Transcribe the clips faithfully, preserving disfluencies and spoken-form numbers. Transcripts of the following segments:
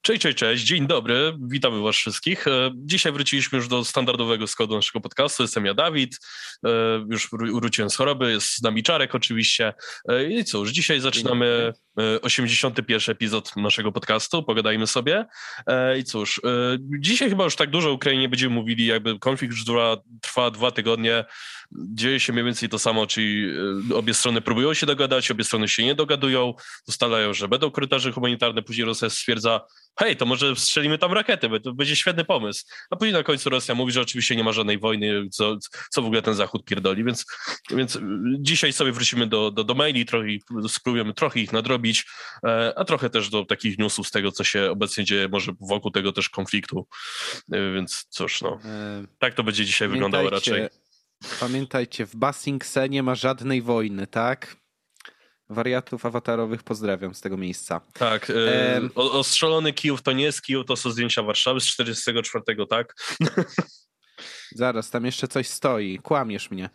Cześć, cześć, cześć, dzień dobry, witamy was wszystkich. Dzisiaj wróciliśmy już do standardowego składu naszego podcastu, jestem ja, Dawid, już wróciłem z choroby, jest z nami Czarek oczywiście. I cóż, dzisiaj zaczynamy osiemdziesiąty pierwszy epizod naszego podcastu, pogadajmy sobie. I cóż, dzisiaj chyba już tak dużo o Ukrainie nie będziemy mówili, jakby konflikt już trwa, trwa dwa tygodnie, dzieje się mniej więcej to samo, czyli obie strony próbują się dogadać, obie strony się nie dogadują, ustalają, że będą korytarze humanitarne, później Rosja stwierdza, hej, to może strzelimy tam rakiety, to będzie świetny pomysł. A później na końcu Rosja mówi, że oczywiście nie ma żadnej wojny, co, co w ogóle ten Zachód pierdoli, więc, więc dzisiaj sobie wrócimy do, do, do maili, trochę, spróbujemy trochę ich nadrobić, a trochę też do takich newsów z tego, co się obecnie dzieje, może wokół tego też konfliktu, więc cóż, no, tak to będzie dzisiaj wyglądało raczej. Pamiętajcie, w Ba Sing Se nie ma żadnej wojny, tak? Wariatów awatarowych pozdrawiam z tego miejsca. Tak, yy, ostrzelony Kijów to nie jest Kijów, to są zdjęcia Warszawy z czterdziestego czwartego, tak? Zaraz, tam jeszcze coś stoi. Kłamiesz mnie.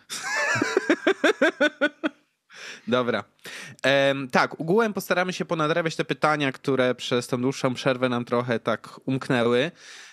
Dobra. Ehm, tak, ogółem postaramy się ponadrabiać te pytania, które przez tą dłuższą przerwę nam trochę tak umknęły.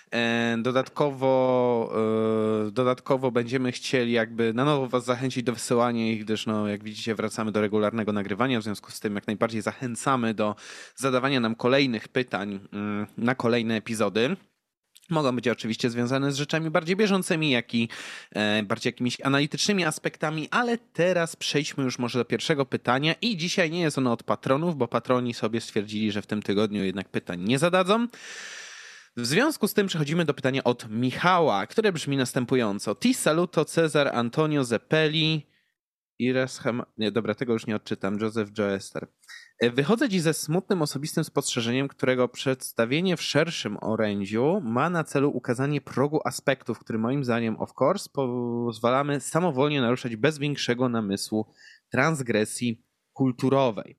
Dodatkowo, dodatkowo będziemy chcieli jakby na nowo was zachęcić do wysyłania ich, gdyż no, jak widzicie wracamy do regularnego nagrywania, w związku z tym jak najbardziej zachęcamy do zadawania nam kolejnych pytań na kolejne epizody. Mogą być oczywiście związane z rzeczami bardziej bieżącymi, jak i bardziej jakimiś analitycznymi aspektami, ale teraz przejdźmy już może do pierwszego pytania i dzisiaj nie jest ono od patronów, bo patroni sobie stwierdzili, że w tym tygodniu jednak pytań nie zadadzą. W związku z tym przechodzimy do pytania od Michała, które brzmi następująco. Ti saluto Cezar Antonio Zeppeli Ires Hem... Nie, dobra, tego już nie odczytam. Joseph Joester. Wychodzę dziś ze smutnym osobistym spostrzeżeniem, którego przedstawienie w szerszym orędziu ma na celu ukazanie progu aspektów, który moim zdaniem, of course, pozwalamy samowolnie naruszać bez większego namysłu transgresji kulturowej.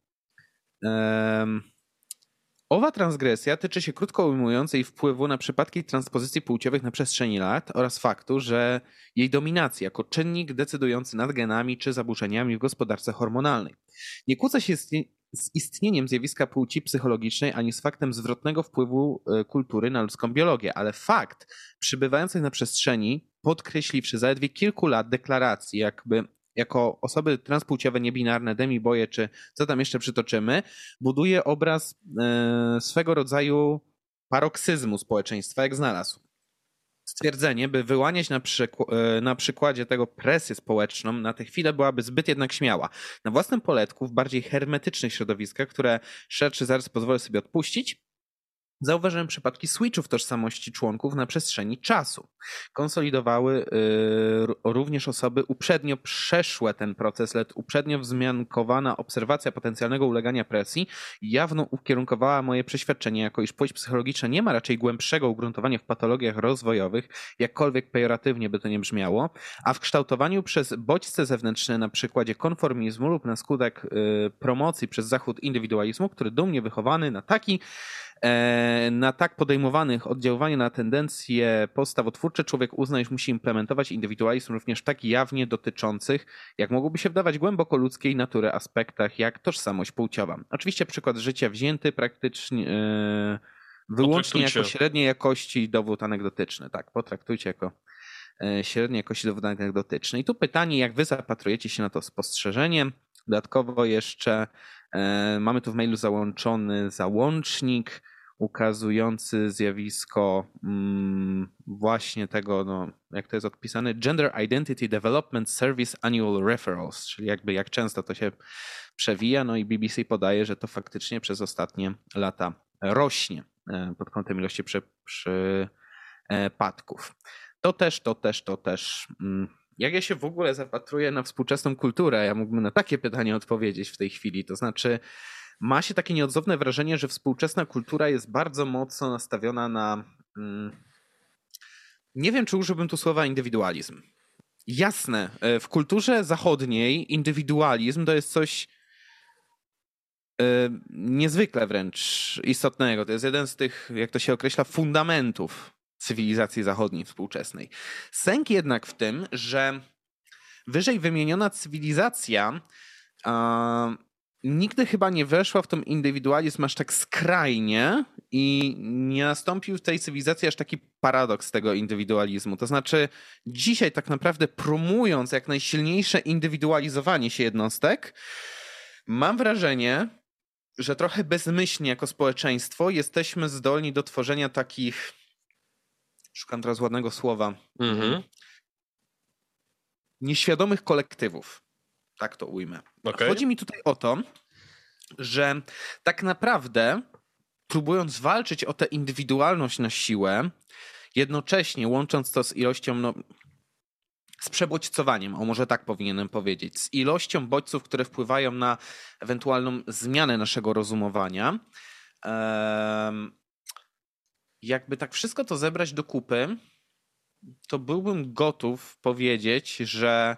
Um... Owa transgresja tyczy się krótko ujmując jej wpływu na przypadki transpozycji płciowych na przestrzeni lat oraz faktu, że jej dominacji jako czynnik decydujący nad genami czy zaburzeniami w gospodarce hormonalnej. Nie kłócę się z istnieniem zjawiska płci psychologicznej ani z faktem zwrotnego wpływu kultury na ludzką biologię, ale fakt przybywających na przestrzeni, podkreśliwszy zaledwie kilku lat deklaracji, jakby jako osoby transpłciowe, niebinarne, demiboje, czy co tam jeszcze przytoczymy, buduje obraz e, swego rodzaju paroksyzmu społeczeństwa, jak znalazł. Stwierdzenie, by wyłaniać na, przyk- e, na przykładzie tego presję społeczną, na tę chwilę byłaby zbyt jednak śmiała. Na własnym poletku, w bardziej hermetycznych środowiskach, które szerszy zarys pozwolę sobie odpuścić, zauważyłem przypadki switchów tożsamości członków na przestrzeni czasu. Konsolidowały yy, również osoby uprzednio przeszłe ten proces, lecz uprzednio wzmiankowana obserwacja potencjalnego ulegania presji jawno ukierunkowała moje przeświadczenie, jako iż płeć psychologiczna nie ma raczej głębszego ugruntowania w patologiach rozwojowych, jakkolwiek pejoratywnie by to nie brzmiało, a w kształtowaniu przez bodźce zewnętrzne na przykładzie konformizmu lub na skutek yy, promocji przez Zachód indywidualizmu, który dumnie wychowany na taki Na tak podejmowanych oddziaływania na tendencje postawotwórcze człowiek uzna, iż musi implementować indywidualizm również tak jawnie dotyczących, jak mogłoby się wdawać, głęboko ludzkiej natury aspektach, jak tożsamość płciowa. Oczywiście przykład życia wzięty praktycznie yy, wyłącznie jako średniej jakości dowód anegdotyczny. Tak, potraktujcie jako yy, średniej jakości dowód anegdotyczny. I tu pytanie, jak wy zapatrujecie się na to spostrzeżenie. Dodatkowo jeszcze yy, mamy tu w mailu załączony załącznik ukazujący zjawisko mm, właśnie tego, no, jak to jest odpisane, Gender Identity Development Service Annual Referrals, czyli jakby jak często to się przewija, no i B B C podaje, że to faktycznie przez ostatnie lata rośnie pod kątem ilości przy, przypadków. To też, to też, to też. Jak ja się w ogóle zapatruję na współczesną kulturę, ja mógłbym na takie pytanie odpowiedzieć w tej chwili, to znaczy ma się takie nieodzowne wrażenie, że współczesna kultura jest bardzo mocno nastawiona na... Mm, nie wiem, czy użyłbym tu słowa indywidualizm. Jasne, w kulturze zachodniej indywidualizm to jest coś y, niezwykle wręcz istotnego. To jest jeden z tych, jak to się określa, fundamentów cywilizacji zachodniej współczesnej. Sęk jednak w tym, że wyżej wymieniona cywilizacja... Y, nigdy chyba nie weszła w ten indywidualizm aż tak skrajnie i nie nastąpił w tej cywilizacji aż taki paradoks tego indywidualizmu. To znaczy dzisiaj tak naprawdę promując jak najsilniejsze indywidualizowanie się jednostek, mam wrażenie, że trochę bezmyślnie jako społeczeństwo jesteśmy zdolni do tworzenia takich, szukam teraz ładnego słowa, mhm. nieświadomych kolektywów. Tak to ujmę. Okay. Chodzi mi tutaj o to, że tak naprawdę próbując walczyć o tę indywidualność na siłę, jednocześnie łącząc to z ilością, no, z przebodźcowaniem, o może tak powinienem powiedzieć, z ilością bodźców, które wpływają na ewentualną zmianę naszego rozumowania, um, jakby tak wszystko to zebrać do kupy, to byłbym gotów powiedzieć, że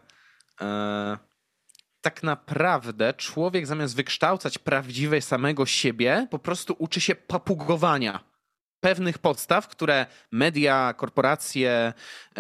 e, tak naprawdę człowiek zamiast wykształcać prawdziwe samego siebie, po prostu uczy się papugowania pewnych podstaw, które media, korporacje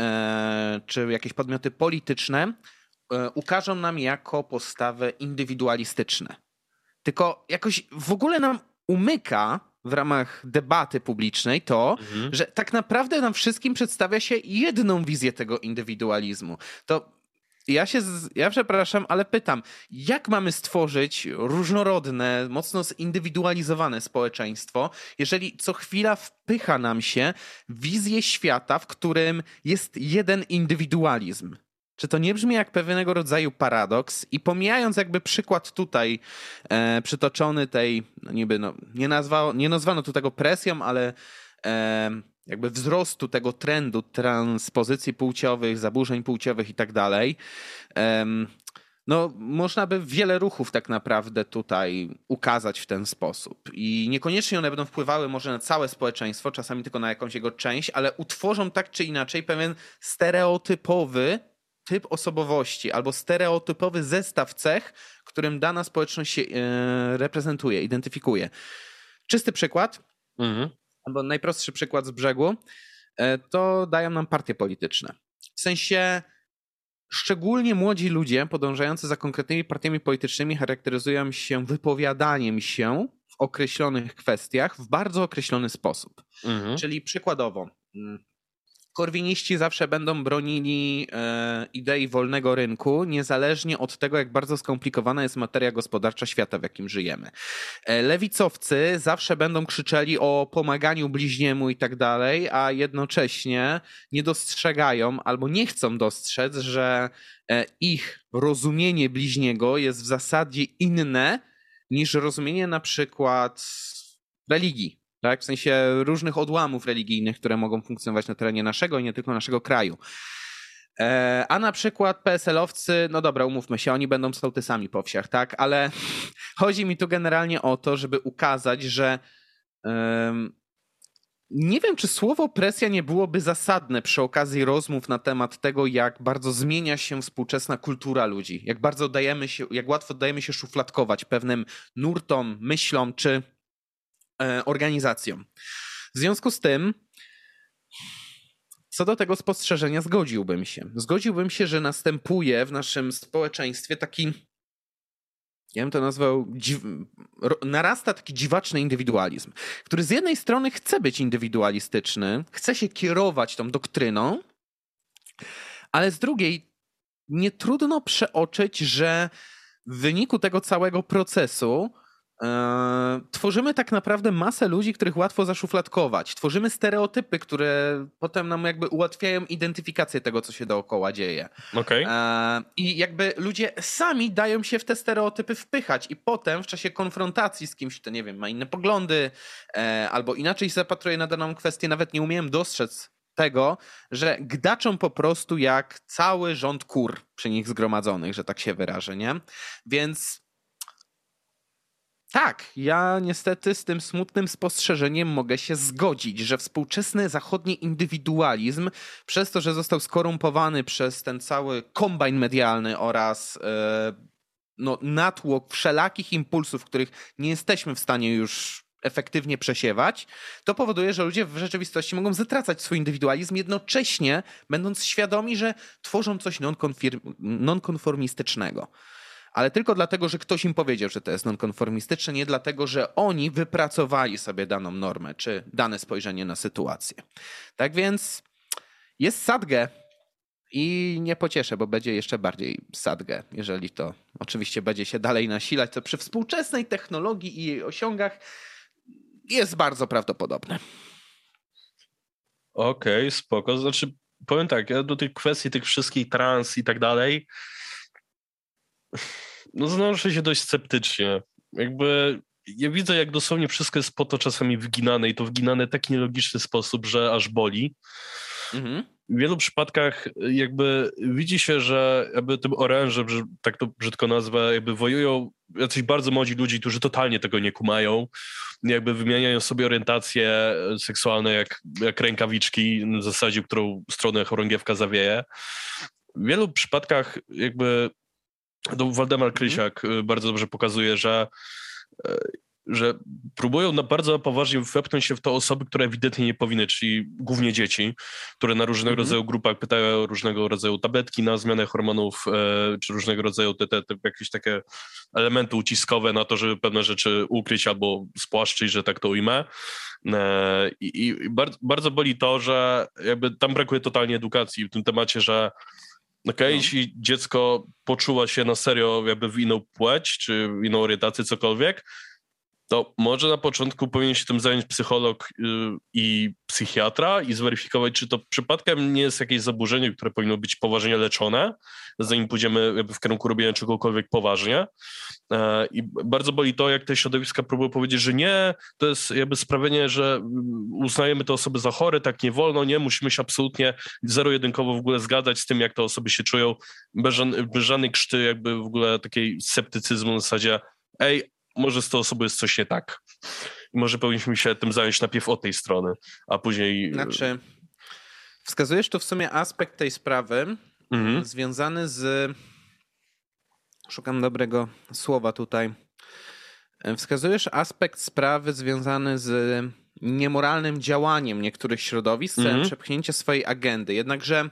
e, czy jakieś podmioty polityczne e, ukażą nam jako postawy indywidualistyczne. Tylko jakoś w ogóle nam umyka w ramach debaty publicznej to, mhm. że tak naprawdę nam wszystkim przedstawia się jedną wizję tego indywidualizmu. To ja się, z... ja przepraszam, ale pytam, jak mamy stworzyć różnorodne, mocno zindywidualizowane społeczeństwo, jeżeli co chwila wpycha nam się wizję świata, w którym jest jeden indywidualizm? Czy to nie brzmi jak pewnego rodzaju paradoks? I pomijając jakby przykład tutaj e, przytoczony tej, no niby, no, nie, nazwa, nie nazwano tu tego presją, ale e, jakby wzrostu tego trendu transpozycji płciowych, zaburzeń płciowych i tak dalej, e, no można by wiele ruchów tak naprawdę tutaj ukazać w ten sposób. I niekoniecznie one będą wpływały może na całe społeczeństwo, czasami tylko na jakąś jego część, ale utworzą tak czy inaczej pewien stereotypowy typ osobowości albo stereotypowy zestaw cech, którym dana społeczność się e, reprezentuje, identyfikuje. Czysty przykład, mhm. albo najprostszy przykład z brzegu, e, to dają nam partie polityczne. W sensie szczególnie młodzi ludzie podążający za konkretnymi partiami politycznymi charakteryzują się wypowiadaniem się w określonych kwestiach w bardzo określony sposób. Mhm. Czyli przykładowo korwiniści zawsze będą bronili e, idei wolnego rynku, niezależnie od tego, jak bardzo skomplikowana jest materia gospodarcza świata, w jakim żyjemy. E, lewicowcy zawsze będą krzyczeli o pomaganiu bliźniemu i tak dalej, a jednocześnie nie dostrzegają albo nie chcą dostrzec, że e, ich rozumienie bliźniego jest w zasadzie inne niż rozumienie na przykład religii. Tak? W sensie różnych odłamów religijnych, które mogą funkcjonować na terenie naszego i nie tylko naszego kraju. E, a na przykład P S L-owcy, no dobra, umówmy się, oni będą sołtysami po wsiach, tak? Ale chodzi mi tu generalnie o to, żeby ukazać, że um, nie wiem, czy słowo presja nie byłoby zasadne przy okazji rozmów na temat tego, jak bardzo zmienia się współczesna kultura ludzi, jak bardzo dajemy się, jak łatwo dajemy się szufladkować pewnym nurtom, myślom czy organizacją. W związku z tym, co do tego spostrzeżenia zgodziłbym się. Zgodziłbym się, że następuje w naszym społeczeństwie taki, ja bym to nazwał, dziw... narasta taki dziwaczny indywidualizm, który z jednej strony chce być indywidualistyczny, chce się kierować tą doktryną, ale z drugiej nie trudno przeoczyć, że w wyniku tego całego procesu Yy, tworzymy tak naprawdę masę ludzi, których łatwo zaszufladkować. Tworzymy stereotypy, które potem nam jakby ułatwiają identyfikację tego, co się dookoła dzieje. Okay. Yy, I jakby ludzie sami dają się w te stereotypy wpychać i potem w czasie konfrontacji z kimś, kto nie wiem, ma inne poglądy yy, albo inaczej się zapatruje na daną kwestię, nawet nie umiem dostrzec tego, że gdaczą po prostu jak cały rząd kur przy nich zgromadzonych, że tak się wyrażę, nie? Więc tak, ja niestety z tym smutnym spostrzeżeniem mogę się zgodzić, że współczesny zachodni indywidualizm, przez to, że został skorumpowany przez ten cały kombajn medialny oraz e, no, natłok wszelakich impulsów, których nie jesteśmy w stanie już efektywnie przesiewać, to powoduje, że ludzie w rzeczywistości mogą zatracać swój indywidualizm, jednocześnie będąc świadomi, że tworzą coś non-konformistycznego. ale tylko dlatego, że ktoś im powiedział, że to jest nonkonformistyczne, nie dlatego, że oni wypracowali sobie daną normę czy dane spojrzenie na sytuację. Tak więc jest sadge i nie pocieszę, bo będzie jeszcze bardziej sadge, jeżeli to oczywiście będzie się dalej nasilać, co przy współczesnej technologii i jej osiągach jest bardzo prawdopodobne. Okej, okay, spoko. Znaczy, powiem tak, ja do tych kwestii tych wszystkich trans i tak dalej, no znoszę się dość sceptycznie. Jakby ja widzę, jak dosłownie wszystko jest po to czasami wyginane i to wyginane w taki nielogiczny sposób, że aż boli. Mhm. W wielu przypadkach jakby widzi się, że jakby tym orężem, że tak to brzydko nazwę, jakby wojują jacyś bardzo młodzi ludzie, którzy totalnie tego nie kumają, jakby wymieniają sobie orientacje seksualne jak, jak rękawiczki w zasadzie, w którą stronę chorągiewka zawieje. W wielu przypadkach jakby to Waldemar Krysiak mm. bardzo dobrze pokazuje, że że próbują na bardzo poważnie wepchnąć się w to osoby, które ewidentnie nie powinny, czyli głównie dzieci, które na różnego mm-hmm. rodzaju grupach pytają o różnego rodzaju tabletki na zmianę hormonów, e, czy różnego rodzaju te, te, te jakieś takie elementy uciskowe na to, żeby pewne rzeczy ukryć albo spłaszczyć, że tak to ujmę. E, I i bardzo, bardzo boli to, że jakby tam brakuje totalnie edukacji w tym temacie, że okej, okay, no. jeśli dziecko poczuła się na serio jakby w inną płeć, czy w inną orientację, cokolwiek, to może na początku powinien się tym zająć psycholog yy, i psychiatra i zweryfikować, czy to przypadkiem nie jest jakieś zaburzenie, które powinno być poważnie leczone, zanim pójdziemy jakby w kierunku robienia czegokolwiek poważnie. Yy, I bardzo boli to, jak te środowiska próbują powiedzieć, że nie, to jest jakby sprawienie, że uznajemy te osoby za chore, tak nie wolno, nie, musimy się absolutnie zero-jedynkowo w ogóle zgadzać z tym, jak te osoby się czują, bez, żadnej, bez żadnej krzty jakby w ogóle takiej sceptycyzmu na zasadzie, ej, może z tą osobą jest coś nie tak. I może powinniśmy się tym zająć najpierw od tej strony, a później... Znaczy, wskazujesz tu w sumie aspekt tej sprawy mhm. związany z... Szukam dobrego słowa tutaj. Wskazujesz aspekt sprawy związany z niemoralnym działaniem niektórych środowisk, celem mhm. przepchnięcia swojej agendy. Jednakże...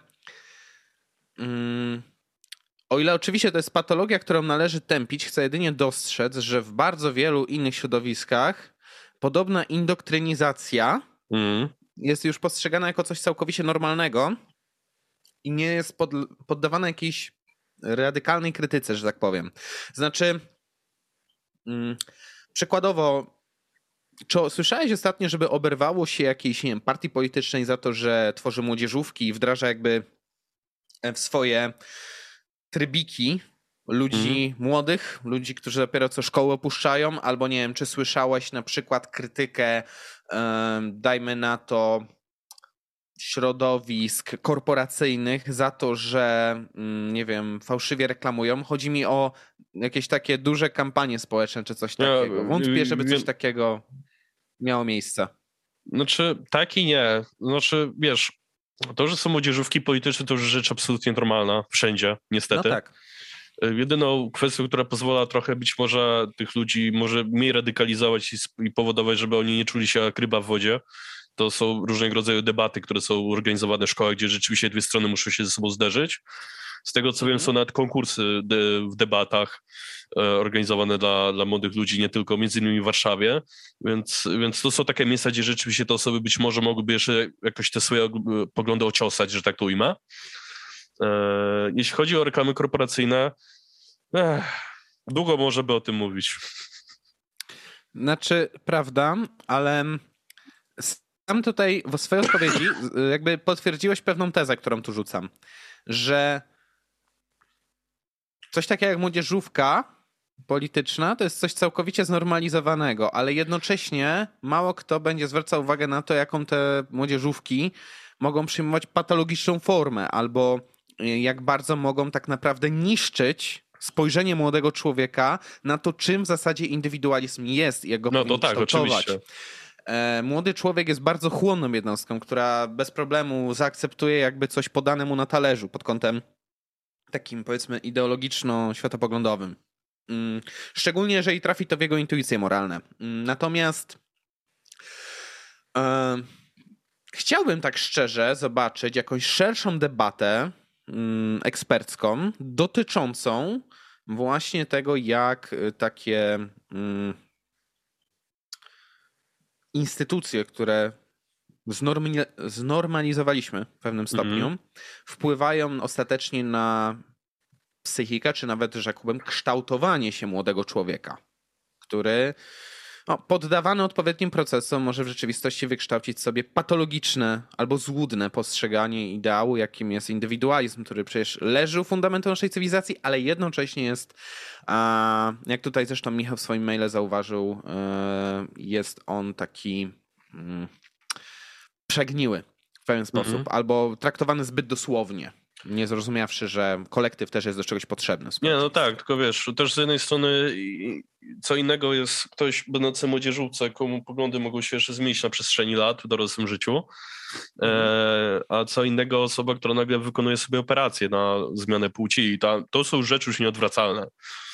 Mm, O ile oczywiście to jest patologia, którą należy tępić, chcę jedynie dostrzec, że w bardzo wielu innych środowiskach podobna indoktrynizacja mm. jest już postrzegana jako coś całkowicie normalnego i nie jest pod, poddawana jakiejś radykalnej krytyce, że tak powiem. Znaczy, mm, przykładowo, czy słyszałeś ostatnio, żeby oberwało się jakiejś, nie wiem, partii politycznej za to, że tworzy młodzieżówki i wdraża jakby w swoje trybiki ludzi mm. młodych, ludzi, którzy dopiero co szkołę opuszczają, albo nie wiem, czy słyszałeś na przykład krytykę, um, dajmy na to, środowisk korporacyjnych za to, że um, nie wiem, fałszywie reklamują. Chodzi mi o jakieś takie duże kampanie społeczne, czy coś takiego. Wątpię, żeby coś takiego miało miejsce. Znaczy, tak i nie. Znaczy, wiesz, to, że są młodzieżówki polityczne, to już rzecz absolutnie normalna wszędzie, niestety. No tak. Jedyną kwestią, która pozwala trochę być może tych ludzi może mniej radykalizować i, i powodować, żeby oni nie czuli się jak ryba w wodzie, to są różnego rodzaju debaty, które są organizowane w szkołach, gdzie rzeczywiście dwie strony muszą się ze sobą zderzyć. Z tego co mm. wiem, są nawet konkursy de, w debatach e, organizowane dla, dla młodych ludzi, nie tylko, między innymi w Warszawie, więc, więc to są takie miejsca, gdzie rzeczywiście te osoby być może mogłyby jeszcze jakoś te swoje poglądy ociosać, że tak to ujmę. E, jeśli chodzi o reklamy korporacyjne, eh, długo może by o tym mówić. Znaczy, prawda, ale sam tutaj w swojej odpowiedzi jakby potwierdziłeś pewną tezę, którą tu rzucam, że coś takiego jak młodzieżówka polityczna to jest coś całkowicie znormalizowanego, ale jednocześnie mało kto będzie zwracał uwagę na to, jaką te młodzieżówki mogą przyjmować patologiczną formę albo jak bardzo mogą tak naprawdę niszczyć spojrzenie młodego człowieka na to, czym w zasadzie indywidualizm jest i jak go no powinien to tak, kształtować. Oczywiście. Młody człowiek jest bardzo chłonną jednostką, która bez problemu zaakceptuje jakby coś podane mu na talerzu pod kątem takim, powiedzmy, ideologiczno-światopoglądowym. Szczególnie jeżeli trafi to w jego intuicje moralne. Natomiast e, chciałbym tak szczerze zobaczyć jakąś szerszą debatę mm, ekspercką dotyczącą właśnie tego, jak takie mm, instytucje, które znormi- znormalizowaliśmy w pewnym stopniu, mm. wpływają ostatecznie na psychikę, czy nawet, rzekłbym, kształtowanie się młodego człowieka, który no, poddawany odpowiednim procesom może w rzeczywistości wykształcić sobie patologiczne albo złudne postrzeganie ideału, jakim jest indywidualizm, który przecież leży u fundamentu naszej cywilizacji, ale jednocześnie jest, a, jak tutaj zresztą Michał w swoim maile zauważył, jest on taki mm, przegniły w pewien sposób, mm-hmm. albo traktowany zbyt dosłownie. Nie zrozumiawszy, że kolektyw też jest do czegoś potrzebny. Nie, no tak, tylko wiesz, też z jednej strony co innego jest ktoś będący młodzieżówce, komu poglądy mogą się jeszcze zmienić na przestrzeni lat w dorosłym życiu, mhm. e, a co innego osoba, która nagle wykonuje sobie operację na zmianę płci i ta, to są rzeczy już nieodwracalne.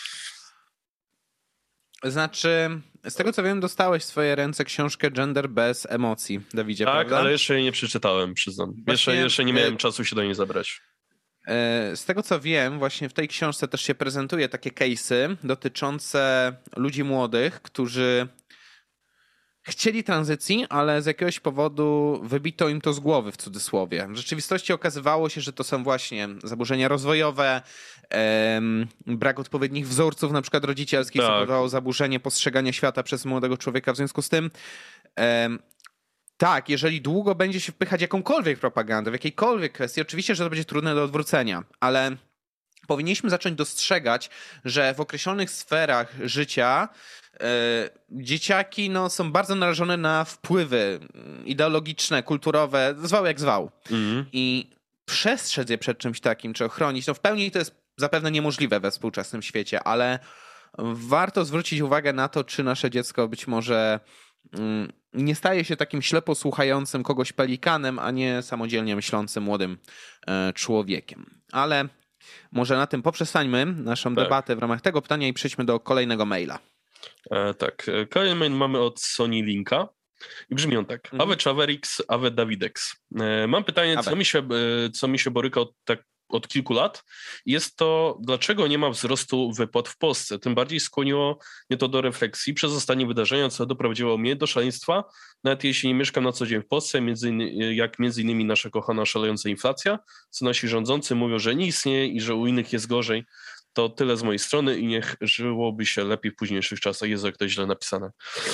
Znaczy, z tego co wiem, dostałeś w swoje ręce książkę Gender bez emocji, Dawidzie, tak, prawda? Tak, ale jeszcze jej nie przeczytałem, przyznam. Właśnie, jeszcze, jeszcze nie miałem e... czasu się do niej zabrać. Z tego co wiem, właśnie w tej książce też się prezentuje takie case'y dotyczące ludzi młodych, którzy chcieli tranzycji, ale z jakiegoś powodu wybito im to z głowy, w cudzysłowie. W rzeczywistości okazywało się, że to są właśnie zaburzenia rozwojowe, em, brak odpowiednich wzorców, na przykład rodzicielskich, tak. spowodowało zaburzenie postrzegania świata przez młodego człowieka. W związku z tym em, tak, jeżeli długo będzie się wpychać jakąkolwiek propagandę, w jakiejkolwiek kwestii, oczywiście, że to będzie trudne do odwrócenia, ale powinniśmy zacząć dostrzegać, że w określonych sferach życia yy, dzieciaki no, są bardzo narażone na wpływy ideologiczne, kulturowe, zwał jak zwał. Mm. I przestrzec je przed czymś takim, czy ochronić, no w pełni to jest zapewne niemożliwe we współczesnym świecie, ale warto zwrócić uwagę na to, czy nasze dziecko być może nie staje się takim ślepo słuchającym kogoś pelikanem, a nie samodzielnie myślącym młodym człowiekiem. Ale może na tym poprzestańmy naszą tak. debatę w ramach tego pytania i przejdźmy do kolejnego maila. E, tak, kolejny mail mamy od Sony Linka i brzmi on tak. Mhm. Awe Czaverix, Awe Dawidex. E, mam pytanie, co mi, się, co mi się boryka od tak od kilku lat, jest to, dlaczego nie ma wzrostu wypłat w Polsce. Tym bardziej skłoniło mnie to do refleksji przez ostatnie wydarzenia, co doprowadziło mnie do szaleństwa, nawet jeśli nie mieszkam na co dzień w Polsce, między innymi, jak między innymi nasza kochana szalejąca inflacja, co nasi rządzący mówią, że nie istnieje i że u innych jest gorzej. To tyle z mojej strony i niech żyłoby się lepiej w późniejszych czasach. Jezu, jak to źle napisane.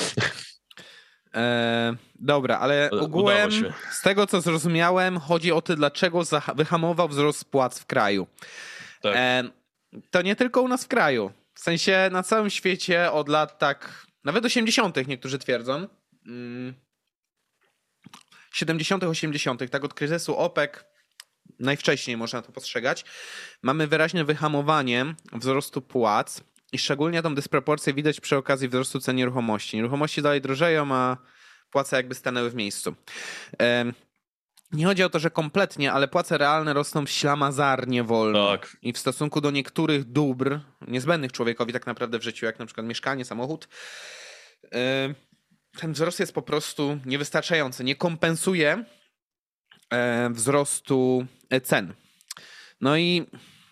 E, dobra, ale ogółem z tego, co zrozumiałem, chodzi o to, dlaczego wyhamował wzrost płac w kraju. Tak. E, to nie tylko u nas w kraju. W sensie na całym świecie od lat tak, nawet osiemdziesiątych niektórzy twierdzą, mm, siedemdziesiątych, osiemdziesiątych, tak od kryzysu OPEC, najwcześniej można to postrzegać, mamy wyraźne wyhamowanie wzrostu płac. I szczególnie tą dysproporcję widać przy okazji wzrostu cen nieruchomości. Nieruchomości dalej drożeją, a płace jakby stanęły w miejscu. Nie chodzi o to, że kompletnie, ale płace realne rosną ślamazarnie wolno. Tak. I w stosunku do niektórych dóbr niezbędnych człowiekowi tak naprawdę w życiu, jak na przykład mieszkanie, samochód, ten wzrost jest po prostu niewystarczający. Nie kompensuje wzrostu cen. No i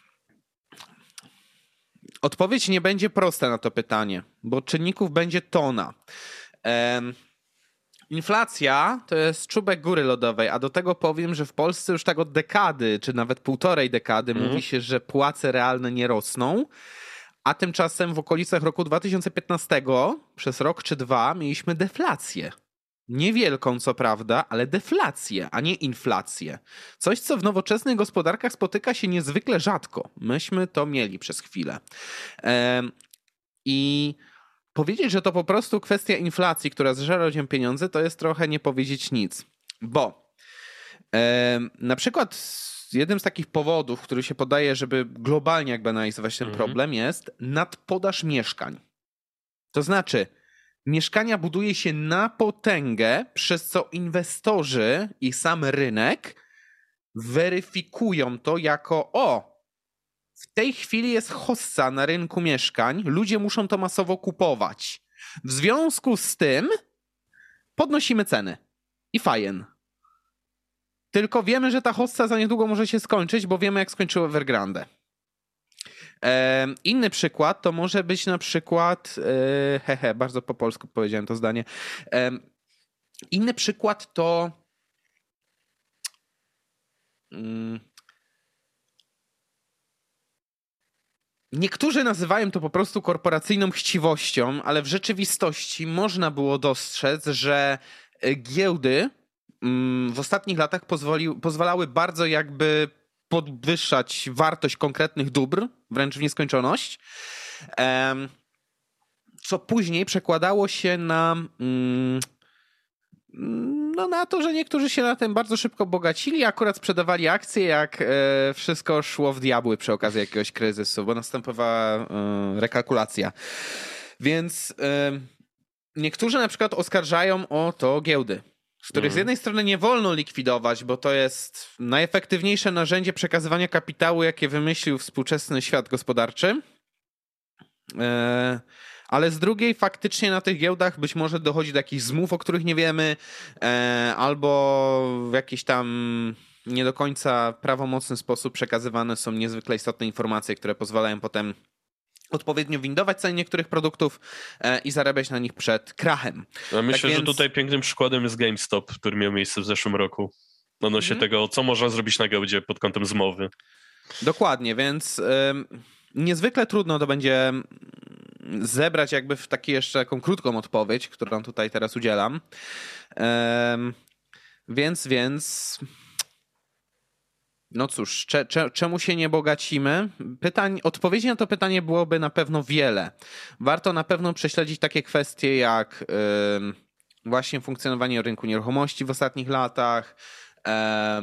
odpowiedź nie będzie prosta na to pytanie, bo czynników będzie tona. Ehm, inflacja to jest czubek góry lodowej, a do tego powiem, że w Polsce już tak od dekady, czy nawet półtorej dekady mm. mówi się, że płace realne nie rosną, a tymczasem w okolicach roku dwa tysiące piętnastego przez rok czy dwa mieliśmy deflację. Niewielką, co prawda, ale deflację, a nie inflację. Coś, co w nowoczesnych gospodarkach spotyka się niezwykle rzadko. Myśmy to mieli przez chwilę. Ehm, I powiedzieć, że to po prostu kwestia inflacji, która zżera ludziom pieniądze, to jest trochę nie powiedzieć nic. Bo ehm, na przykład jednym z takich powodów, który się podaje, żeby globalnie jakby analizować ten mhm. problem, jest nadpodaż mieszkań. To znaczy mieszkania buduje się na potęgę, przez co inwestorzy i sam rynek weryfikują to jako o, w tej chwili jest hossa na rynku mieszkań, ludzie muszą to masowo kupować. W związku z tym podnosimy ceny. I fajnie. Tylko wiemy, że ta hossa za niedługo może się skończyć, bo wiemy jak skończyło Evergrande. E, inny przykład to może być na przykład, e, hehe, bardzo po polsku powiedziałem to zdanie. E, inny przykład to mm, niektórzy nazywają to po prostu korporacyjną chciwością, ale w rzeczywistości można było dostrzec, że giełdy w ostatnich latach pozwoli, pozwalały bardzo jakby podwyższać wartość konkretnych dóbr, wręcz w nieskończoność, co później przekładało się na, no na to, że niektórzy się na tym bardzo szybko bogacili, akurat sprzedawali akcje, jak wszystko szło w diabły przy okazji jakiegoś kryzysu, bo następowała rekalkulacja. Więc niektórzy na przykład oskarżają o to giełdy, z których mm. z jednej strony nie wolno likwidować, bo to jest najefektywniejsze narzędzie przekazywania kapitału, jakie wymyślił współczesny świat gospodarczy. E, ale z drugiej faktycznie na tych giełdach być może dochodzi do jakichś zmów, o których nie wiemy, e, albo w jakiś tam nie do końca prawomocny sposób przekazywane są niezwykle istotne informacje, które pozwalają potem odpowiednio windować ceny niektórych produktów e, i zarabiać na nich przed krachem. Ja myślę, tak więc... że tutaj pięknym przykładem jest GameStop, który miał miejsce w zeszłym roku. Odnośnie mm-hmm. tego, co można zrobić na giełdzie pod kątem zmowy. Dokładnie, więc y, niezwykle trudno to będzie zebrać jakby w taką jeszcze taką krótką odpowiedź, którą tutaj teraz udzielam. Y, więc, więc... No cóż, cze, cze, czemu się nie bogacimy? Pytań, odpowiedzi na to pytanie byłoby na pewno wiele. Warto na pewno prześledzić takie kwestie jak yy, właśnie funkcjonowanie rynku nieruchomości w ostatnich latach, yy,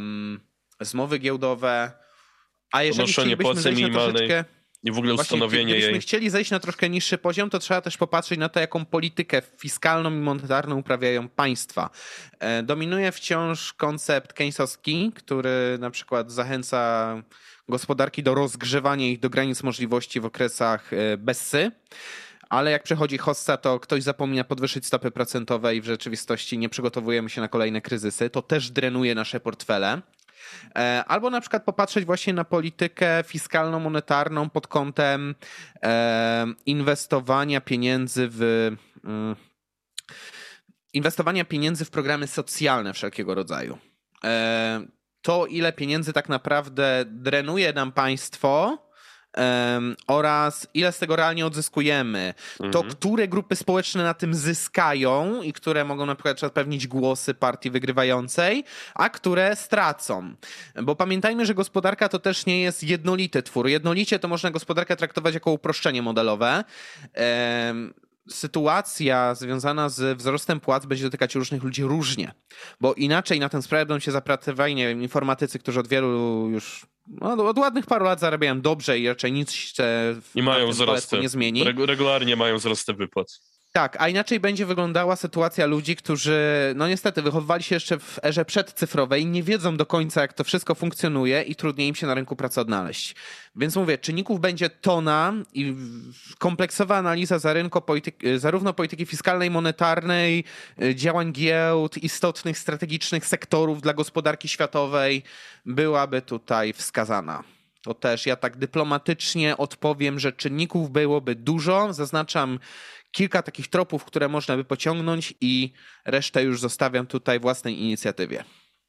zmowy giełdowe, a jeżeli chcielibyśmy zejść na troszeczkę... I w ogóle ustanowienie Właśnie, gdybyśmy jej. chcieli zejść na troszkę niższy poziom, to trzeba też popatrzeć na to, jaką politykę fiskalną i monetarną uprawiają państwa. E, dominuje wciąż koncept keynesowski, który na przykład zachęca gospodarki do rozgrzewania ich do granic możliwości w okresach bessy. Ale jak przechodzi hossa, to ktoś zapomina podwyższyć stopy procentowe i w rzeczywistości nie przygotowujemy się na kolejne kryzysy. To też drenuje nasze portfele. Albo na przykład popatrzeć właśnie na politykę fiskalną, monetarną pod kątem e, inwestowania pieniędzy w mm, inwestowania pieniędzy w programy socjalne wszelkiego rodzaju. E, to, ile pieniędzy tak naprawdę drenuje nam państwo um, oraz ile z tego realnie odzyskujemy. Mhm. To, które grupy społeczne na tym zyskają i które mogą na przykład zapewnić głosy partii wygrywającej, a które stracą. Bo pamiętajmy, że gospodarka to też nie jest jednolity twór. Jednolicie to można gospodarkę traktować jako uproszczenie modelowe. Um, Sytuacja związana z wzrostem płac będzie dotykać różnych ludzi różnie, bo inaczej na tę sprawę będą się zapracować, nie wiem, informatycy, którzy od wielu już, no, od ładnych paru lat zarabiają dobrze i raczej nic się w I mają wzrosty. nie zmieni. Regularnie mają wzrosty wypłat. Tak, a inaczej będzie wyglądała sytuacja ludzi, którzy no niestety wychowywali się jeszcze w erze przedcyfrowej, nie wiedzą do końca, jak to wszystko funkcjonuje i trudniej im się na rynku pracy odnaleźć. Więc mówię, czynników będzie tona i kompleksowa analiza zarynku polityki, zarówno polityki fiskalnej, monetarnej, działań giełd, istotnych strategicznych sektorów dla gospodarki światowej byłaby tutaj wskazana. To też ja tak dyplomatycznie odpowiem, że czynników byłoby dużo. Zaznaczam kilka takich tropów, które można by pociągnąć i resztę już zostawiam tutaj własnej inicjatywie.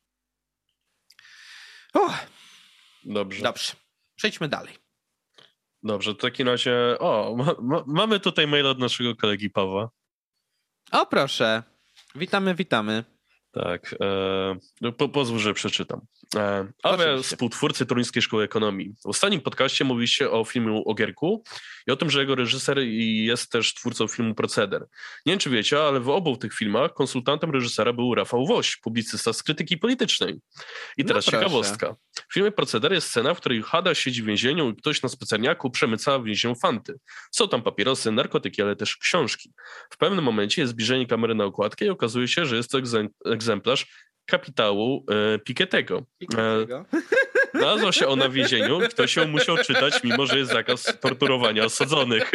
Uff. Dobrze. Dobrze. Przejdźmy dalej. Dobrze, w takim razie o, ma, ma, mamy tutaj mail od naszego kolegi Pawła. O proszę. Witamy, witamy. Tak, e, po, pozwól, że przeczytam. E, Awe, współtwórcy Toruńskiej Szkoły Ekonomii. W ostatnim podcaście mówiliście o filmie Ogierku i o tym, że jego reżyser jest też twórcą filmu Proceder. Nie wiem, czy wiecie, ale w obu tych filmach konsultantem reżysera był Rafał Woś, publicysta z krytyki politycznej. I teraz no ciekawostka. W filmie Proceder jest scena, w której Hada siedzi w więzieniu i ktoś na specjalniaku przemyca w więzieniu fanty. Są tam papierosy, narkotyki, ale też książki. W pewnym momencie jest zbliżenie kamery na okładkę i okazuje się, że jest to egzemplarz kapitału e, Piketty'ego. Piketty'ego. Znalazła się ona w więzieniu i ktoś ją musiał czytać, mimo że jest zakaz torturowania osadzonych.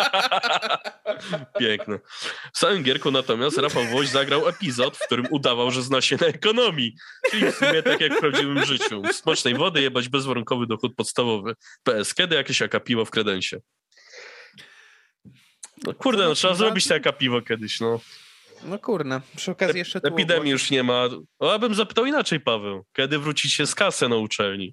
Piękne. W samym Gierku natomiast Rafał Woś zagrał epizod, w którym udawał, że zna się na ekonomii. Czyli w sumie tak jak w prawdziwym życiu. Smacznej wody jebać bezwarunkowy dochód podstawowy. P S. Kiedy jakieś jaka piwo w kredensie? No kurde, no trzeba zrobić takie piwo kiedyś, no. No kurna, przy okazji jeszcze... Epidemii ogłosić... już nie ma. O, abym zapytał inaczej, Paweł. Kiedy wrócicie z kasę na uczelni?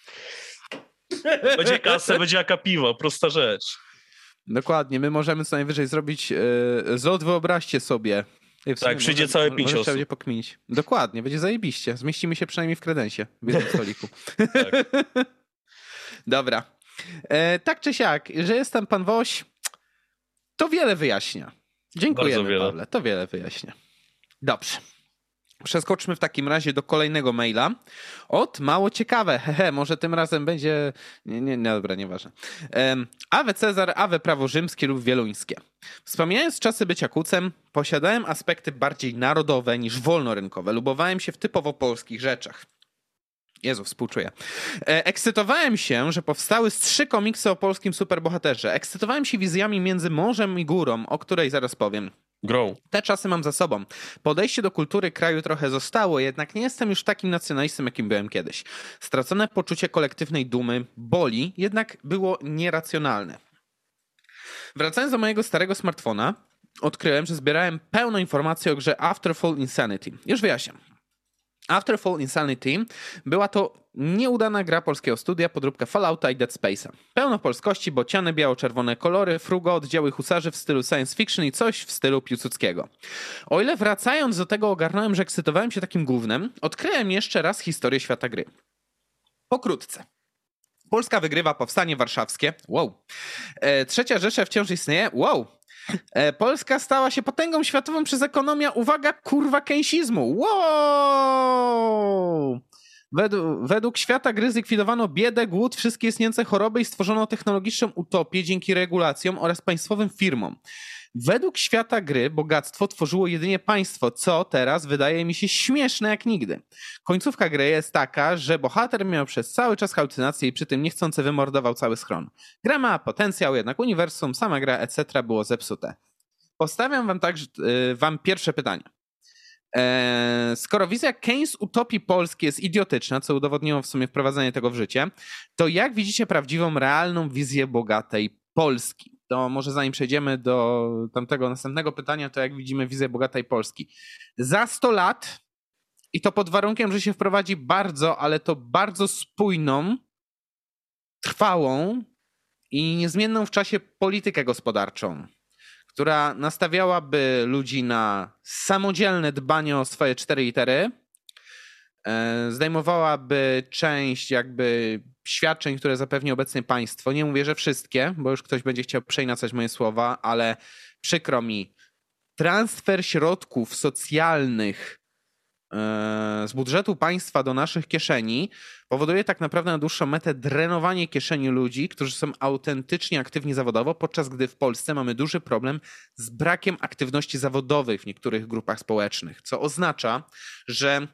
Będzie kasę, będzie jaka piwo, prosta rzecz. Dokładnie, my możemy co najwyżej zrobić yy, zlot, wyobraźcie sobie. Tak, przyjdzie może, całe pięć osób. Trzeba będzie pokminić. Dokładnie, będzie zajebiście. Zmieścimy się przynajmniej w kredensie, w jednym stoliku. Tak. Dobra. E, tak czy siak, że jest tam pan Woś, to wiele wyjaśnia. Dziękujemy, wiele. Pawle, to wiele wyjaśnia. Dobrze. Przeskoczmy w takim razie do kolejnego maila. Od mało ciekawe, hehe, może tym razem będzie... Nie, nie, nie dobra, nieważne. Um, Awe Cezar, Awe prawo rzymskie lub wieluńskie. Wspominając czasy bycia kucem, posiadałem aspekty bardziej narodowe niż wolnorynkowe. Lubowałem się w typowo polskich rzeczach. Jezu, współczuję. E, ekscytowałem się, że powstały z trzy komiksy o polskim superbohaterze. Ekscytowałem się wizjami między morzem i górą, o której zaraz powiem. Grow. Te czasy mam za sobą. Podejście do kultury kraju trochę zostało, jednak nie jestem już takim nacjonalistą, jakim byłem kiedyś. Stracone poczucie kolektywnej dumy boli, jednak było nieracjonalne. Wracając do mojego starego smartfona, odkryłem, że zbierałem pełno informacji o grze Afterfall Insanity. Już wyjaśniam. Afterfall Insanity była to nieudana gra polskiego studia, podróbka Fallouta i Dead Space'a. Pełno polskości, bociany, biało-czerwone kolory, frugo, oddziały husarzy w stylu science fiction i coś w stylu Piłsudskiego. O ile wracając do tego ogarnąłem, że ekscytowałem się takim gównem, odkryłem jeszcze raz historię świata gry. Pokrótce. Polska wygrywa powstanie warszawskie. Wow. E, Trzecia Rzesza wciąż istnieje. Wow. Polska stała się potęgą światową przez ekonomię, uwaga, kurwa, keynesizmu. Wow! Według, według świata gry zlikwidowano biedę, głód, wszystkie istniejące choroby i stworzono technologiczną utopię dzięki regulacjom oraz państwowym firmom. Według świata gry bogactwo tworzyło jedynie państwo, co teraz wydaje mi się śmieszne jak nigdy. Końcówka gry jest taka, że bohater miał przez cały czas halucynacje i przy tym niechcący wymordował cały schron. Gra ma potencjał, jednak uniwersum, sama gra, et cetera było zepsute. Postawiam wam także yy, wam pierwsze pytanie. Eee, skoro wizja Keynes utopii polskiej jest idiotyczna, co udowodniło w sumie wprowadzenie tego w życie, to jak widzicie prawdziwą, realną wizję bogatej Polski? To może zanim przejdziemy do tamtego następnego pytania, to jak widzimy wizję bogatej Polski. Za sto lat, i to pod warunkiem, że się wprowadzi bardzo, ale to bardzo spójną, trwałą i niezmienną w czasie politykę gospodarczą, która nastawiałaby ludzi na samodzielne dbanie o swoje cztery litery, zdejmowałaby część jakby świadczeń, które zapewni obecnie państwo. Nie mówię, że wszystkie, bo już ktoś będzie chciał przeinacać moje słowa, ale przykro mi, transfer środków socjalnych z budżetu państwa do naszych kieszeni powoduje tak naprawdę na dłuższą metę drenowanie kieszeni ludzi, którzy są autentycznie aktywni zawodowo, podczas gdy w Polsce mamy duży problem z brakiem aktywności zawodowych w niektórych grupach społecznych, co oznacza, że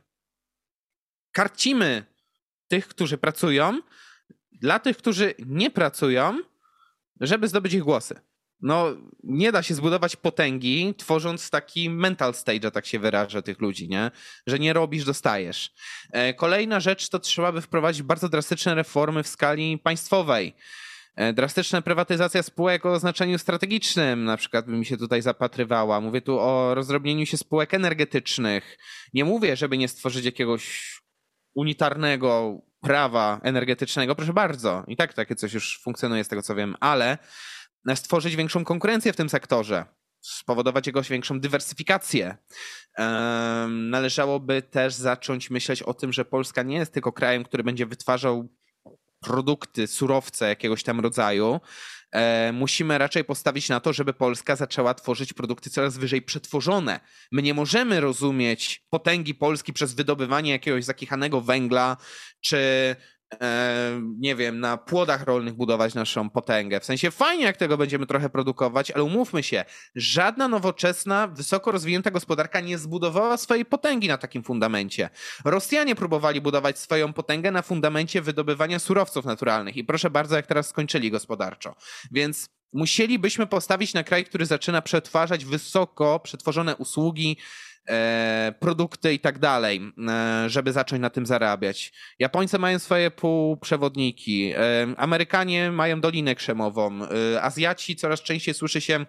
karcimy tych, którzy pracują, dla tych, którzy nie pracują, żeby zdobyć ich głosy. No, nie da się zbudować potęgi, tworząc taki mental stage, tak się wyraża, tych ludzi, nie? Że nie robisz, dostajesz. Kolejna rzecz to trzeba by wprowadzić bardzo drastyczne reformy w skali państwowej. Drastyczna prywatyzacja spółek o znaczeniu strategicznym, na przykład by mi się tutaj zapatrywała. Mówię tu o rozdrobnieniu się spółek energetycznych. Nie mówię, żeby nie stworzyć jakiegoś unitarnego prawa energetycznego, proszę bardzo. I tak takie coś już funkcjonuje z tego, co wiem, ale stworzyć większą konkurencję w tym sektorze, spowodować jego większą dywersyfikację. Um, należałoby też zacząć myśleć o tym, że Polska nie jest tylko krajem, który będzie wytwarzał produkty, surowce jakiegoś tam rodzaju. E, musimy raczej postawić na to, żeby Polska zaczęła tworzyć produkty coraz wyżej przetworzone. My nie możemy rozumieć potęgi Polski przez wydobywanie jakiegoś zakichanego węgla, czy e, nie wiem, na płodach rolnych budować naszą potęgę. W sensie fajnie, jak tego będziemy trochę produkować, ale umówmy się, żadna nowoczesna, wysoko rozwinięta gospodarka nie zbudowała swojej potęgi na takim fundamencie. Rosjanie próbowali budować swoją potęgę na fundamencie wydobywania surowców naturalnych i proszę bardzo, jak teraz skończyli gospodarczo. Więc musielibyśmy postawić na kraj, który zaczyna przetwarzać wysoko przetworzone usługi, e, produkty i tak dalej, e, żeby zacząć na tym zarabiać. Japońcy mają swoje półprzewodniki, e, Amerykanie mają Dolinę Krzemową, e, Azjaci coraz częściej słyszy się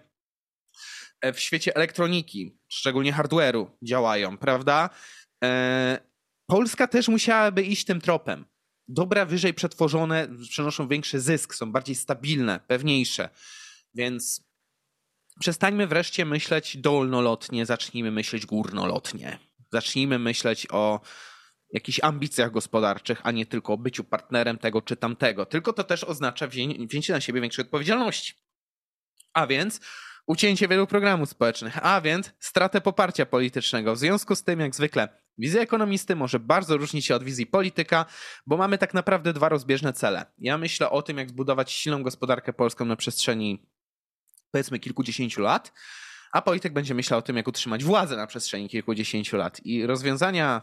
w świecie elektroniki, szczególnie hardware'u działają, prawda? E, Polska też musiałaby iść tym tropem. Dobra wyżej przetworzone przynoszą większy zysk, są bardziej stabilne, pewniejsze. Więc przestańmy wreszcie myśleć dolnolotnie, zacznijmy myśleć górnolotnie. Zacznijmy myśleć o jakichś ambicjach gospodarczych, a nie tylko o byciu partnerem tego czy tamtego. Tylko to też oznacza wzię- wzięcie na siebie większej odpowiedzialności. A więc ucięcie wielu programów społecznych, a więc stratę poparcia politycznego. W związku z tym, jak zwykle, wizja ekonomisty może bardzo różnić się od wizji polityka, bo mamy tak naprawdę dwa rozbieżne cele. Ja myślę o tym, jak zbudować silną gospodarkę polską na przestrzeni, powiedzmy, kilkudziesięciu lat, a polityk będzie myślał o tym, jak utrzymać władzę na przestrzeni kilkudziesięciu lat. I rozwiązania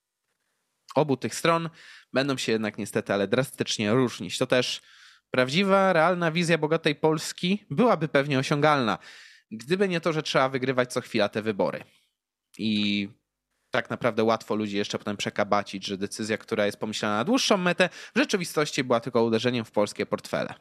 obu tych stron będą się jednak niestety, ale drastycznie różnić. To też prawdziwa, realna wizja bogatej Polski byłaby pewnie osiągalna, gdyby nie to, że trzeba wygrywać co chwila te wybory. I tak naprawdę łatwo ludzi jeszcze potem przekabacić, że decyzja, która jest pomyślana na dłuższą metę, w rzeczywistości była tylko uderzeniem w polskie portfele.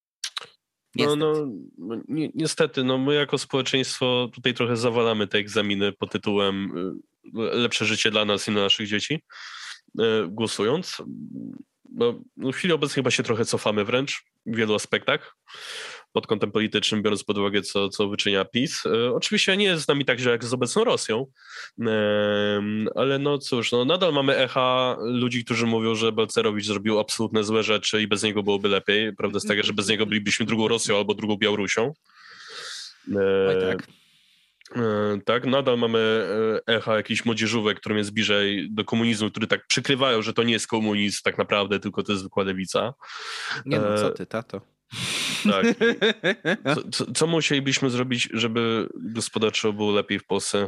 No, no, no ni- niestety, no my jako społeczeństwo tutaj trochę zawalamy te egzaminy pod tytułem lepsze życie dla nas i dla naszych dzieci, głosując. No, w chwili obecnej chyba się trochę cofamy wręcz w wielu aspektach pod kątem politycznym, biorąc pod uwagę, co, co wyczynia PiS. E, oczywiście nie jest z nami tak źle jak z obecną Rosją, e, ale no cóż, no, nadal mamy echa ludzi, którzy mówią, że Balcerowicz zrobił absolutne złe rzeczy i bez niego byłoby lepiej. Prawda jest taka, że bez niego bylibyśmy drugą Rosją albo drugą Białorusią. E, Oj, tak. E, tak, nadal mamy echa jakichś młodzieżówek, którym jest bliżej do komunizmu, które tak przykrywają, że to nie jest komunizm tak naprawdę, tylko to jest zwykła lewica. Nie no, co ty, tato? Tak. Co, co, co musielibyśmy zrobić, żeby gospodarczo było lepiej w Polsce?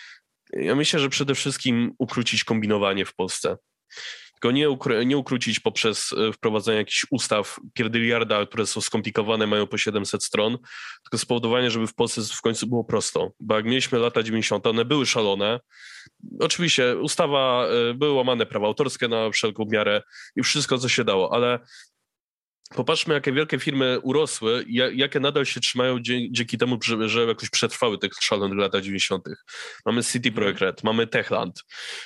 Ja myślę, że przede wszystkim ukrócić kombinowanie w Polsce. Tylko nie, ukr- nie ukrócić poprzez wprowadzenie jakichś ustaw pierdyliarda, które są skomplikowane, mają po siedemset stron, tylko spowodowanie, żeby w Polsce w końcu było prosto. Bo jak mieliśmy lata dziewięćdziesiąte, one były szalone. Oczywiście ustawa, były łamane prawa autorskie na wszelką miarę i wszystko, co się dało, ale popatrzmy, jakie wielkie firmy urosły i jakie nadal się trzymają dzięki temu, że, że jakoś przetrwały tych szalonych latach dziewięćdziesiątych. Mamy City Projekt Red, mamy Techland,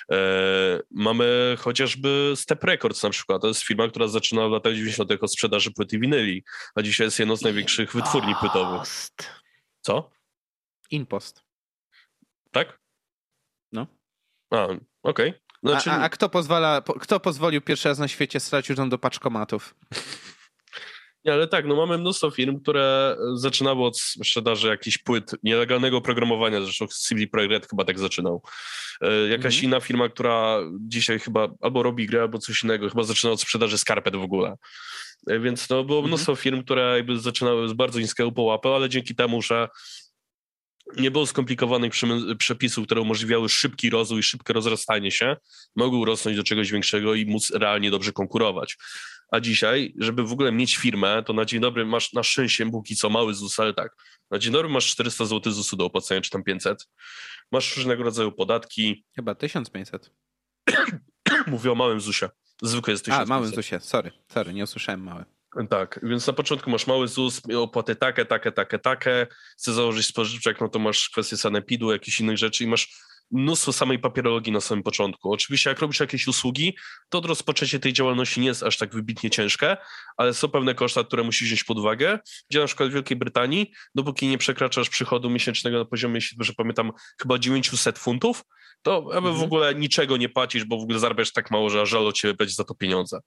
e, mamy chociażby Step Records na przykład. To jest firma, która zaczynała w latach dziewięćdziesiątych od sprzedaży płyt i winyli, a dzisiaj jest jedną z największych wytwórni płytowych. Co? Inpost. Tak? No. A, okej. Okay. Znaczy... A, a, a kto, pozwala, kto pozwolił pierwszy raz na świecie strzelać już do paczkomatów? Nie, ale tak, no mamy mnóstwo firm, które zaczynały od sprzedaży jakichś płyt, nielegalnego oprogramowania, zresztą C D Projekt Red chyba tak zaczynał. Jakaś mhm. inna firma, która dzisiaj chyba albo robi grę, albo coś innego, chyba zaczyna od sprzedaży skarpet w ogóle. Więc no było mnóstwo mhm. firm, które jakby zaczynały z bardzo niskiego pułapu, ale dzięki temu, że nie było skomplikowanych przepisów, które umożliwiały szybki rozwój, szybkie rozrastanie się, mogły urosnąć do czegoś większego i móc realnie dobrze konkurować. A dzisiaj, żeby w ogóle mieć firmę, to na dzień dobry masz na szczęście póki co mały Z U S, ale tak, na dzień dobry masz czterysta złotych Z U S-u do opłacenia, czy tam pięćset. Masz różnego rodzaju podatki. Chyba tysiąc pięćset. Mówię o małym Z U S-ie. Zwykle jest tysiąc pięćset. A, małym Z U S-ie, sorry, sorry, nie usłyszałem mały. Tak, więc na początku masz mały Z U S, opłaty takie, takie, takie, takie. Chcesz założyć spożywczak, no to masz kwestię sanepidu, jakichś innych rzeczy i masz mnóstwo samej papierologii na samym początku. Oczywiście jak robisz jakieś usługi, to rozpoczęcie tej działalności nie jest aż tak wybitnie ciężkie, ale są pewne koszta, które musisz wziąć pod uwagę, gdzie na przykład w Wielkiej Brytanii, dopóki nie przekraczasz przychodu miesięcznego na poziomie, jeśli dobrze pamiętam, chyba dziewięćset funtów, to jakby mhm. w ogóle niczego nie płacisz, bo w ogóle zarabiasz tak mało, że żal o ciebie brać za to pieniądze.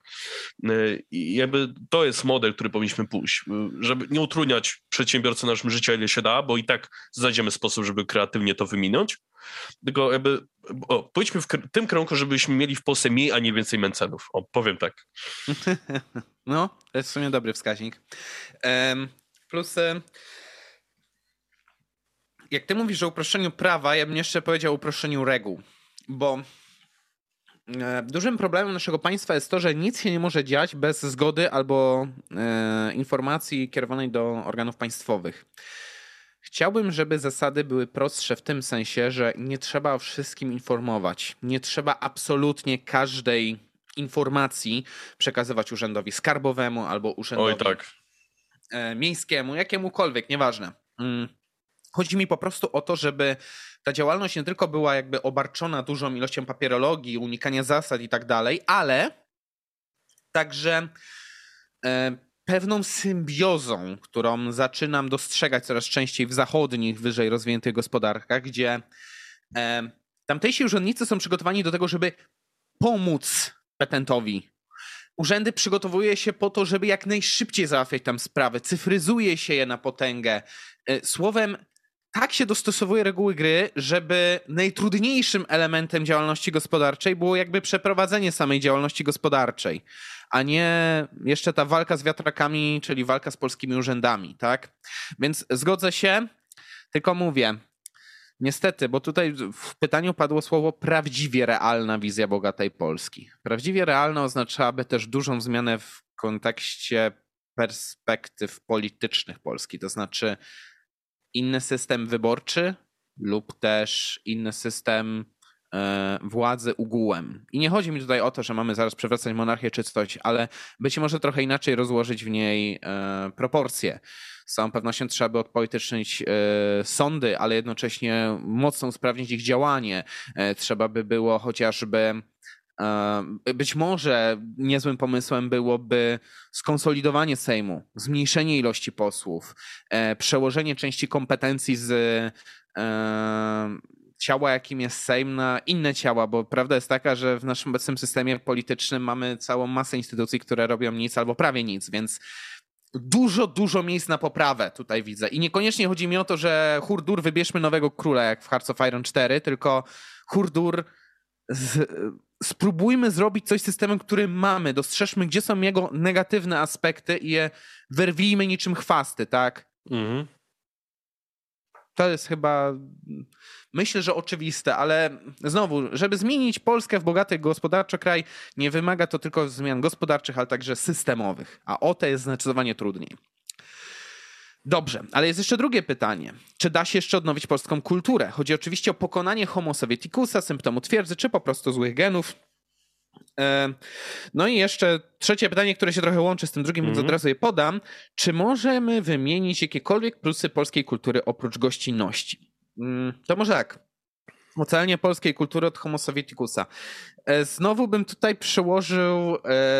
I jakby to jest model, który powinniśmy pójść, żeby nie utrudniać przedsiębiorcy naszym życia, ile się da, bo i tak znajdziemy sposób, żeby kreatywnie to wyminąć, Tylko jakby, o, pójdźmy w tym kierunku, żebyśmy mieli w Polsce mniej, a nie więcej Mencenów. O, powiem tak. No, to jest w sumie dobry wskaźnik. Um, plus, jak ty mówisz o uproszczeniu prawa, ja bym jeszcze powiedział o uproszczeniu reguł, bo dużym problemem naszego państwa jest to, że nic się nie może dziać bez zgody albo e, informacji kierowanej do organów państwowych. Chciałbym, żeby zasady były prostsze w tym sensie, że nie trzeba o wszystkim informować. Nie trzeba absolutnie każdej informacji przekazywać urzędowi skarbowemu albo urzędowi Oj, tak. e, miejskiemu, jakiemukolwiek, nieważne. Mm. Chodzi mi po prostu o to, żeby ta działalność nie tylko była jakby obarczona dużą ilością papierologii, unikania zasad i tak dalej, ale także e, pewną symbiozą, którą zaczynam dostrzegać coraz częściej w zachodnich, wyżej rozwiniętych gospodarkach, gdzie e, tamtejsi urzędnicy są przygotowani do tego, żeby pomóc petentowi. Urzędy przygotowuje się po to, żeby jak najszybciej załatwiać tam sprawy, cyfryzuje się je na potęgę. E, słowem, tak się dostosowuje reguły gry, żeby najtrudniejszym elementem działalności gospodarczej było jakby przeprowadzenie samej działalności gospodarczej, a nie jeszcze ta walka z wiatrakami, czyli walka z polskimi urzędami, tak? Więc zgodzę się, tylko mówię, niestety, bo tutaj w pytaniu padło słowo prawdziwie realna wizja bogatej Polski. Prawdziwie realna oznaczałaby też dużą zmianę w kontekście perspektyw politycznych Polski, to znaczy inny system wyborczy lub też inny system e, władzy ugułem. I nie chodzi mi tutaj o to, że mamy zaraz przywracać monarchię czy coś, ale być może trochę inaczej rozłożyć w niej e, proporcje. Z całą pewnością trzeba by odpolitycznić e, sądy, ale jednocześnie mocno usprawnić ich działanie. E, trzeba by było chociażby być może niezłym pomysłem byłoby skonsolidowanie Sejmu, zmniejszenie ilości posłów, przełożenie części kompetencji z ciała, jakim jest Sejm, na inne ciała, bo prawda jest taka, że w naszym obecnym systemie politycznym mamy całą masę instytucji, które robią nic albo prawie nic, więc dużo, dużo miejsc na poprawę tutaj widzę. I niekoniecznie chodzi mi o to, że hurdur, wybierzmy nowego króla, jak w Hearts of Iron cztery, tylko hurdur z, spróbujmy zrobić coś z systemem, który mamy, dostrzeżmy, gdzie są jego negatywne aspekty i je wyrwijmy niczym chwasty, tak? Mhm. To jest chyba, myślę, że oczywiste, ale znowu, żeby zmienić Polskę w bogaty gospodarczo kraj, nie wymaga to tylko zmian gospodarczych, ale także systemowych, a o to jest zdecydowanie trudniej. Dobrze, ale jest jeszcze drugie pytanie. Czy da się jeszcze odnowić polską kulturę? Chodzi oczywiście o pokonanie homo sovieticusa, symptomu twierdzy, czy po prostu złych genów. No i jeszcze trzecie pytanie, które się trochę łączy z tym drugim, mm-hmm. więc od razu je podam. Czy możemy wymienić jakiekolwiek plusy polskiej kultury oprócz gościnności? To może tak. Ocalenie polskiej kultury od homo sovieticusa. Znowu bym tutaj przełożył,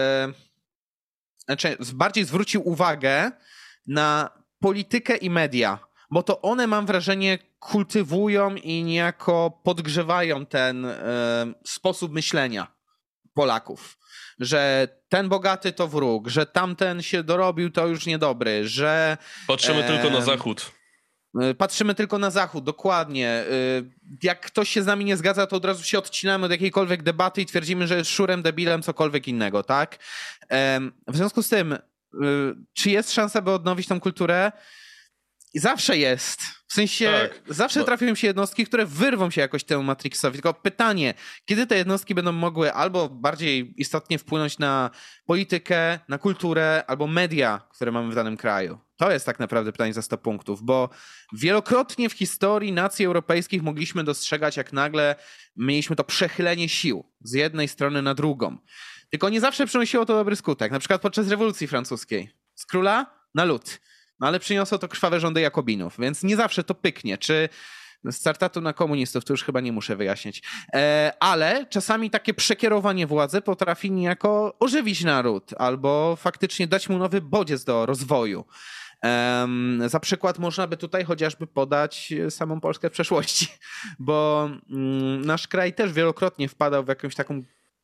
znaczy bardziej zwrócił uwagę na politykę i media, bo to one, mam wrażenie, kultywują i niejako podgrzewają ten sposób myślenia Polaków, że ten bogaty to wróg, że tamten się dorobił, to już niedobry, że... Patrzymy e, tylko na zachód. Patrzymy tylko na zachód, dokładnie. Jak ktoś się z nami nie zgadza, to od razu się odcinamy od jakiejkolwiek debaty i twierdzimy, że jest szurem, debilem, cokolwiek innego, tak? W związku z tym, czy jest szansa, by odnowić tą kulturę? Zawsze jest. W sensie tak, zawsze bo... trafią się jednostki, które wyrwą się jakoś temu Matrixowi. Tylko pytanie, kiedy te jednostki będą mogły albo bardziej istotnie wpłynąć na politykę, na kulturę, albo media, które mamy w danym kraju? To jest tak naprawdę pytanie za sto punktów, bo wielokrotnie w historii nacji europejskich mogliśmy dostrzegać, jak nagle mieliśmy to przechylenie sił z jednej strony na drugą. Tylko nie zawsze przynosiło to dobry skutek. Na przykład podczas rewolucji francuskiej. Z króla na lud. No ale przyniosło to krwawe rządy Jakobinów, więc nie zawsze to pyknie. Czy z traktatu na komunistów, to już chyba nie muszę wyjaśniać. E, ale czasami takie przekierowanie władzy potrafi niejako ożywić naród albo faktycznie dać mu nowy bodziec do rozwoju. E, za przykład można by tutaj chociażby podać samą Polskę w przeszłości, bo mm, nasz kraj też wielokrotnie wpadał w jakąś taką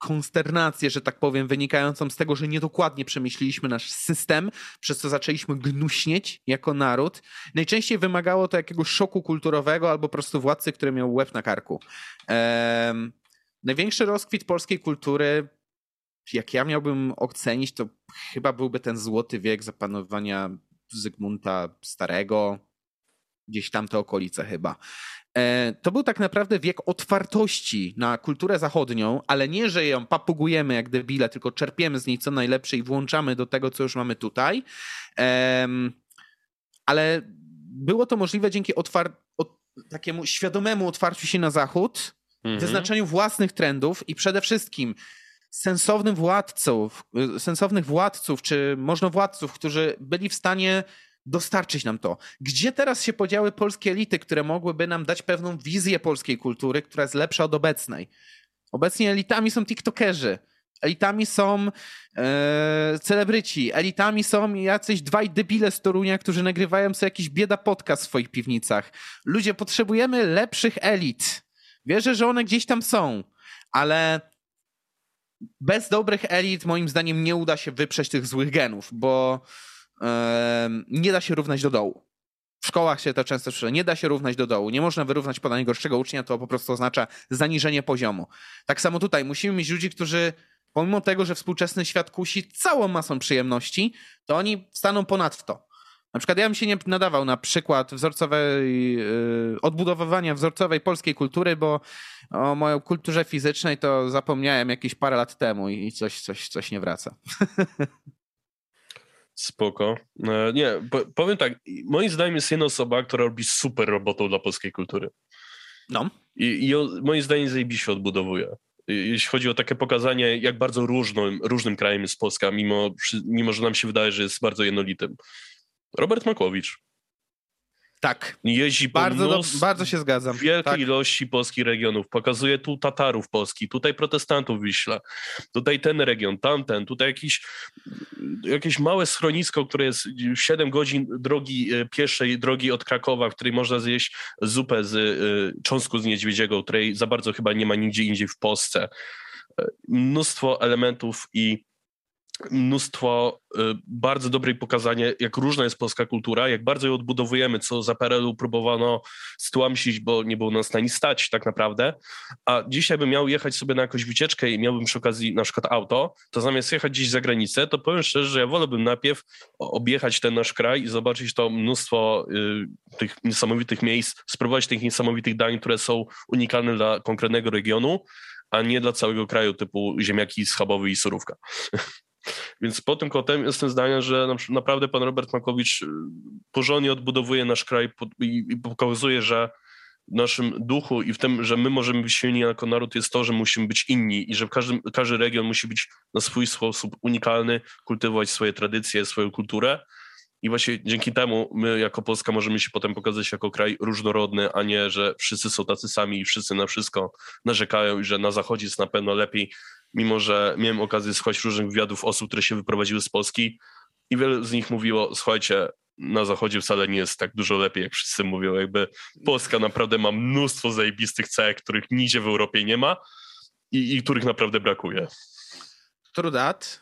konsternację, że tak powiem, wynikającą z tego, że niedokładnie przemyśleliśmy nasz system, przez co zaczęliśmy gnuśnieć jako naród. Najczęściej wymagało to jakiegoś szoku kulturowego albo po prostu władcy, który miał łeb na karku. Ehm, największy rozkwit polskiej kultury, jak ja miałbym ocenić, to chyba byłby ten złoty wiek zapanowania Zygmunta Starego, gdzieś tam te okolice chyba. To był tak naprawdę wiek otwartości na kulturę zachodnią, ale nie, że ją papugujemy jak debile, tylko czerpiemy z niej co najlepsze i włączamy do tego, co już mamy tutaj. Ale było to możliwe dzięki otwar- od, takiemu świadomemu otwarciu się na zachód, mhm. wyznaczeniu własnych trendów i przede wszystkim sensownych władców, sensownych władców czy możnowładców, którzy byli w stanie dostarczyć nam to. Gdzie teraz się podziały polskie elity, które mogłyby nam dać pewną wizję polskiej kultury, która jest lepsza od obecnej? Obecnie elitami są tiktokerzy, elitami są e, celebryci, elitami są jacyś dwaj debile z Torunia, którzy nagrywają sobie jakiś bieda podcast w swoich piwnicach. Ludzie, potrzebujemy lepszych elit. Wierzę, że one gdzieś tam są, ale bez dobrych elit moim zdaniem nie uda się wyprzeć tych złych genów, bo nie da się równać do dołu. W szkołach się to często słyszy. Nie da się równać do dołu. Nie można wyrównać poda najgorszego ucznia, to po prostu oznacza zaniżenie poziomu. Tak samo tutaj. Musimy mieć ludzi, którzy pomimo tego, że współczesny świat kusi całą masą przyjemności, to oni staną ponad to. Na przykład ja bym się nie nadawał na przykład wzorcowej, yy, odbudowywania wzorcowej polskiej kultury, bo o mojej kulturze fizycznej to zapomniałem jakieś parę lat temu i coś, coś, coś nie wraca. Spoko. Nie, powiem tak, moim zdaniem jest jedna osoba, która robi super robotę dla polskiej kultury. No. I, i moim zdaniem zajebiście odbudowuje. Jeśli chodzi o takie pokazanie, jak bardzo różnym, różnym krajem jest Polska, mimo, mimo że nam się wydaje, że jest bardzo jednolitym. Robert Makłowicz. Tak. Jeździ po bardzo, do, bardzo się zgadzam. wielkiej tak. ilości polskich regionów. Pokazuje tu Tatarów Polski, tutaj protestantów Wiśle, tutaj ten region, tamten, tutaj jakiś, jakieś małe schronisko, które jest siedem godzin drogi pieszej, drogi od Krakowa, w której można zjeść zupę z y, cząstku z niedźwiedziego, której za bardzo chyba nie ma nigdzie indziej w Polsce. Mnóstwo elementów i mnóstwo y, bardzo dobrej pokazania, jak różna jest polska kultura, jak bardzo ją odbudowujemy, co za P R L-u próbowano stłamsić, bo nie było nas na nic stać tak naprawdę, a dzisiaj bym miał jechać sobie na jakąś wycieczkę i miałbym przy okazji na przykład auto, to zamiast jechać gdzieś za granicę, to powiem szczerze, że ja wolałbym najpierw objechać ten nasz kraj i zobaczyć to mnóstwo y, tych niesamowitych miejsc, spróbować tych niesamowitych dań, które są unikalne dla konkretnego regionu, a nie dla całego kraju, typu ziemniaki schabowy i surówka. Więc pod tym kątem jestem zdania, że naprawdę pan Robert Makłowicz porządnie odbudowuje nasz kraj i pokazuje, że w naszym duchu i w tym, że my możemy być silni jako naród, jest to, że musimy być inni i że każdy, każdy region musi być na swój sposób unikalny, kultywować swoje tradycje, swoją kulturę. I właśnie dzięki temu my jako Polska możemy się potem pokazać jako kraj różnorodny, a nie, że wszyscy są tacy sami i wszyscy na wszystko narzekają i że na zachodzie jest na pewno lepiej, mimo że miałem okazję słuchać różnych wywiadów osób, które się wyprowadziły z Polski i wiele z nich mówiło, słuchajcie, na zachodzie wcale nie jest tak dużo lepiej, jak wszyscy mówią, jakby Polska naprawdę ma mnóstwo zajebistych cech, których nigdzie w Europie nie ma i, i których naprawdę brakuje. True that.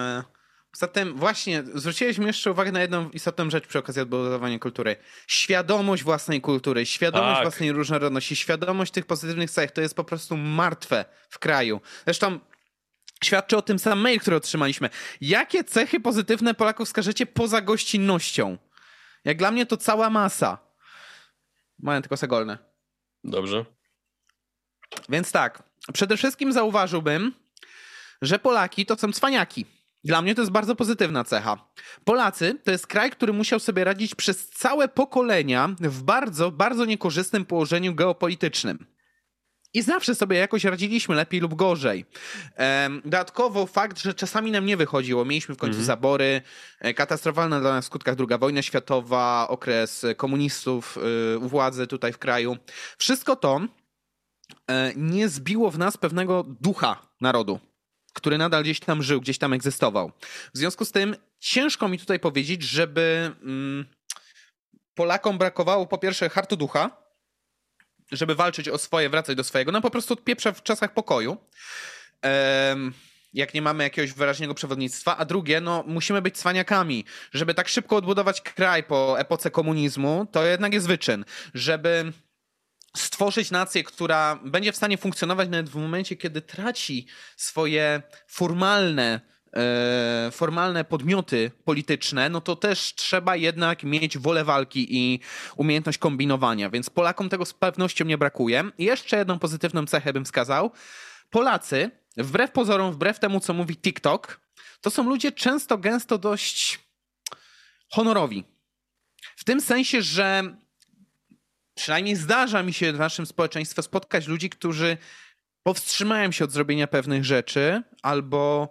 Zatem właśnie zwróciłeś mi jeszcze uwagę na jedną istotną rzecz przy okazji odbudowania kultury. Świadomość własnej kultury, świadomość tak. własnej różnorodności, świadomość tych pozytywnych cech, to jest po prostu martwe w kraju. Zresztą świadczy o tym sam mail, który otrzymaliśmy. Jakie cechy pozytywne Polaków wskażecie poza gościnnością? Jak dla mnie to cała masa. Mają tylko segolne. Dobrze. Więc tak, przede wszystkim zauważyłbym, że Polaki to są cwaniaki. Dla mnie to jest bardzo pozytywna cecha. Polacy to jest kraj, który musiał sobie radzić przez całe pokolenia w bardzo, bardzo niekorzystnym położeniu geopolitycznym. I zawsze sobie jakoś radziliśmy lepiej lub gorzej. Dodatkowo fakt, że czasami nam nie wychodziło. Mieliśmy w końcu mhm. zabory, katastrofalna dla nas w skutkach druga wojna światowa, okres komunistów u władzy tutaj w kraju. Wszystko to nie zbiło w nas pewnego ducha narodu, który nadal gdzieś tam żył, gdzieś tam egzystował. W związku z tym ciężko mi tutaj powiedzieć, żeby mm, Polakom brakowało po pierwsze hartu ducha, żeby walczyć o swoje, wracać do swojego, no po prostu odpieprza w czasach pokoju. Um, jak nie mamy jakiegoś wyraźnego przewodnictwa, a drugie, no musimy być cwaniakami. Żeby tak szybko odbudować kraj po epoce komunizmu, to jednak jest wyczyn. Żeby stworzyć nację, która będzie w stanie funkcjonować nawet w momencie, kiedy traci swoje formalne, e, formalne podmioty polityczne, no to też trzeba jednak mieć wolę walki i umiejętność kombinowania, więc Polakom tego z pewnością nie brakuje. I jeszcze jedną pozytywną cechę bym wskazał. Polacy, wbrew pozorom, wbrew temu, co mówi TikTok, to są ludzie często, gęsto dość honorowi. W tym sensie, że przynajmniej zdarza mi się w naszym społeczeństwie spotkać ludzi, którzy powstrzymają się od zrobienia pewnych rzeczy albo,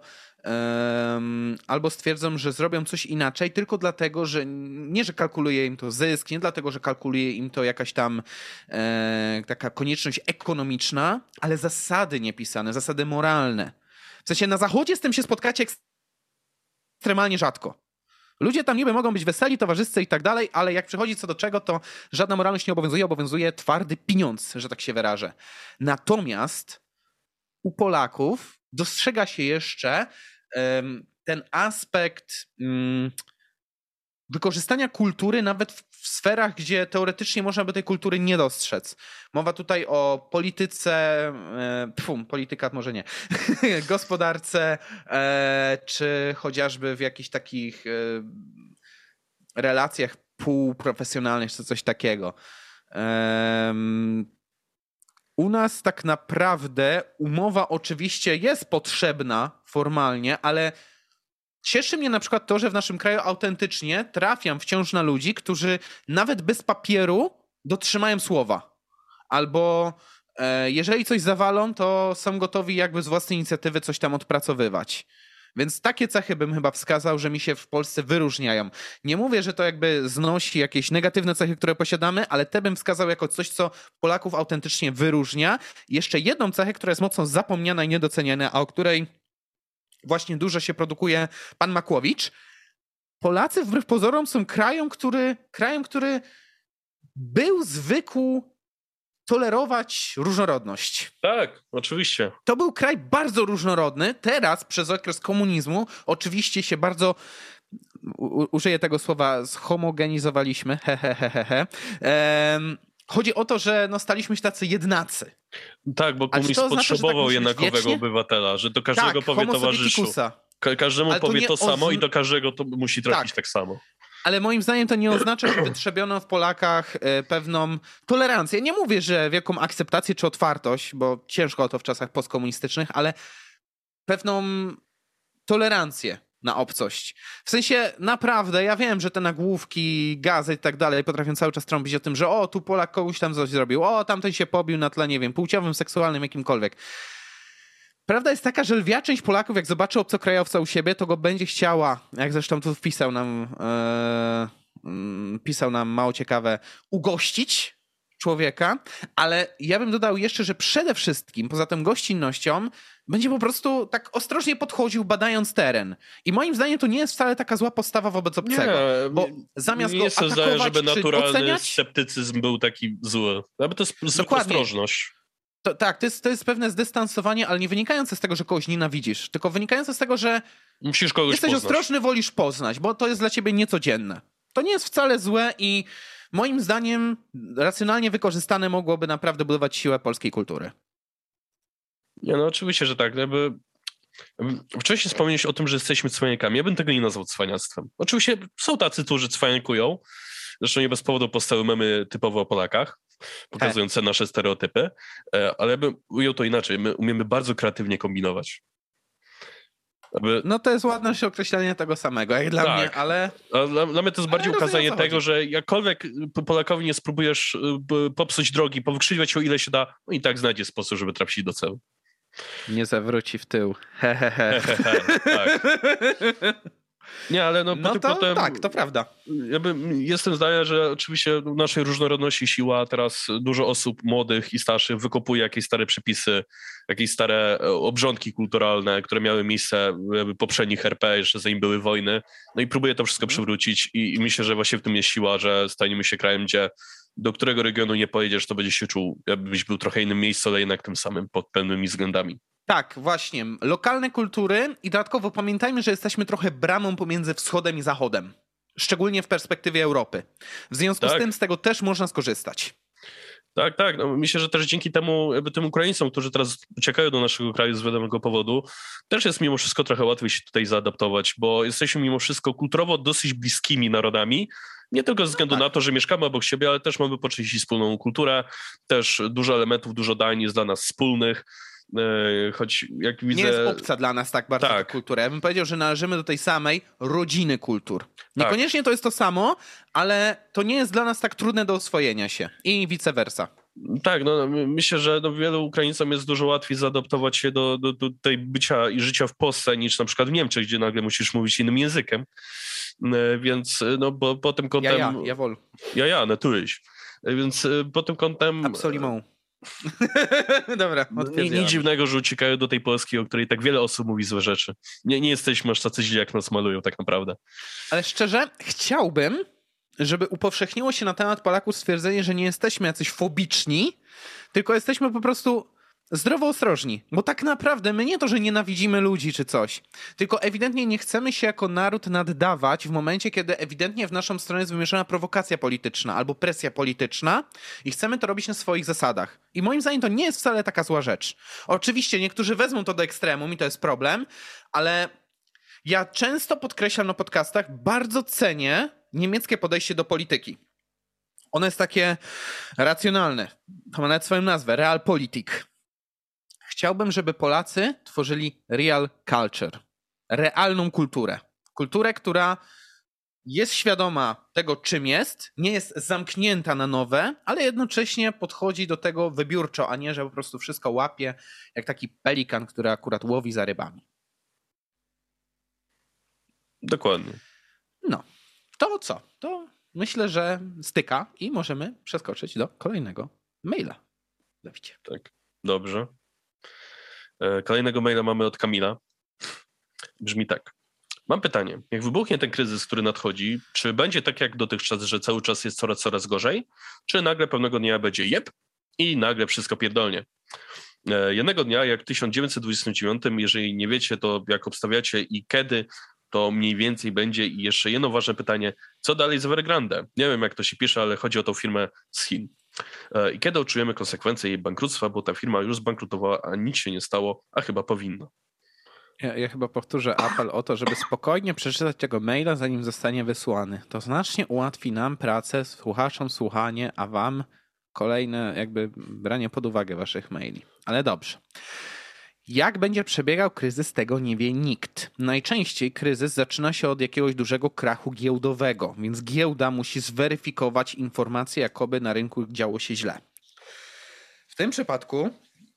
um, albo stwierdzą, że zrobią coś inaczej tylko dlatego, że nie, że kalkuluje im to zysk, nie dlatego, że kalkuluje im to jakaś tam e, taka konieczność ekonomiczna, ale zasady niepisane, zasady moralne. W sensie na Zachodzie z tym się spotkacie ekstremalnie rzadko. Ludzie tam niby mogą być weseli, towarzyscy i tak dalej, ale jak przychodzi co do czego, to żadna moralność nie obowiązuje, obowiązuje twardy pieniądz, że tak się wyrażę. Natomiast u Polaków dostrzega się jeszcze um, ten aspekt um, wykorzystania kultury nawet w, w sferach, gdzie teoretycznie można by tej kultury nie dostrzec. Mowa tutaj o polityce, e, pfu, polityka może nie, gospodarce, e, czy chociażby w jakichś takich e, relacjach półprofesjonalnych, czy coś takiego. E, u nas tak naprawdę umowa oczywiście jest potrzebna formalnie, ale cieszy mnie na przykład to, że w naszym kraju autentycznie trafiam wciąż na ludzi, którzy nawet bez papieru dotrzymają słowa. Albo e, jeżeli coś zawalą, to są gotowi jakby z własnej inicjatywy coś tam odpracowywać. Więc takie cechy bym chyba wskazał, że mi się w Polsce wyróżniają. Nie mówię, że to jakby znosi jakieś negatywne cechy, które posiadamy, ale te bym wskazał jako coś, co Polaków autentycznie wyróżnia. Jeszcze jedną cechę, która jest mocno zapomniana i niedoceniana, a o której właśnie dużo się produkuje pan Makłowicz. Polacy wbrew pozorom są krajem, który, krajem, który był zwykł tolerować różnorodność. Tak, oczywiście. To był kraj bardzo różnorodny. Teraz przez okres komunizmu oczywiście się bardzo, u, użyję tego słowa, zhomogenizowaliśmy. He, he, he, he, he. Ehm, chodzi o to, że no, staliśmy się tacy jednacy. Tak, bo komunizm potrzebował tak jednakowego obywatela, że do każdego tak, powie towarzyszu. Ka- każdemu ale powie to, to samo oz... i do każdego to musi trafić tak, tak samo. Ale moim zdaniem to nie oznacza, że wytrzebiono w Polakach pewną tolerancję. Nie mówię, że wielką akceptację czy otwartość, bo ciężko o to w czasach postkomunistycznych, ale pewną tolerancję na obcość. W sensie naprawdę, ja wiem, że te nagłówki, gazet i tak dalej potrafią cały czas trąbić o tym, że o, tu Polak komuś tam coś zrobił, o, tamten się pobił na tle, nie wiem, płciowym, seksualnym, jakimkolwiek. Prawda jest taka, że lwia część Polaków, jak zobaczy obcokrajowca u siebie, to go będzie chciała, jak zresztą tu wpisał nam, e, pisał nam mało ciekawe, ugościć człowieka, ale ja bym dodał jeszcze, że przede wszystkim, poza tą gościnnością, będzie po prostu tak ostrożnie podchodził, badając teren. I moim zdaniem to nie jest wcale taka zła postawa wobec obcego, nie, bo zamiast nie go atakować zdaje, żeby naturalny oceniać, sceptycyzm był taki zły. Aby to jest zwykła ostrożność. To, tak, to jest, to jest pewne zdystansowanie, ale nie wynikające z tego, że kogoś nienawidzisz, tylko wynikające z tego, że musisz kogoś jesteś poznać. ostrożny, wolisz poznać, bo to jest dla ciebie niecodzienne. To nie jest wcale złe i moim zdaniem racjonalnie wykorzystane mogłoby naprawdę budować siłę polskiej kultury. Nie, no oczywiście, że tak. Jakby... Wcześniej wspomniałeś o tym, że jesteśmy cwaniakami. Ja bym tego nie nazwał cwaniactwem. Oczywiście są tacy, którzy cwaniakują. Zresztą nie bez powodu powstały memy typowo o Polakach, pokazujące He. nasze stereotypy, ale ja bym ujął to inaczej. My umiemy bardzo kreatywnie kombinować. Aby... No to jest ładność określenia tego samego, jak dla tak. mnie, ale... A dla, dla mnie to jest bardziej ale ukazanie tego, chodzi. że jakkolwiek Polakowi nie spróbujesz popsuć drogi, powykrzywiać ją ile się da, no i tak znajdzie sposób, żeby trafić do celu. Nie zawróci w tył. He, he, he. he, he, he. Tak. Nie, ale no, no to, potem, tak, to prawda. Ja bym, jestem zdania, że oczywiście w naszej różnorodności siła, teraz dużo osób młodych i starszych wykopuje jakieś stare przepisy, jakieś stare obrządki kulturalne, które miały miejsce w poprzednich er pe, jeszcze zanim były wojny, no i próbuje to wszystko mm. przywrócić i, i myślę, że właśnie w tym jest siła, że staniemy się krajem, gdzie do którego regionu nie pojedziesz, to będziesz się czuł, jakbyś był trochę innym miejscu, ale jednak tym samym pod pewnymi względami. Tak, właśnie. Lokalne kultury i dodatkowo pamiętajmy, że jesteśmy trochę bramą pomiędzy wschodem i zachodem. Szczególnie w perspektywie Europy. W związku tak. z tym z tego też można skorzystać. Tak, tak. No, myślę, że też dzięki temu, jakby tym Ukraińcom, którzy teraz uciekają do naszego kraju z wiadomego powodu, też jest mimo wszystko trochę łatwiej się tutaj zaadaptować, bo jesteśmy mimo wszystko kulturowo dosyć bliskimi narodami, nie tylko ze względu no tak. na to, że mieszkamy obok siebie, ale też mamy po części wspólną kulturę, też dużo elementów, dużo dań jest dla nas wspólnych. Choć jak widzę... Nie jest obca dla nas tak bardzo tak. ta kultura. Ja bym powiedział, że należymy do tej samej rodziny kultur. Niekoniecznie tak. to jest to samo, ale to nie jest dla nas tak trudne do oswojenia się i vice versa. Tak, no myślę, że no, wielu Ukraińcom jest dużo łatwiej zaadaptować się do, do, do tej bycia i życia w Polsce niż na przykład w Niemczech, gdzie nagle musisz mówić innym językiem. Więc no bo pod tym kątem... Ja, ja, jawohl. Ja, ja, natürlich. Więc pod tym kątem... Absolument. Dobra, nie, nic dziwnego, że uciekają do tej Polski, o której tak wiele osób mówi złe rzeczy. Nie, nie jesteśmy aż tacy źli, jak nas malują tak naprawdę. Ale szczerze, chciałbym, żeby upowszechniło się na temat Polaków stwierdzenie, że nie jesteśmy jacyś fobiczni, tylko jesteśmy po prostu zdrowo ostrożni. Bo tak naprawdę my nie to, że nienawidzimy ludzi czy coś, tylko ewidentnie nie chcemy się jako naród naddawać w momencie, kiedy ewidentnie w naszą stronę jest wymierzona prowokacja polityczna albo presja polityczna i chcemy to robić na swoich zasadach. I moim zdaniem to nie jest wcale taka zła rzecz. Oczywiście niektórzy wezmą to do ekstremum i to jest problem, ale ja często podkreślam na podcastach, bardzo cenię niemieckie podejście do polityki. Ono jest takie racjonalne. To ma nawet swoją nazwę, realpolitik. Chciałbym, żeby Polacy tworzyli real culture, realną kulturę. Kulturę, która jest świadoma tego, czym jest, nie jest zamknięta na nowe, ale jednocześnie podchodzi do tego wybiórczo, a nie, że po prostu wszystko łapie jak taki pelikan, który akurat łowi za rybami. Dokładnie. No, to co? To myślę, że styka i możemy przeskoczyć do kolejnego maila. Dawidzie. Tak, dobrze. Kolejnego maila mamy od Kamila. Brzmi tak. Mam pytanie. Jak wybuchnie ten kryzys, który nadchodzi, czy będzie tak jak dotychczas, że cały czas jest coraz, coraz gorzej? Czy nagle pewnego dnia będzie jeb i nagle wszystko pierdolnie? Jednego dnia, jak w tysiąc dziewięćset dwudziestym dziewiątym, jeżeli nie wiecie, to jak obstawiacie i kiedy, to mniej więcej będzie. I jeszcze jedno ważne pytanie. Co dalej z Evergrande? Nie wiem, jak to się pisze, ale chodzi o tą firmę z Chin. I kiedy odczujemy konsekwencje jej bankructwa, bo ta firma już zbankrutowała, a nic się nie stało, a chyba powinno. Ja, ja chyba powtórzę apel o to, żeby spokojnie przeczytać tego maila, zanim zostanie wysłany. To znacznie ułatwi nam pracę, słuchaczom słuchanie, a wam kolejne jakby branie pod uwagę waszych maili. Ale dobrze. Jak będzie przebiegał kryzys, tego nie wie nikt. Najczęściej kryzys zaczyna się od jakiegoś dużego krachu giełdowego, więc giełda musi zweryfikować informacje, jakoby na rynku działo się źle. W tym przypadku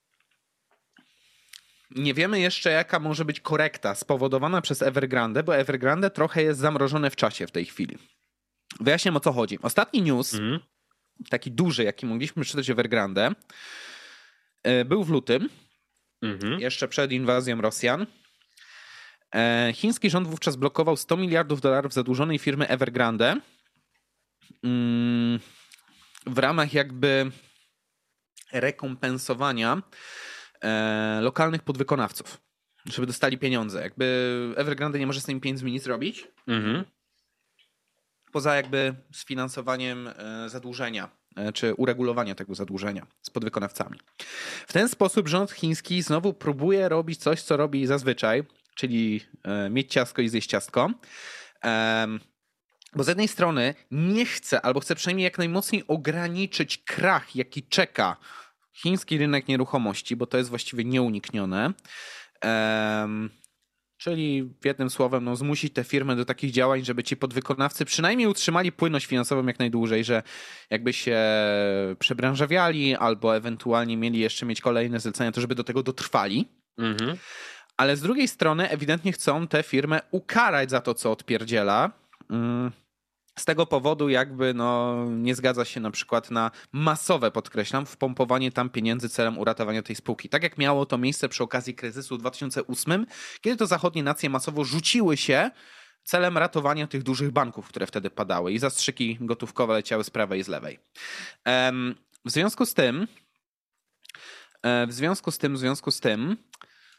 nie wiemy jeszcze, jaka może być korekta spowodowana przez Evergrande, bo Evergrande trochę jest zamrożone w czasie w tej chwili. Wyjaśniam, o co chodzi. Ostatni news, mm. taki duży, jaki mogliśmy przeczytać Evergrande, był w lutym. Mm-hmm. Jeszcze przed inwazją Rosjan. E, chiński rząd wówczas blokował sto miliardów dolarów zadłużonej firmy Evergrande mm, w ramach jakby rekompensowania e, lokalnych podwykonawców, żeby dostali pieniądze. Jakby Evergrande nie może z tymi pieniędzmi nic robić, mm-hmm. poza jakby sfinansowaniem e, zadłużenia czy uregulowania tego zadłużenia z podwykonawcami. W ten sposób rząd chiński znowu próbuje robić coś, co robi zazwyczaj, czyli e, mieć ciastko i zjeść ciastko. E, bo z jednej strony nie chce, albo chce przynajmniej jak najmocniej ograniczyć krach, jaki czeka chiński rynek nieruchomości, bo to jest właściwie nieuniknione. E, Czyli jednym słowem no, zmusić te firmy do takich działań, żeby ci podwykonawcy przynajmniej utrzymali płynność finansową jak najdłużej, że jakby się przebranżawiali albo ewentualnie mieli jeszcze mieć kolejne zlecenia, to żeby do tego dotrwali. Mhm. Ale z drugiej strony ewidentnie chcą tę firmę ukarać za to, co odpierdziela. Z tego powodu jakby no, nie zgadza się na przykład na masowe, podkreślam, wpompowanie tam pieniędzy celem uratowania tej spółki. Tak jak miało to miejsce przy okazji kryzysu w dwa tysiące ósmym, kiedy to zachodnie nacje masowo rzuciły się celem ratowania tych dużych banków, które wtedy padały i zastrzyki gotówkowe leciały z prawej i z lewej. W związku z tym, w związku z tym, w związku z tym,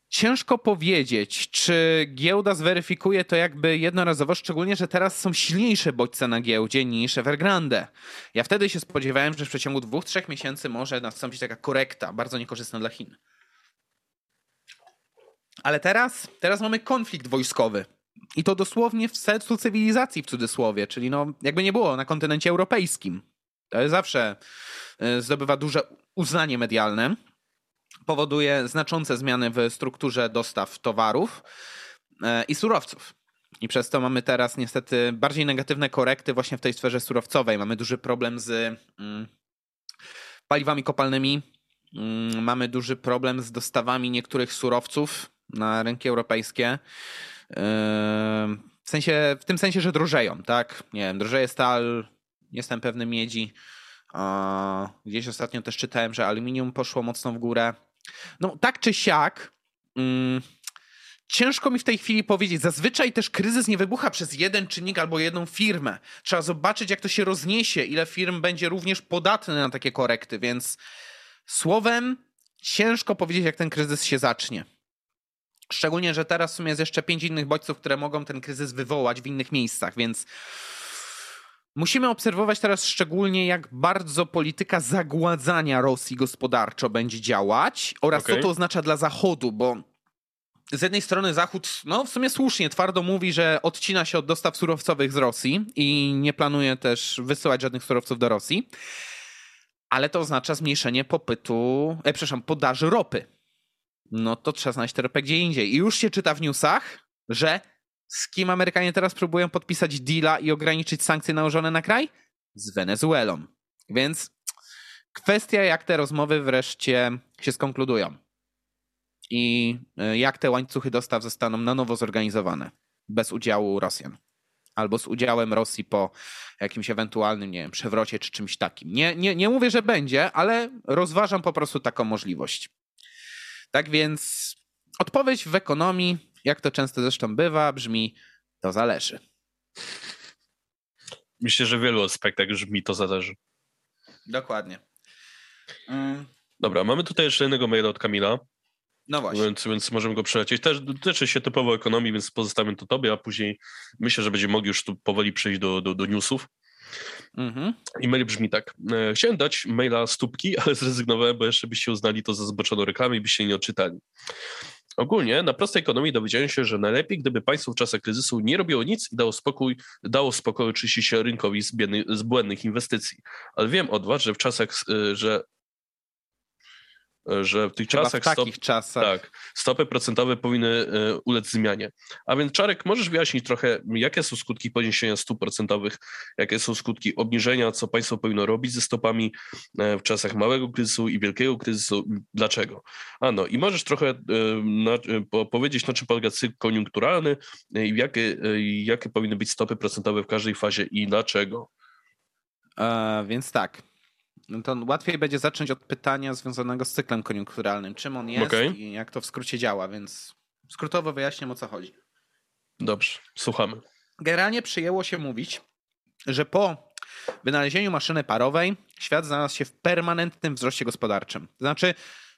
Ciężko powiedzieć, czy giełda zweryfikuje to jakby jednorazowo, szczególnie, że teraz są silniejsze bodźce na giełdzie niż Evergrande. Ja wtedy się spodziewałem, że w przeciągu dwóch, trzech miesięcy może nastąpić taka korekta, bardzo niekorzystna dla Chin. Ale teraz, teraz mamy konflikt wojskowy. I to dosłownie w sercu cywilizacji, w cudzysłowie, czyli no jakby nie było na kontynencie europejskim. To zawsze zdobywa duże uznanie medialne. Powoduje znaczące zmiany w strukturze dostaw towarów i surowców. I przez to mamy teraz niestety bardziej negatywne korekty właśnie w tej sferze surowcowej. Mamy duży problem z mm, paliwami kopalnymi. Mm, mamy duży problem z dostawami niektórych surowców na rynki europejskie. Yy, w sensie, w tym sensie, że drożeją, tak? Nie wiem, drożeje stal, jestem pewny miedzi. Yy, gdzieś ostatnio też czytałem, że aluminium poszło mocno w górę. No tak czy siak, mm, ciężko mi w tej chwili powiedzieć. Zazwyczaj też kryzys nie wybucha przez jeden czynnik albo jedną firmę. Trzeba zobaczyć, jak to się rozniesie, ile firm będzie również podatne na takie korekty, więc słowem ciężko powiedzieć, jak ten kryzys się zacznie. Szczególnie, że teraz w sumie jest jeszcze pięć innych bodźców, które mogą ten kryzys wywołać w innych miejscach, więc musimy obserwować teraz szczególnie, jak bardzo polityka zagładzania Rosji gospodarczo będzie działać oraz okay. co to oznacza dla Zachodu, bo z jednej strony Zachód, no w sumie słusznie, twardo mówi, że odcina się od dostaw surowcowych z Rosji i nie planuje też wysyłać żadnych surowców do Rosji, ale to oznacza zmniejszenie popytu, e, przepraszam, podaży ropy. No to trzeba znaleźć tę ropę gdzie indziej. I już się czyta w newsach, że z kim Amerykanie teraz próbują podpisać deala i ograniczyć sankcje nałożone na kraj? Z Wenezuelą. Więc kwestia, jak te rozmowy wreszcie się skonkludują. I jak te łańcuchy dostaw zostaną na nowo zorganizowane. Bez udziału Rosjan. Albo z udziałem Rosji po jakimś ewentualnym, nie wiem, przewrocie czy czymś takim. Nie, nie, nie mówię, że będzie, ale rozważam po prostu taką możliwość. Tak więc odpowiedź w ekonomii, jak to często zresztą bywa, brzmi: to zależy. Myślę, że w wielu aspektach brzmi to zależy. Dokładnie. Mm. Dobra, mamy tutaj jeszcze jednego maila od Kamila. No właśnie. Więc, więc możemy go przelecieć. Też dotyczy się typowo ekonomii, więc pozostawiam to tobie, a później myślę, że będziemy mogli już tu powoli przejść do, do, do newsów. Mm-hmm. I mail brzmi tak. Chciałem dać maila stópki, ale zrezygnowałem, bo jeszcze byście uznali to za zboczoną reklamę i byście nie odczytali. Ogólnie na prostej ekonomii dowiedziałem się, że najlepiej, gdyby państwo w czasach kryzysu nie robiło nic i dało spokój, dało spokój oczywiście się rynkowi z, biedny, z błędnych inwestycji. Ale wiem od was, że w czasach, że że w tych Chyba czasach, w takich stop, czasach tak, stopy procentowe powinny y, ulec zmianie. A więc Czarek, możesz wyjaśnić trochę, jakie są skutki podniesienia stóp procentowych, jakie są skutki obniżenia, co państwo powinno robić ze stopami y, w czasach małego kryzysu i wielkiego kryzysu, dlaczego? A no i możesz trochę y, na, y, po, powiedzieć, na czym polega cykl koniunkturalny i y, jakie, y, jakie powinny być stopy procentowe w każdej fazie i dlaczego? E, więc tak. No to łatwiej będzie zacząć od pytania związanego z cyklem koniunkturalnym. Czym on jest okay. i jak to w skrócie działa, więc skrótowo wyjaśniam, o co chodzi. Dobrze, słuchamy. Generalnie przyjęło się mówić, że po wynalezieniu maszyny parowej świat znalazł się w permanentnym wzroście gospodarczym. To znaczy,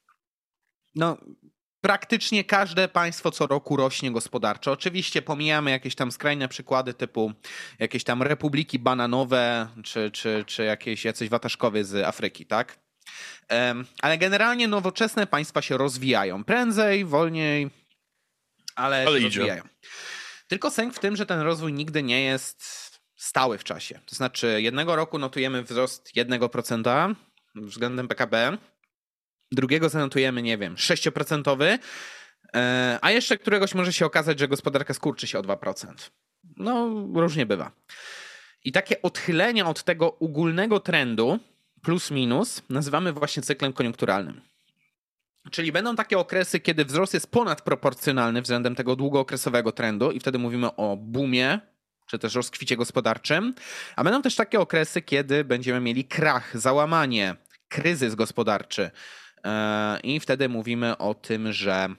no praktycznie każde państwo co roku rośnie gospodarczo. Oczywiście pomijamy jakieś tam skrajne przykłady typu jakieś tam republiki bananowe czy, czy, czy jakieś jacyś wataszkowie z Afryki, tak? Um, ale generalnie nowoczesne państwa się rozwijają. Prędzej, wolniej, ale, ale się idzie. rozwijają. Tylko sęk w tym, że ten rozwój nigdy nie jest stały w czasie. To znaczy jednego roku notujemy wzrost jednego procenta względem P K B, drugiego zanotujemy, nie wiem, sześcioprocentowy, a jeszcze któregoś może się okazać, że gospodarka skurczy się o dwa procent. No, różnie bywa. I takie odchylenia od tego ogólnego trendu, plus minus, nazywamy właśnie cyklem koniunkturalnym. Czyli będą takie okresy, kiedy wzrost jest ponadproporcjonalny względem tego długookresowego trendu i wtedy mówimy o boomie, czy też rozkwicie gospodarczym, a będą też takie okresy, kiedy będziemy mieli krach, załamanie, kryzys gospodarczy, i wtedy mówimy o tym, że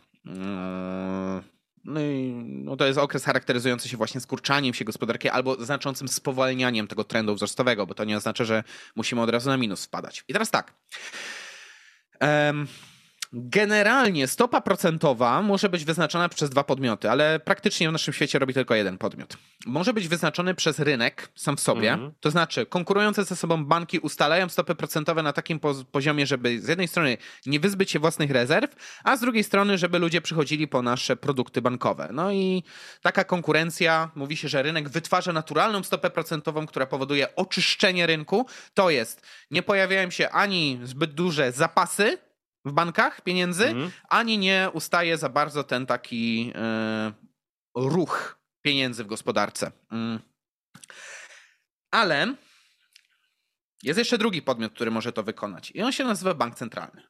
no, i, no to jest okres charakteryzujący się właśnie skurczaniem się gospodarki albo znaczącym spowalnianiem tego trendu wzrostowego, bo to nie oznacza, że musimy od razu na minus wpadać. I teraz tak. Um, Generalnie stopa procentowa może być wyznaczona przez dwa podmioty, ale praktycznie w naszym świecie robi tylko jeden podmiot. Może być wyznaczony przez rynek sam w sobie, mm-hmm. to znaczy konkurujące ze sobą banki ustalają stopy procentowe na takim poziomie, żeby z jednej strony nie wyzbyć się własnych rezerw, a z drugiej strony, żeby ludzie przychodzili po nasze produkty bankowe. No i taka konkurencja, mówi się, że rynek wytwarza naturalną stopę procentową, która powoduje oczyszczenie rynku. To jest, nie pojawiają się ani zbyt duże zapasy w bankach pieniędzy, mm. ani nie ustaje za bardzo ten taki yy, ruch pieniędzy w gospodarce. Yy. Ale jest jeszcze drugi podmiot, który może to wykonać i on się nazywa bank centralny.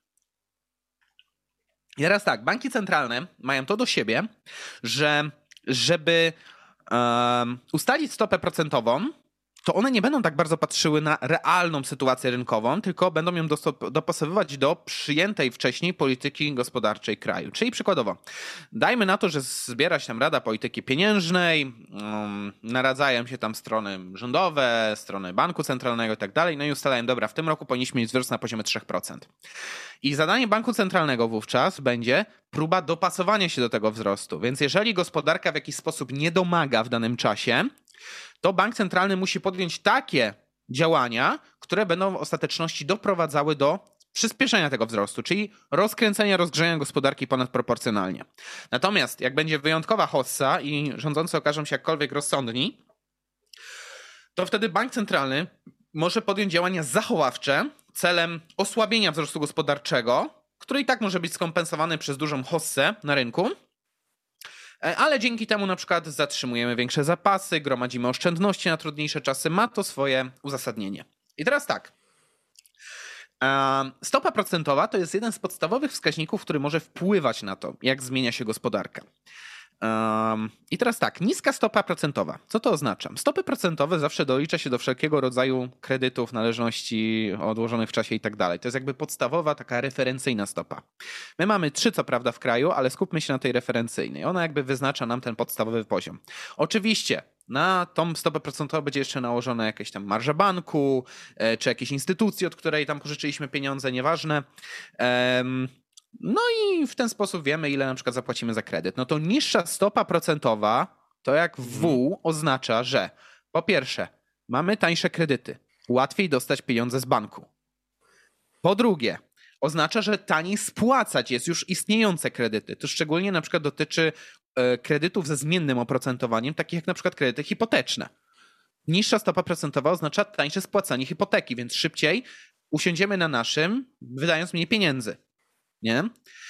I teraz tak, banki centralne mają to do siebie, że żeby yy, ustalić stopę procentową, to one nie będą tak bardzo patrzyły na realną sytuację rynkową, tylko będą ją dopasowywać do przyjętej wcześniej polityki gospodarczej kraju. Czyli przykładowo, dajmy na to, że zbiera się tam Rada Polityki Pieniężnej, um, naradzają się tam strony rządowe, strony banku centralnego i tak dalej, no i ustalają, dobra, w tym roku powinniśmy mieć wzrost na poziomie trzy procent. I zadanie banku centralnego wówczas będzie próba dopasowania się do tego wzrostu. Więc jeżeli gospodarka w jakiś sposób nie domaga w danym czasie, to bank centralny musi podjąć takie działania, które będą w ostateczności doprowadzały do przyspieszenia tego wzrostu, czyli rozkręcenia, rozgrzania gospodarki ponadproporcjonalnie. Natomiast jak będzie wyjątkowa hossa i rządzący okażą się jakkolwiek rozsądni, to wtedy bank centralny może podjąć działania zachowawcze celem osłabienia wzrostu gospodarczego, który i tak może być skompensowany przez dużą hossę na rynku, ale dzięki temu na przykład zatrzymujemy większe zapasy, gromadzimy oszczędności na trudniejsze czasy. Ma to swoje uzasadnienie. I teraz tak. Stopa procentowa to jest jeden z podstawowych wskaźników, który może wpływać na to, jak zmienia się gospodarka. Um, I teraz tak, niska stopa procentowa. Co to oznacza? Stopy procentowe zawsze dolicza się do wszelkiego rodzaju kredytów, należności odłożonych w czasie i tak dalej. To jest jakby podstawowa, taka referencyjna stopa. My mamy trzy, co prawda, w kraju, ale skupmy się na tej referencyjnej. Ona jakby wyznacza nam ten podstawowy poziom. Oczywiście na tą stopę procentową będzie jeszcze nałożona jakaś tam marża banku, czy jakiejś instytucji, od której tam pożyczyliśmy pieniądze, nieważne. Um, No i w ten sposób wiemy, ile na przykład zapłacimy za kredyt. No to niższa stopa procentowa, to jak W oznacza, że po pierwsze mamy tańsze kredyty, łatwiej dostać pieniądze z banku. Po drugie, oznacza, że taniej spłacać jest już istniejące kredyty. To szczególnie na przykład dotyczy kredytów ze zmiennym oprocentowaniem, takich jak na przykład kredyty hipoteczne. Niższa stopa procentowa oznacza tańsze spłacanie hipoteki, więc szybciej usiądziemy na naszym, wydając mniej pieniędzy. Nie?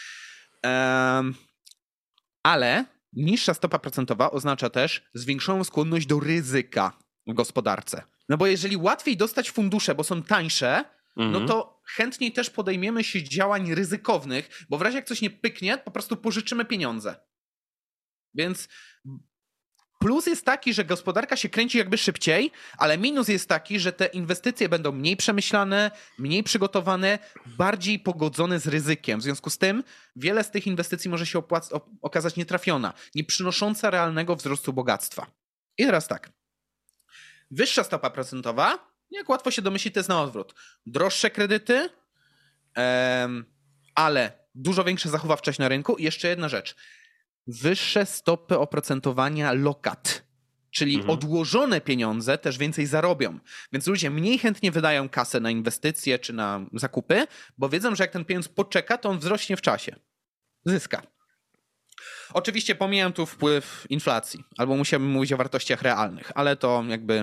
Um, ale niższa stopa procentowa oznacza też zwiększoną skłonność do ryzyka w gospodarce. No bo jeżeli łatwiej dostać fundusze, bo są tańsze, mhm. no to chętniej też podejmiemy się działań ryzykownych, bo w razie jak coś nie pyknie, po prostu pożyczymy pieniądze. Więc plus jest taki, że gospodarka się kręci jakby szybciej, ale minus jest taki, że te inwestycje będą mniej przemyślane, mniej przygotowane, bardziej pogodzone z ryzykiem. W związku z tym wiele z tych inwestycji może się opłac- okazać nietrafiona, nie przynosząca realnego wzrostu bogactwa. I teraz tak. Wyższa stopa procentowa, jak łatwo się domyślić, to jest na odwrót. Droższe kredyty, em, ale dużo większa zachowawczość na rynku. I jeszcze jedna rzecz. Wyższe stopy oprocentowania lokat, czyli mhm. odłożone pieniądze też więcej zarobią. Więc ludzie mniej chętnie wydają kasę na inwestycje czy na zakupy, bo wiedzą, że jak ten pieniądz poczeka, to on wzrośnie w czasie. Zyska. Oczywiście pomijam tu wpływ inflacji, albo musiałbym mówić o wartościach realnych, ale to jakby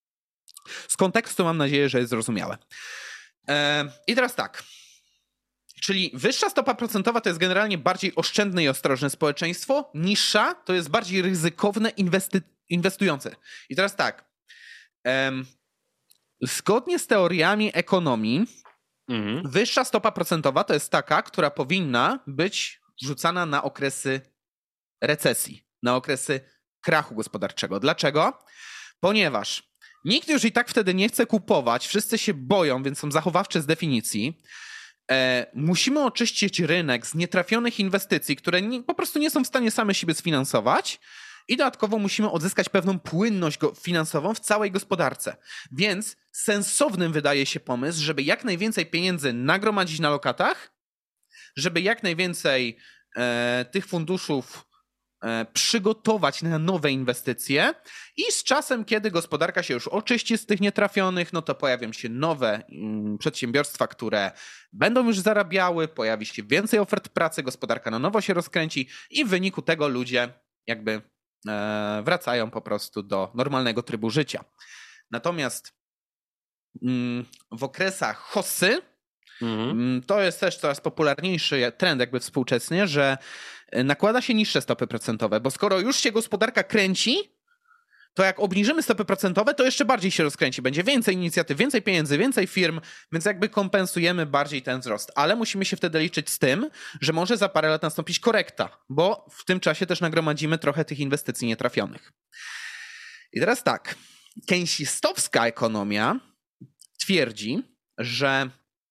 z kontekstu mam nadzieję, że jest zrozumiałe. Eee, I teraz tak. Czyli wyższa stopa procentowa to jest generalnie bardziej oszczędne i ostrożne społeczeństwo, niższa to jest bardziej ryzykowne, inwesty- inwestujące. I teraz tak, um, zgodnie z teoriami ekonomii, mhm. wyższa stopa procentowa to jest taka, która powinna być wrzucana na okresy recesji, na okresy krachu gospodarczego. Dlaczego? Ponieważ nikt już i tak wtedy nie chce kupować, wszyscy się boją, więc są zachowawcze z definicji. E, musimy oczyścić rynek z nietrafionych inwestycji, które nie, po prostu nie są w stanie same siebie sfinansować i dodatkowo musimy odzyskać pewną płynność go, finansową w całej gospodarce. Więc sensownym wydaje się pomysł, żeby jak najwięcej pieniędzy nagromadzić na lokatach, żeby jak najwięcej e, tych funduszów e, przygotować na nowe inwestycje i z czasem, kiedy gospodarka się już oczyści z tych nietrafionych, no to pojawią się nowe mm, przedsiębiorstwa, które będą już zarabiały, pojawi się więcej ofert pracy, gospodarka na nowo się rozkręci i w wyniku tego ludzie jakby e, wracają po prostu do normalnego trybu życia. Natomiast mm, w okresach hossy mhm. to jest też coraz popularniejszy trend jakby współczesnie, że nakłada się niższe stopy procentowe, bo skoro już się gospodarka kręci, to jak obniżymy stopy procentowe, to jeszcze bardziej się rozkręci. Będzie więcej inicjatyw, więcej pieniędzy, więcej firm, więc jakby kompensujemy bardziej ten wzrost. Ale musimy się wtedy liczyć z tym, że może za parę lat nastąpić korekta, bo w tym czasie też nagromadzimy trochę tych inwestycji nietrafionych. I teraz tak, keynesistowska ekonomia twierdzi, że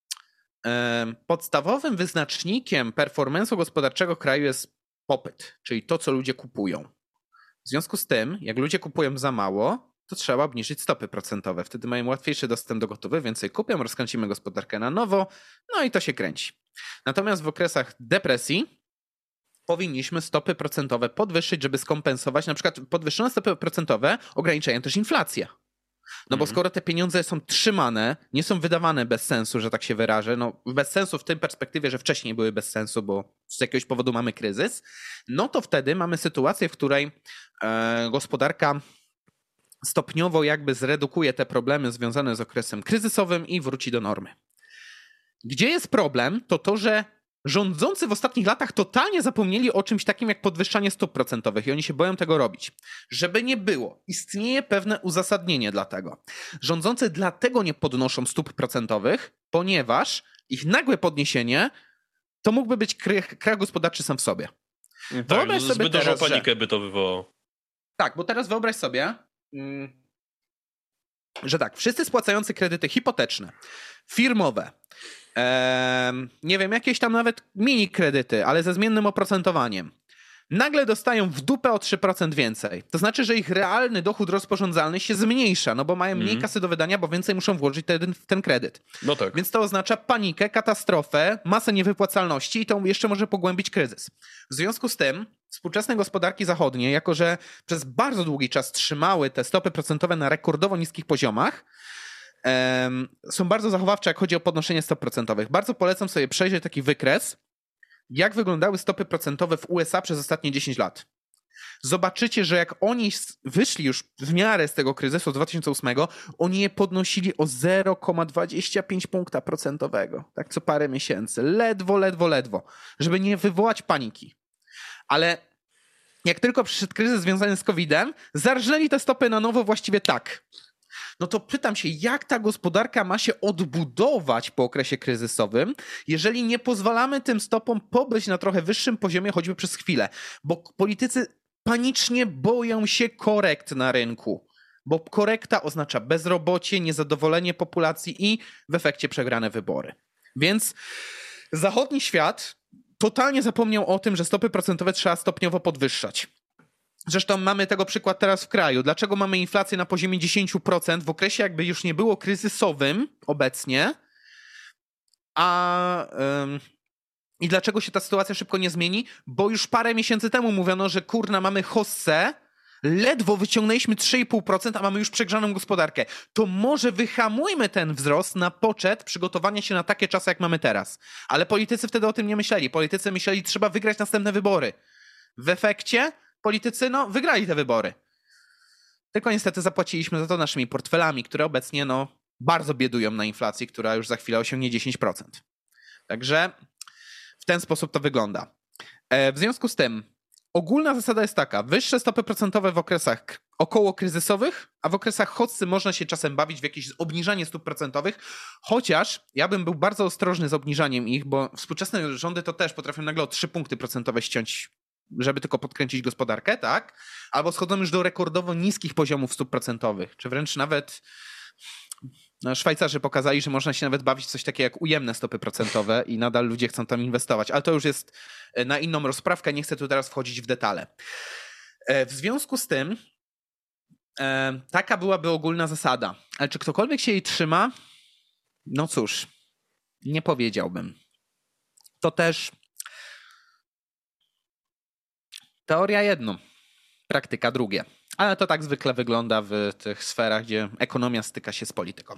podstawowym wyznacznikiem performance'u gospodarczego kraju jest popyt, czyli to, co ludzie kupują. W związku z tym, jak ludzie kupują za mało, to trzeba obniżyć stopy procentowe. Wtedy mają łatwiejszy dostęp do gotowych, więcej kupią, rozkręcimy gospodarkę na nowo, no i to się kręci. Natomiast w okresach depresji powinniśmy stopy procentowe podwyższyć, żeby skompensować, na przykład podwyższone stopy procentowe ograniczają też inflację. No bo skoro te pieniądze są trzymane, nie są wydawane bez sensu, że tak się wyrażę, no bez sensu w tej perspektywie, że wcześniej były bez sensu, bo z jakiegoś powodu mamy kryzys, no to wtedy mamy sytuację, w której e, gospodarka stopniowo jakby zredukuje te problemy związane z okresem kryzysowym i wróci do normy. Gdzie jest problem, to to, że rządzący w ostatnich latach totalnie zapomnieli o czymś takim jak podwyższanie stóp procentowych i oni się boją tego robić. Żeby nie było, istnieje pewne uzasadnienie dla tego. Rządzący dlatego nie podnoszą stóp procentowych, ponieważ ich nagłe podniesienie to mógłby być krach, krach gospodarczy sam w sobie. Tak, wyobraź sobie zbyt dużą panikę że... by to wywołało. Tak, bo teraz wyobraź sobie, że tak, wszyscy spłacający kredyty hipoteczne, firmowe, Eee, nie wiem, jakieś tam nawet mini kredyty, ale ze zmiennym oprocentowaniem, nagle dostają w dupę o trzy procent więcej. To znaczy, że ich realny dochód rozporządzalny się zmniejsza, no bo mają mniej mm. kasy do wydania, bo więcej muszą włożyć ten, w ten kredyt. No tak. Więc to oznacza panikę, katastrofę, masę niewypłacalności i to jeszcze może pogłębić kryzys. W związku z tym współczesne gospodarki zachodnie, jako że przez bardzo długi czas trzymały te stopy procentowe na rekordowo niskich poziomach, Um, są bardzo zachowawcze, jak chodzi o podnoszenie stop procentowych. Bardzo polecam sobie przejrzeć taki wykres, jak wyglądały stopy procentowe w U S A przez ostatnie dziesięć lat. Zobaczycie, że jak oni wyszli już w miarę z tego kryzysu z dwa tysiące ósmego, oni je podnosili o zero przecinek dwadzieścia pięć punkta procentowego. Tak co parę miesięcy. Ledwo, ledwo, ledwo. Żeby nie wywołać paniki. Ale jak tylko przyszedł kryzys związany z kowidem, zarżnęli te stopy na nowo właściwie tak. No to pytam się, jak ta gospodarka ma się odbudować po okresie kryzysowym, jeżeli nie pozwalamy tym stopom pobyć na trochę wyższym poziomie, choćby przez chwilę. Bo politycy panicznie boją się korekt na rynku, bo korekta oznacza bezrobocie, niezadowolenie populacji i w efekcie przegrane wybory. Więc zachodni świat totalnie zapomniał o tym, że stopy procentowe trzeba stopniowo podwyższać. Zresztą mamy tego przykład teraz w kraju. Dlaczego mamy inflację na poziomie dziesięć procent w okresie jakby już nie było kryzysowym obecnie, a ym, i dlaczego się ta sytuacja szybko nie zmieni? Bo już parę miesięcy temu mówiono, że kurna, mamy hossę, ledwo wyciągnęliśmy trzy i pół procent, a mamy już przegrzaną gospodarkę. To może wyhamujmy ten wzrost na poczet przygotowania się na takie czasy, jak mamy teraz. Ale politycy wtedy o tym nie myśleli. Politycy myśleli, trzeba wygrać następne wybory. W efekcie politycy, no, wygrali te wybory. Tylko niestety zapłaciliśmy za to naszymi portfelami, które obecnie, no, bardzo biedują na inflacji, która już za chwilę osiągnie dziesięć procent. Także w ten sposób to wygląda. W związku z tym ogólna zasada jest taka, wyższe stopy procentowe w okresach okołokryzysowych, a w okresach hossy można się czasem bawić w jakieś obniżanie stóp procentowych, chociaż ja bym był bardzo ostrożny z obniżaniem ich, bo współczesne rządy to też potrafią nagle o trzy punkty procentowe ściąć, żeby tylko podkręcić gospodarkę, tak? Albo schodzą już do rekordowo niskich poziomów stóp procentowych, czy wręcz nawet no, Szwajcarzy pokazali, że można się nawet bawić w coś takiego jak ujemne stopy procentowe i nadal ludzie chcą tam inwestować, ale to już jest na inną rozprawkę, nie chcę tu teraz wchodzić w detale. W związku z tym e, taka byłaby ogólna zasada, ale czy ktokolwiek się jej trzyma? No cóż, nie powiedziałbym. to też teoria jedno, praktyka drugie. Ale to tak zwykle wygląda w tych sferach, gdzie ekonomia styka się z polityką.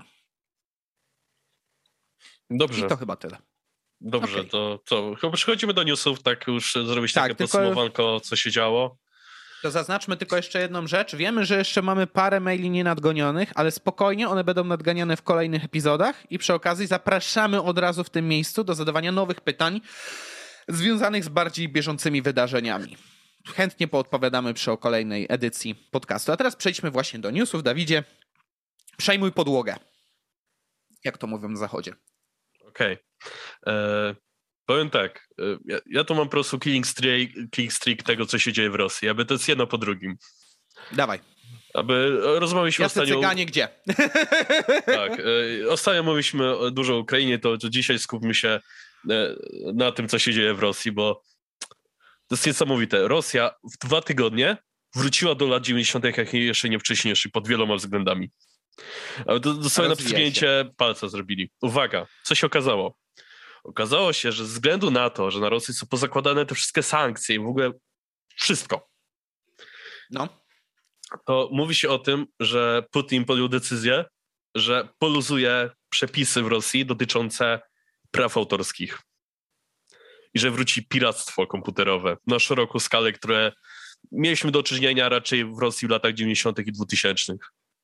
Dobrze. I to chyba tyle. Dobrze, okay. to co? Chyba przechodzimy do newsów, tak już zrobić tak, takie tylko... podsumowanko, co się działo. To zaznaczmy tylko jeszcze jedną rzecz. Wiemy, że jeszcze mamy parę maili nienadgonionych, ale spokojnie, one będą nadganiane w kolejnych epizodach i przy okazji zapraszamy od razu w tym miejscu do zadawania nowych pytań związanych z bardziej bieżącymi wydarzeniami. Chętnie poodpowiadamy przy kolejnej edycji podcastu. A teraz przejdźmy właśnie do newsów. Dawidzie, przejmuj podłogę. Jak to mówią w Zachodzie. Okej. Okay. Powiem tak, ja, ja tu mam po prostu killing streak, killing streak tego, co się dzieje w Rosji, aby to jest jedno po drugim. Dawaj. Aby rozmawialiśmy Jasne ostatnio... cyganie gdzie? Tak, ostatnio mówiliśmy dużo o Ukrainie, to, to dzisiaj skupmy się na tym, co się dzieje w Rosji, bo to jest niesamowite. Rosja w dwa tygodnie wróciła do lat dziewięćdziesiątych jak jeszcze nie wcześniejszy, pod wieloma względami. Ale to dosłownie na przesunięcie palca zrobili. Uwaga, co się okazało? Okazało się, że ze względu na to, że na Rosji są pozakładane te wszystkie sankcje i w ogóle wszystko, no. to mówi się o tym, że Putin podjął decyzję, że poluzuje przepisy w Rosji dotyczące praw autorskich i że wróci piractwo komputerowe na szeroką skalę, które mieliśmy do czynienia raczej w Rosji w latach dziewięćdziesiątych i dwutysięcznych.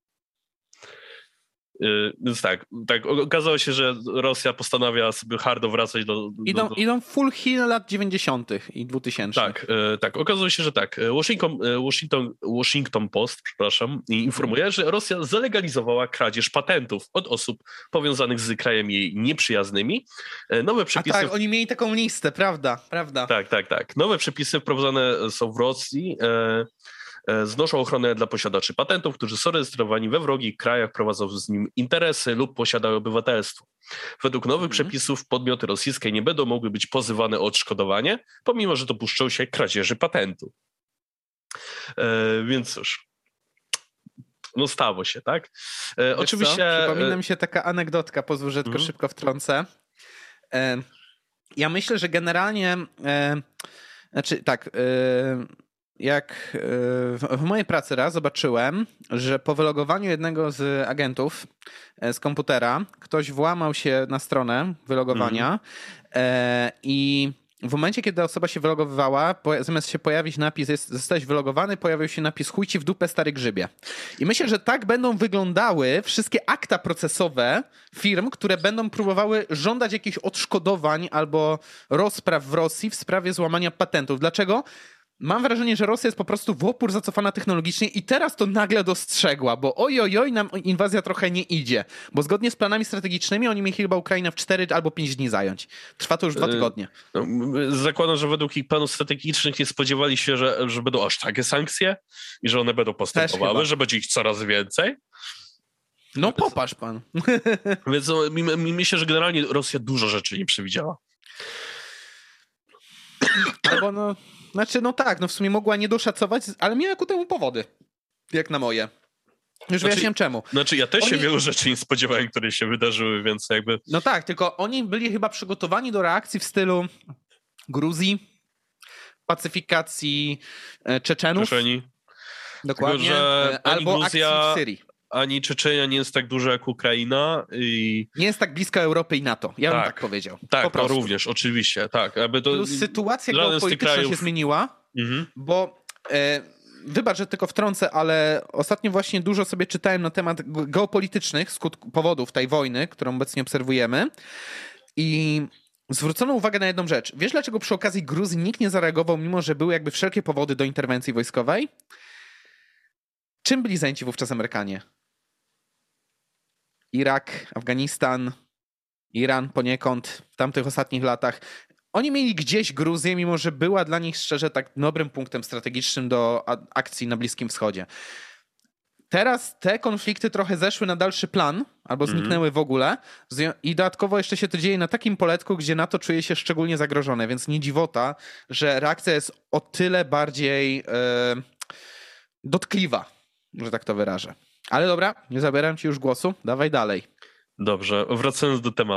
Więc tak, tak, okazało się, że Rosja postanawia sobie hardo wracać do... do, idą, do... idą full heal lat dziewięćdziesiątych i dwutysięcznych. Tak, tak, okazało się, że tak. Washington, Washington, Washington Post, przepraszam, informuje, że Rosja zalegalizowała kradzież patentów od osób powiązanych z krajami jej nieprzyjaznymi. Nowe przepisy... A tak, oni mieli taką listę, prawda, prawda. Tak, tak, tak. Nowe przepisy wprowadzone są w Rosji... E... znoszą ochronę dla posiadaczy patentów, którzy są rejestrowani we wrogich krajach, prowadzą z nim interesy lub posiadają obywatelstwo. Według nowych mm. przepisów podmioty rosyjskie nie będą mogły być pozywane o odszkodowanie, pomimo że dopuszczą się kradzieży patentu. E, więc cóż, no stało się, tak? E, oczywiście... Przypomina mi się taka anegdotka, pozwól, że tylko mm. szybko wtrącę. E, ja myślę, że generalnie, e, znaczy tak... E, Jak w mojej pracy raz zobaczyłem, że po wylogowaniu jednego z agentów z komputera ktoś włamał się na stronę wylogowania mm. i w momencie, kiedy osoba się wylogowywała, zamiast się pojawić napis jest, zostałeś wylogowany, pojawił się napis chuj ci w dupę stary grzybie. I myślę, że tak będą wyglądały wszystkie akta procesowe firm, które będą próbowały żądać jakichś odszkodowań albo rozpraw w Rosji w sprawie złamania patentów. Dlaczego? Mam wrażenie, że Rosja jest po prostu w opór zacofana technologicznie i teraz to nagle dostrzegła, bo oj, oj, oj, nam inwazja trochę nie idzie. Bo zgodnie z planami strategicznymi oni mieli chyba Ukrainę w cztery albo pięć dni zająć. Trwa to już dwa tygodnie. Zakładam, że według ich planów strategicznych nie spodziewali się, że, że będą aż takie sankcje i że one będą postępowały, że będzie ich coraz więcej. No popatrz pan. Więc no, mi, mi, myślę, że generalnie Rosja dużo rzeczy nie przewidziała. Albo no... Znaczy, no tak, no w sumie mogła nie doszacować, ale miała ku temu powody. Jak na moje. Już znaczy, wyjaśniam czemu. Znaczy, ja też oni... się wielu rzeczy nie spodziewałem, które się wydarzyły, więc jakby... No tak, tylko oni byli chyba przygotowani do reakcji w stylu Gruzji, pacyfikacji Czeczenów. Czeczeni. Dokładnie. Tylko, że albo Gruzja, akcji w Syrii. Ani Czeczenia nie jest tak duża jak Ukraina. I... Nie jest tak blisko Europy i NATO. Ja tak, bym tak powiedział. Tak, to również, oczywiście. Tak, aby to... Plus sytuacja geopolityczna krajów... się zmieniła, mhm. bo e, wybacz, że tylko wtrącę, ale ostatnio właśnie dużo sobie czytałem na temat geopolitycznych skutków, powodów tej wojny, którą obecnie obserwujemy i zwrócono uwagę na jedną rzecz. Wiesz, dlaczego przy okazji Gruzji nikt nie zareagował, mimo że były jakby wszelkie powody do interwencji wojskowej? Czym byli zajęci wówczas Amerykanie? Irak, Afganistan, Iran poniekąd w tamtych ostatnich latach. Oni mieli gdzieś Gruzję, mimo że była dla nich szczerze tak dobrym punktem strategicznym do akcji na Bliskim Wschodzie. Teraz te konflikty trochę zeszły na dalszy plan, albo zniknęły mm. w ogóle i dodatkowo jeszcze się to dzieje na takim poletku, gdzie NATO czuje się szczególnie zagrożone, więc nie dziwota, że reakcja jest o tyle bardziej e, dotkliwa, że tak to wyrażę. Ale dobra, nie zabieram ci już głosu, dawaj dalej. Dobrze, wracając do tematu.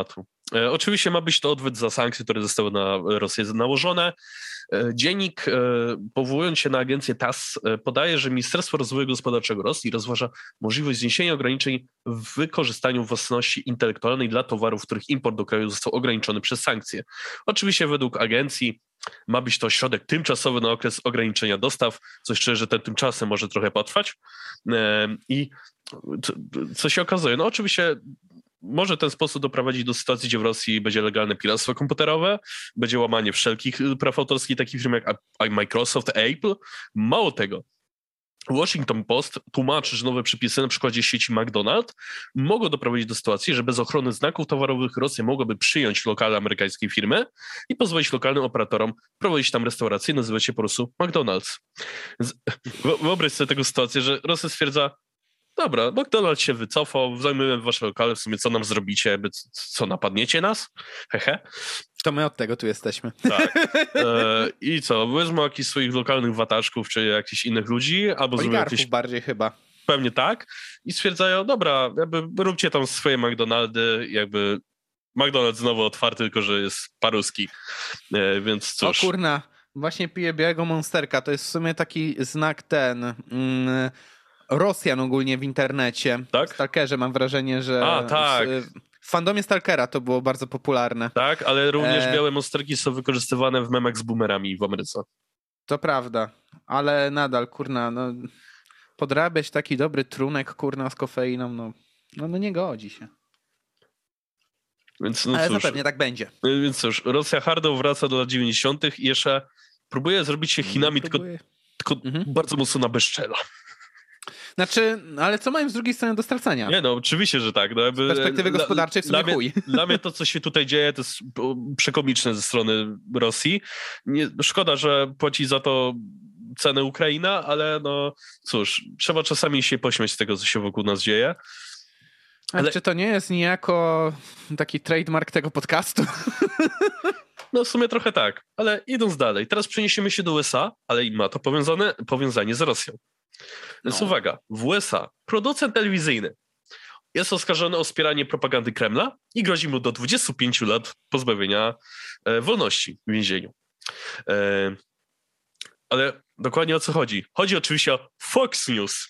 E, oczywiście ma być to odwet za sankcje, które zostały na Rosję nałożone. E, dziennik, e, powołując się na agencję T A S, e, podaje, że Ministerstwo Rozwoju Gospodarczego Rosji rozważa możliwość zniesienia ograniczeń w wykorzystaniu własności intelektualnej dla towarów, których import do kraju został ograniczony przez sankcje. Oczywiście według agencji ma być to środek tymczasowy na okres ograniczenia dostaw, coś czuję, że ten tymczasem może trochę potrwać. E, I co, co się okazuje? No oczywiście może ten sposób doprowadzić do sytuacji, gdzie w Rosji będzie legalne piractwo komputerowe, będzie łamanie wszelkich praw autorskich takich firm jak Microsoft, Apple. Mało tego, Washington Post tłumaczy, że nowe przepisy na przykładzie sieci McDonald's mogą doprowadzić do sytuacji, że bez ochrony znaków towarowych Rosja mogłaby przyjąć lokale amerykańskiej firmy i pozwolić lokalnym operatorom prowadzić tam restaurację i nazywać się po prostu McDonald's. Wyobraź sobie taką sytuację, że Rosja stwierdza: dobra, McDonald's się wycofał, zajmujemy wasze lokale, w sumie co nam zrobicie, co napadniecie nas? Hehe. To my od tego tu jesteśmy. Tak. E, I co, wezmą jakichś swoich lokalnych wataczków, czy jakichś innych ludzi, albo zrobią jakieś... bardziej chyba. Pewnie tak. I stwierdzają, dobra, jakby róbcie tam swoje McDonaldy, jakby McDonald's znowu otwarty, tylko że jest paruski. E, więc cóż. O kurna, właśnie piję białego Monsterka, to jest w sumie taki znak ten... Mm, Rosjan ogólnie w internecie. Tak? W Stalkerze mam wrażenie, że A, tak. w, w fandomie Stalkera to było bardzo popularne. Tak, ale również e... białe monsterki są wykorzystywane w memach z boomerami w Ameryce. To prawda, ale nadal, kurna, no podrabiać taki dobry trunek, kurna, z kofeiną, no, no, no nie godzi się. Więc, no ale cóż, zapewne tak będzie. Więc cóż, Rosja hardo wraca do lat dziewięćdziesiątych i jeszcze próbuje zrobić się Chinami, tylko, tylko mhm. bardzo mocno na bezczela. Znaczy, ale co mają z drugiej strony do stracenia? Nie no, oczywiście, że tak. No jakby, z perspektywy gospodarczej w sumie dla chuj. Mnie, dla mnie to, co się tutaj dzieje, to jest przekomiczne ze strony Rosji. Nie, szkoda, że płaci za to cenę Ukraina, ale no cóż, trzeba czasami się pośmiać z tego, co się wokół nas dzieje. Ale... Czy to nie jest niejako taki trademark tego podcastu? No w sumie trochę tak, ale idąc dalej. Teraz przeniesiemy się do U S A, ale ma to powiązane, powiązanie z Rosją. Więc no. uwaga, w U S A producent telewizyjny jest oskarżony o wspieranie propagandy Kremla i grozi mu do dwudziestu pięciu lat pozbawienia e, wolności w więzieniu. E, ale dokładnie o co chodzi? Chodzi oczywiście o Fox News.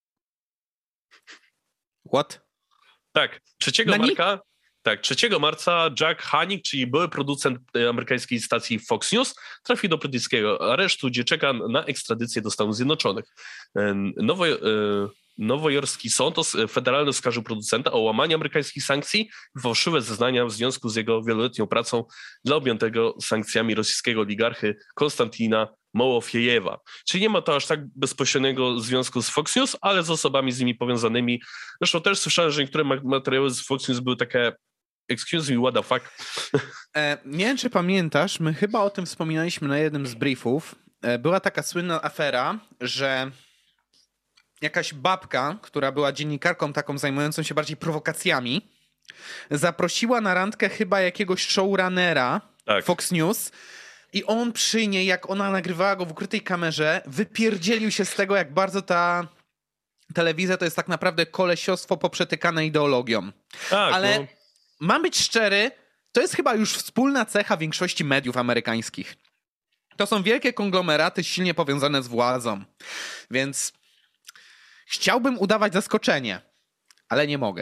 What? Tak, trzeciego marca, tak, trzeciego marca Jack Hannick, czyli były producent amerykańskiej stacji Fox News, trafił do brytyjskiego aresztu, gdzie czeka na ekstradycję do Stanów Zjednoczonych. Nowo, nowojorski sąd federalny oskarżył producenta o łamanie amerykańskich sankcji i fałszywe zeznania w związku z jego wieloletnią pracą dla objętego sankcjami rosyjskiego oligarchy Konstantina Mołofiejewa. Czyli nie ma to aż tak bezpośredniego związku z Fox News, ale z osobami z nimi powiązanymi. Zresztą też słyszałem, że niektóre materiały z Fox News były takie excuse me, what the fuck? E, nie wiem, czy pamiętasz, my chyba o tym wspominaliśmy na jednym z briefów. E, była taka słynna afera, że jakaś babka, która była dziennikarką taką zajmującą się bardziej prowokacjami, zaprosiła na randkę chyba jakiegoś showrunnera tak. Fox News i on przy niej, jak ona nagrywała go w ukrytej kamerze, wypierdzielił się z tego, jak bardzo ta telewizja to jest tak naprawdę kolesiostwo poprzetykane ideologią. Tak, ale no. Mam być szczery, to jest chyba już wspólna cecha większości mediów amerykańskich. To są wielkie konglomeraty silnie powiązane z władzą. Więc chciałbym udawać zaskoczenie, ale nie mogę.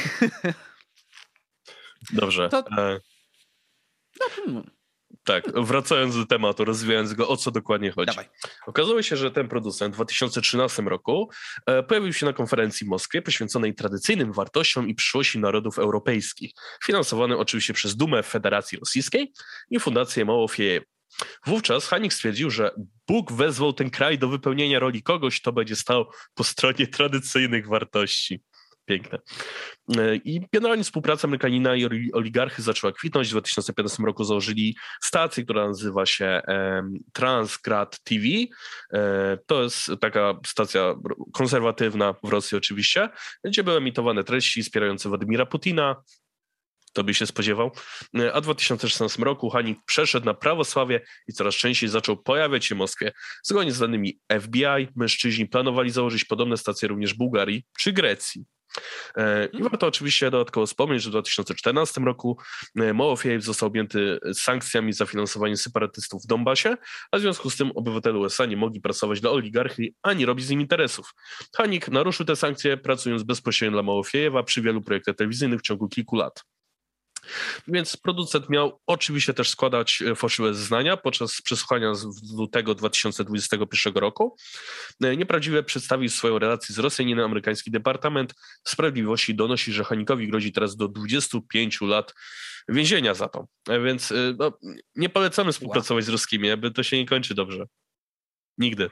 Dobrze. To... E... No, tak, wracając do tematu, rozwijając go, o co dokładnie chodzi. Dawaj. Okazuje się, że ten producent w dwa tysiące trzynastym roku e, pojawił się na konferencji w Moskwie poświęconej tradycyjnym wartościom i przyszłości narodów europejskich, finansowanej oczywiście przez Dumę Federacji Rosyjskiej i Fundację Mołofiejewa. Wówczas Hannick stwierdził, że Bóg wezwał ten kraj do wypełnienia roli kogoś, kto będzie stał po stronie tradycyjnych wartości. Piękne. I generalnie współpraca Amerykanina i oligarchy zaczęła kwitnąć. W dwa tysiące piętnastym roku założyli stację, która nazywa się Transgrad T V. To jest taka stacja konserwatywna w Rosji oczywiście, gdzie były emitowane treści wspierające Władimira Putina. To by się spodziewał. A w dwa tysiące szesnastym roku Hannick przeszedł na prawosławie i coraz częściej zaczął pojawiać się w Moskwie. Zgodnie z danymi F B I mężczyźni planowali założyć podobne stacje również w Bułgarii czy Grecji. I warto oczywiście dodatkowo wspomnieć, że w dwa tysiące czternastym roku Mołofiejw został objęty sankcjami za finansowanie separatystów w Donbasie, a w związku z tym obywatele U S A nie mogli pracować dla oligarchii ani robić z nim interesów. Hanik naruszył te sankcje, pracując bezpośrednio dla Mołofiejwa przy wielu projektach telewizyjnych w ciągu kilku lat. Więc producent miał oczywiście też składać fałszywe zeznania podczas przesłuchania z lutego dwa tysiące dwudziestego pierwszego roku. Nieprawdziwie przedstawił swoją relację z Rosjaninem. Amerykański Departament Sprawiedliwości donosi, że Hanikowi grozi teraz do dwudziestu pięciu lat więzienia za to. Więc no, nie polecamy współpracować z ruskimi, bo to się nie kończy dobrze. Nigdy.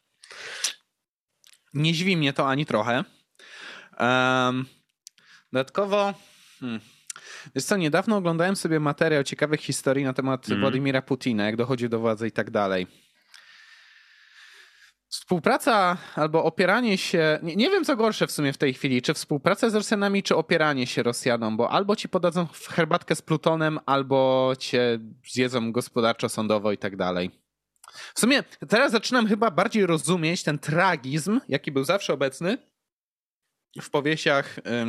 Nie dziwi mnie to ani trochę. Um, dodatkowo... Hmm. Wiesz co, niedawno oglądałem sobie materiał ciekawych historii na temat mm. Władimira Putina, jak dochodzi do władzy i tak dalej. Współpraca albo opieranie się, nie, nie wiem co gorsze w sumie w tej chwili, czy współpraca z Rosjanami, czy opieranie się Rosjanom, bo albo ci podadzą herbatkę z Plutonem, albo cię zjedzą gospodarczo, sądowo i tak dalej. W sumie teraz zaczynam chyba bardziej rozumieć ten tragizm, jaki był zawsze obecny w powieściach ym,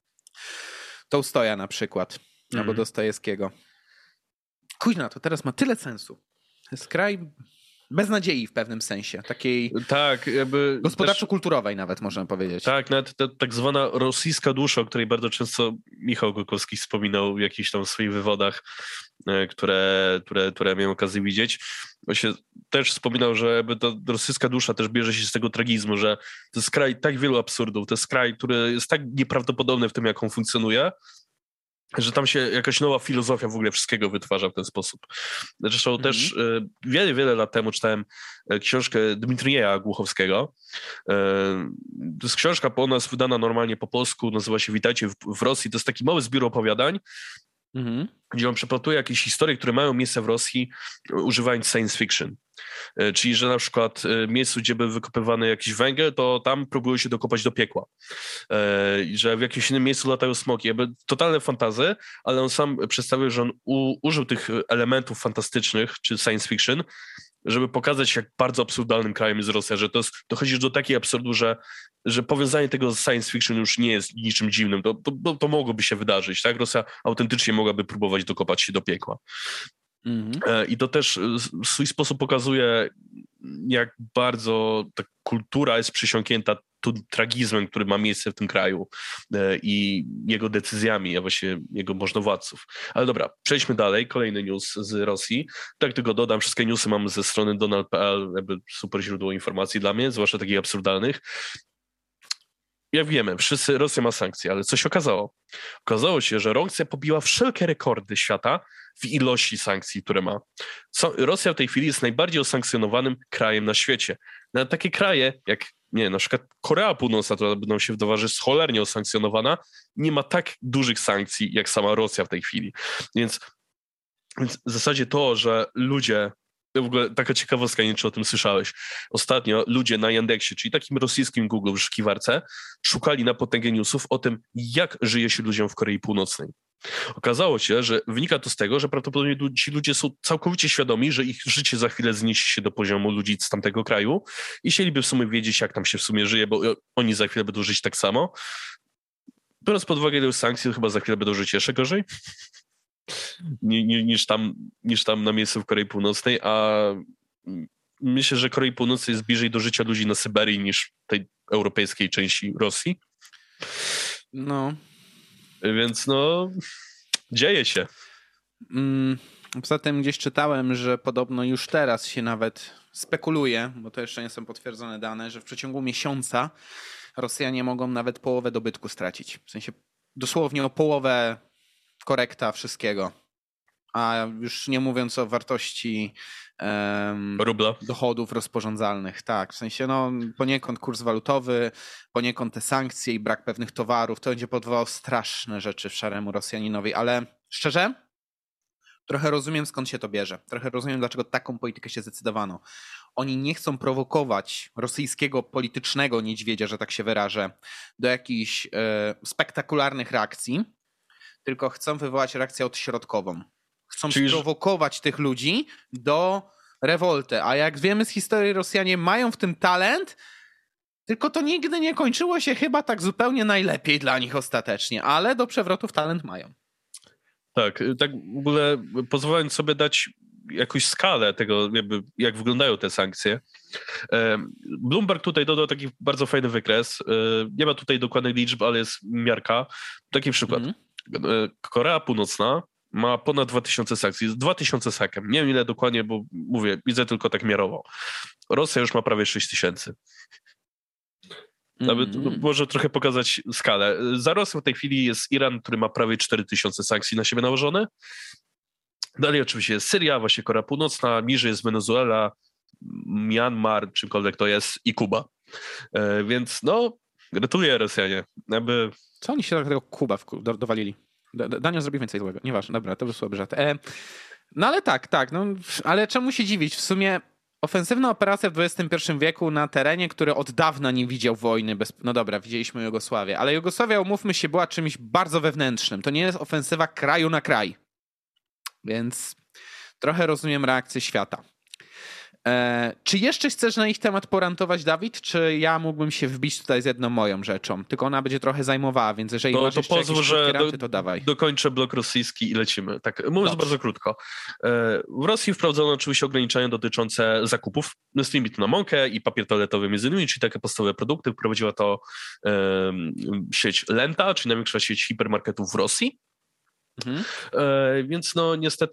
Tołstoja na przykład, mm. albo Dostojewskiego. Kuźna, to teraz ma tyle sensu. To jest kraj bez nadziei w pewnym sensie, takiej tak, jakby gospodarczo-kulturowej nawet można powiedzieć. Tak, nawet ta tak zwana rosyjska dusza, o której bardzo często Michał Golkowski wspominał w jakichś tam swoich wywodach, które, które, które miałem okazję widzieć. Właśnie też wspominał, że jakby ta rosyjska dusza też bierze się z tego tragizmu, że to jest kraj tak wielu absurdów, to jest kraj, który jest tak nieprawdopodobny w tym, jak on funkcjonuje, że tam się jakaś nowa filozofia w ogóle wszystkiego wytwarza w ten sposób. Zresztą mm-hmm. też y, wiele, wiele lat temu czytałem książkę Dmitrija Głuchowskiego. Y, to jest książka po nas wydana normalnie po polsku, nazywa się Witajcie w, w Rosji. To jest taki mały zbiór opowiadań, mm-hmm. gdzie on przeplatuje jakieś historie, które mają miejsce w Rosji, używając science fiction. Czyli, że na przykład w miejscu, gdzie był wykopywany jakiś węgiel, to tam próbują się dokopać do piekła. I że w jakimś innym miejscu latają smoki. Jakby totalne fantazy, ale on sam przedstawił, że on u, użył tych elementów fantastycznych, czy science fiction, żeby pokazać, jak bardzo absurdalnym krajem jest Rosja, że to jest, dochodzi do takiego absurdu, że, że powiązanie tego z science fiction już nie jest niczym dziwnym. To, to, to mogłoby się wydarzyć, tak? Rosja autentycznie mogłaby próbować dokopać się do piekła. Mm-hmm. I to też w swój sposób pokazuje, jak bardzo ta kultura jest przysiągnięta tym tragizmem, który ma miejsce w tym kraju i jego decyzjami, a właśnie jego możnowładców. Ale dobra, przejdźmy dalej. Kolejny news z Rosji. Tak tylko dodam, wszystkie newsy mam ze strony donald kropka p l, jakby super źródło informacji dla mnie, zwłaszcza takich absurdalnych. Jak wiemy, wszyscy, Rosja ma sankcje, ale co się okazało? Okazało się, że Rosja pobiła wszelkie rekordy świata w ilości sankcji, które ma. Rosja w tej chwili jest najbardziej osankcjonowanym krajem na świecie. Nawet takie kraje jak, nie na przykład Korea Północna, która nam się wydawa, że jest cholernie osankcjonowana, nie ma tak dużych sankcji jak sama Rosja w tej chwili. Więc, więc w zasadzie to, że ludzie... W ogóle taka ciekawostka, nie wiem, czy o tym słyszałeś. Ostatnio ludzie na Yandexie, czyli takim rosyjskim Google w wyszukiwarce, szukali na potęgę newsów o tym, jak żyje się ludziom w Korei Północnej. Okazało się, że wynika to z tego, że prawdopodobnie ci ludzie są całkowicie świadomi, że ich życie za chwilę zniesie się do poziomu ludzi z tamtego kraju i chcieliby w sumie wiedzieć, jak tam się w sumie żyje, bo oni za chwilę będą żyć tak samo. Biorąc pod uwagę te sankcje, to chyba za chwilę będą żyć jeszcze gorzej. Niż tam, niż tam na miejscu w Korei Północnej, a myślę, że Korei Północnej jest bliżej do życia ludzi na Syberii niż tej europejskiej części Rosji. No. Więc no, dzieje się. Mm, poza tym gdzieś czytałem, że podobno już teraz się nawet spekuluje, bo to jeszcze nie są potwierdzone dane, że w przeciągu miesiąca Rosjanie mogą nawet połowę dobytku stracić. W sensie dosłownie o połowę korekta wszystkiego. A już nie mówiąc o wartości um, rubla, dochodów rozporządzalnych. Tak, w sensie no poniekąd kurs walutowy, poniekąd te sankcje i brak pewnych towarów, to będzie powodowało straszne rzeczy w szaremu Rosjaninowi, ale szczerze, trochę rozumiem, skąd się to bierze. Trochę rozumiem, dlaczego taką politykę się zdecydowano. Oni nie chcą prowokować rosyjskiego politycznego niedźwiedzia, że tak się wyrażę, do jakichś e, spektakularnych reakcji, tylko chcą wywołać reakcję odśrodkową. Chcą Czyli... sprowokować tych ludzi do rewolty. A jak wiemy z historii, Rosjanie mają w tym talent, Tylko to nigdy nie kończyło się chyba tak zupełnie najlepiej dla nich ostatecznie, ale do przewrotów talent mają. Tak, tak w ogóle pozwolając sobie dać jakąś skalę tego, jakby, jak wyglądają te sankcje. Bloomberg tutaj dodał taki bardzo fajny wykres. Nie ma tutaj dokładnej liczby, ale jest miarka. Taki przykład. Mm. Korea Północna ma ponad dwa tysiące sankcji. Z dwa tysiące sakiem. Nie wiem ile dokładnie, bo mówię, widzę tylko tak miarowo. Rosja już ma prawie sześć tysięcy. Nawet mm. może trochę pokazać skalę. Za Rosją w tej chwili jest Iran, który ma prawie cztery tysiące sankcji na siebie nałożone. Dalej oczywiście jest Syria, właśnie Korea Północna, niżej jest Wenezuela, Myanmar, czymkolwiek to jest i Kuba. E, więc no, gratuluję Rosjanie. Aby... Co oni się do tego Kuba do, dowalili? Daniel zrobi więcej złego. Nieważne, dobra, to był słaby żart. E, no ale tak, tak, no, ale czemu się dziwić? W sumie ofensywna operacja w dwudziestym pierwszym wieku na terenie, który od dawna nie widział wojny. Bez... No dobra, widzieliśmy Jugosławię, ale Jugosławia, umówmy się, była czymś bardzo wewnętrznym. To nie jest ofensywa kraju na kraj. Więc trochę rozumiem reakcję świata. E, czy jeszcze chcesz na ich temat porantować, Dawid? Czy ja mógłbym się wbić tutaj z jedną moją rzeczą? Tylko ona będzie trochę zajmowała, więc jeżeli to, masz to jeszcze pozwól, jakieś że ranty, do, to dawaj. Dokończę blok rosyjski i lecimy. Tak, mówiąc Dobrze. bardzo krótko. E, w Rosji wprowadzono oczywiście ograniczenia dotyczące zakupów. Jest limit na mąkę i papier toaletowy między innymi, czyli takie podstawowe produkty. Wprowadziła to e, sieć Lenta, czyli największa sieć hipermarketów w Rosji. Mhm. E, więc no niestety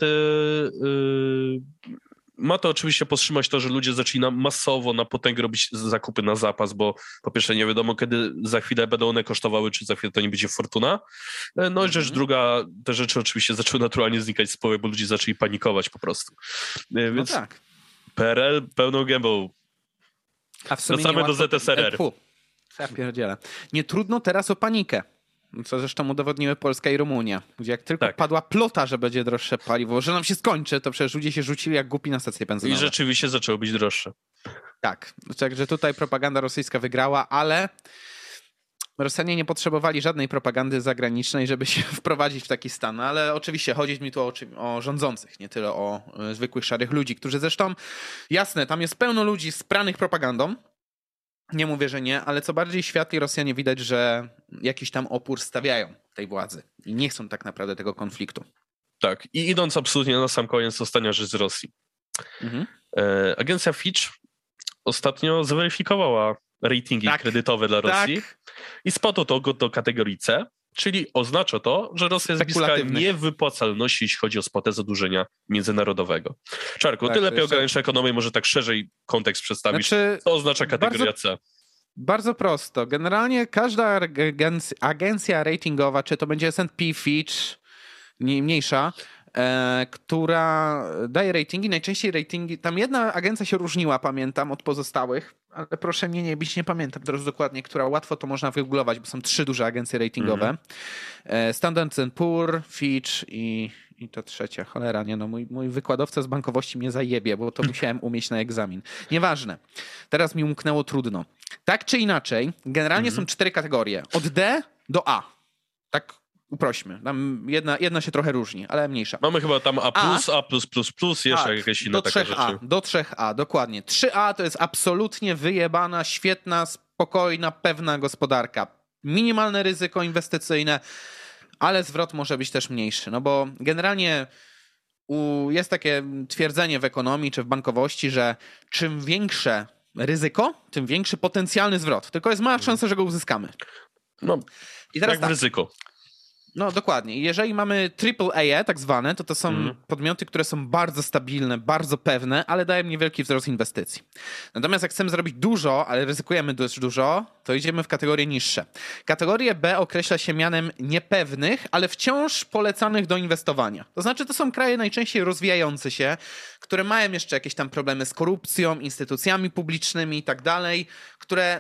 e, ma to oczywiście powstrzymać to, że ludzie zaczynają masowo na potęgę robić zakupy na zapas, bo po pierwsze nie wiadomo, kiedy za chwilę będą one kosztowały, czy za chwilę to nie będzie fortuna. No i mhm. rzecz druga, te rzeczy oczywiście zaczęły naturalnie znikać z połowy, bo ludzie zaczęli panikować po prostu. E, więc no tak. P R L pełną gębą. A w sumie wracamy do Z S R R. E, fu, ja pierdzielę. Nie trudno teraz o panikę. Co zresztą udowodniły Polska i Rumunia, gdzie jak tylko tak. padła plota, że będzie droższe paliwo, że nam się skończy, to przecież ludzie się rzucili jak głupi na stację benzynowe. I rzeczywiście zaczęło być droższe. Tak, także tutaj propaganda rosyjska wygrała, ale Rosjanie nie potrzebowali żadnej propagandy zagranicznej, żeby się wprowadzić w taki stan, ale oczywiście chodzi mi tu o, o rządzących, nie tyle o y, zwykłych szarych ludzi, którzy zresztą, jasne, tam jest pełno ludzi spranych propagandą. Nie mówię, że nie, ale co bardziej światli Rosjanie widać, że jakiś tam opór stawiają tej władzy i nie chcą tak naprawdę tego konfliktu. Tak, i idąc absolutnie na sam koniec, ostatnia rzecz z Rosji. Mhm. E, agencja Fitch ostatnio zweryfikowała ratingi tak, kredytowe dla Rosji tak. i spadło to do kategorii C, czyli oznacza to, że Rosja jest bliska niewypłacalności, jeśli chodzi o spłatę zadłużenia międzynarodowego. Czarku, tak, ty lepiej ogarniasz ekonomię, może tak szerzej kontekst przedstawisz. Znaczy, co oznacza kategoria bardzo, C? Bardzo prosto. Generalnie każda agencja, agencja ratingowa, czy to będzie S and P, Fitch, mniejsza, e, która daje ratingi, najczęściej ratingi, tam jedna agencja się różniła, pamiętam, od pozostałych, ale proszę mnie nie bić, nie pamiętam teraz dokładnie, która, łatwo to można wygooglować, bo są trzy duże agencje ratingowe. Mm. Standard and Poor, Fitch i, i to trzecia. Cholera, nie no, mój, mój wykładowca z bankowości mnie zajebie, bo to musiałem umieć na egzamin. Nieważne. Teraz mi umknęło trudno. Tak czy inaczej, generalnie mm. są cztery kategorie. Od D do A. Tak uprośmy. Tam jedna, jedna się trochę różni, ale mniejsza. Mamy chyba tam A plus, A, A plus, plus, plus, jeszcze tak, jakieś inne takie rzeczy. A, do trzech A, dokładnie. trzy A to jest absolutnie wyjebana, świetna, spokojna, pewna gospodarka. Minimalne ryzyko inwestycyjne, ale zwrot może być też mniejszy. No bo generalnie u, jest takie twierdzenie w ekonomii czy w bankowości, że czym większe ryzyko, tym większy potencjalny zwrot. Tylko jest mała szansa, że go uzyskamy. No, I teraz jak tak. w ryzyko. No dokładnie. Jeżeli mamy triple A tak zwane, to to są mm. podmioty, które są bardzo stabilne, bardzo pewne, ale dają niewielki wzrost inwestycji. Natomiast jak chcemy zrobić dużo, ale ryzykujemy dość dużo, to idziemy w kategorie niższe. Kategorię B określa się mianem niepewnych, ale wciąż polecanych do inwestowania. To znaczy to są kraje najczęściej rozwijające się, które mają jeszcze jakieś tam problemy z korupcją, instytucjami publicznymi i tak dalej, które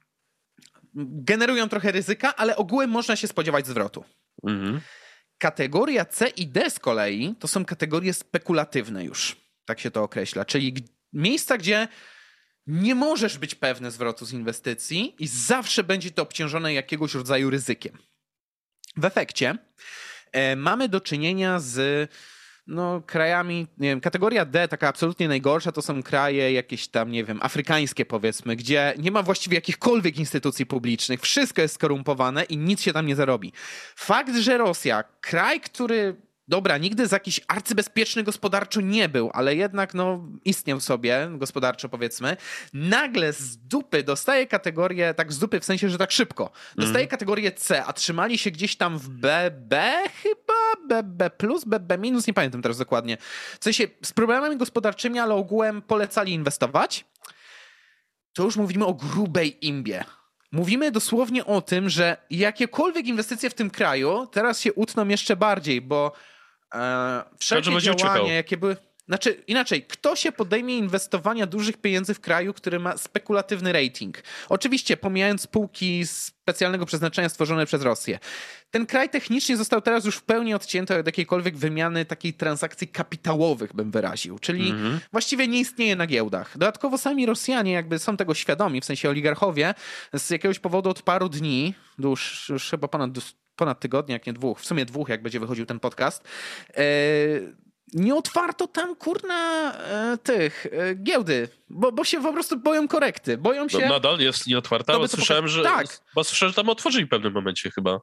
generują trochę ryzyka, ale ogółem można się spodziewać zwrotu. Mhm. Kategoria C i D z kolei to są kategorie spekulatywne już, tak się to określa, czyli g- miejsca, gdzie nie możesz być pewny zwrotu z inwestycji i zawsze będzie to obciążone jakiegoś rodzaju ryzykiem. W efekcie e, mamy do czynienia z no, krajami, nie wiem, kategoria D, taka absolutnie najgorsza, to są kraje jakieś tam, nie wiem, afrykańskie powiedzmy, gdzie nie ma właściwie jakichkolwiek instytucji publicznych, wszystko jest skorumpowane i nic się tam nie zarobi. Fakt, że Rosja, kraj, który dobra, nigdy z jakiś arcybezpieczny gospodarczo nie był, ale jednak no, istniał sobie gospodarczo powiedzmy, nagle z dupy dostaje kategorię, tak z dupy w sensie, że tak szybko, dostaje mm. kategorię C, a trzymali się gdzieś tam w B B chyba, B B plus, B B minus, nie pamiętam teraz dokładnie. W sensie z problemami gospodarczymi, ale ogółem polecali inwestować. To już mówimy o grubej imbie. Mówimy dosłownie o tym, że jakiekolwiek inwestycje w tym kraju teraz się utną jeszcze bardziej, bo e, wszelkie działania, jakie były... Znaczy, inaczej, kto się podejmie inwestowania dużych pieniędzy w kraju, który ma spekulatywny rating? Oczywiście, pomijając spółki specjalnego przeznaczenia stworzone przez Rosję. Ten kraj technicznie został teraz już w pełni odcięty od jakiejkolwiek wymiany takiej transakcji kapitałowych, bym wyraził. Czyli mm-hmm. właściwie nie istnieje na giełdach. Dodatkowo sami Rosjanie jakby są tego świadomi, w sensie oligarchowie, z jakiegoś powodu od paru dni, już, już chyba ponad, ponad tygodnia, jak nie dwóch, w sumie dwóch, jak będzie wychodził ten podcast, yy, nie otwarto tam, kurna, e, tych e, giełdy, bo, bo się po prostu boją korekty. Boją się... No, nadal jest nieotwarta, bo słyszałem, poka- że, tak. bo słyszałem, że tam otworzyli w pewnym momencie chyba.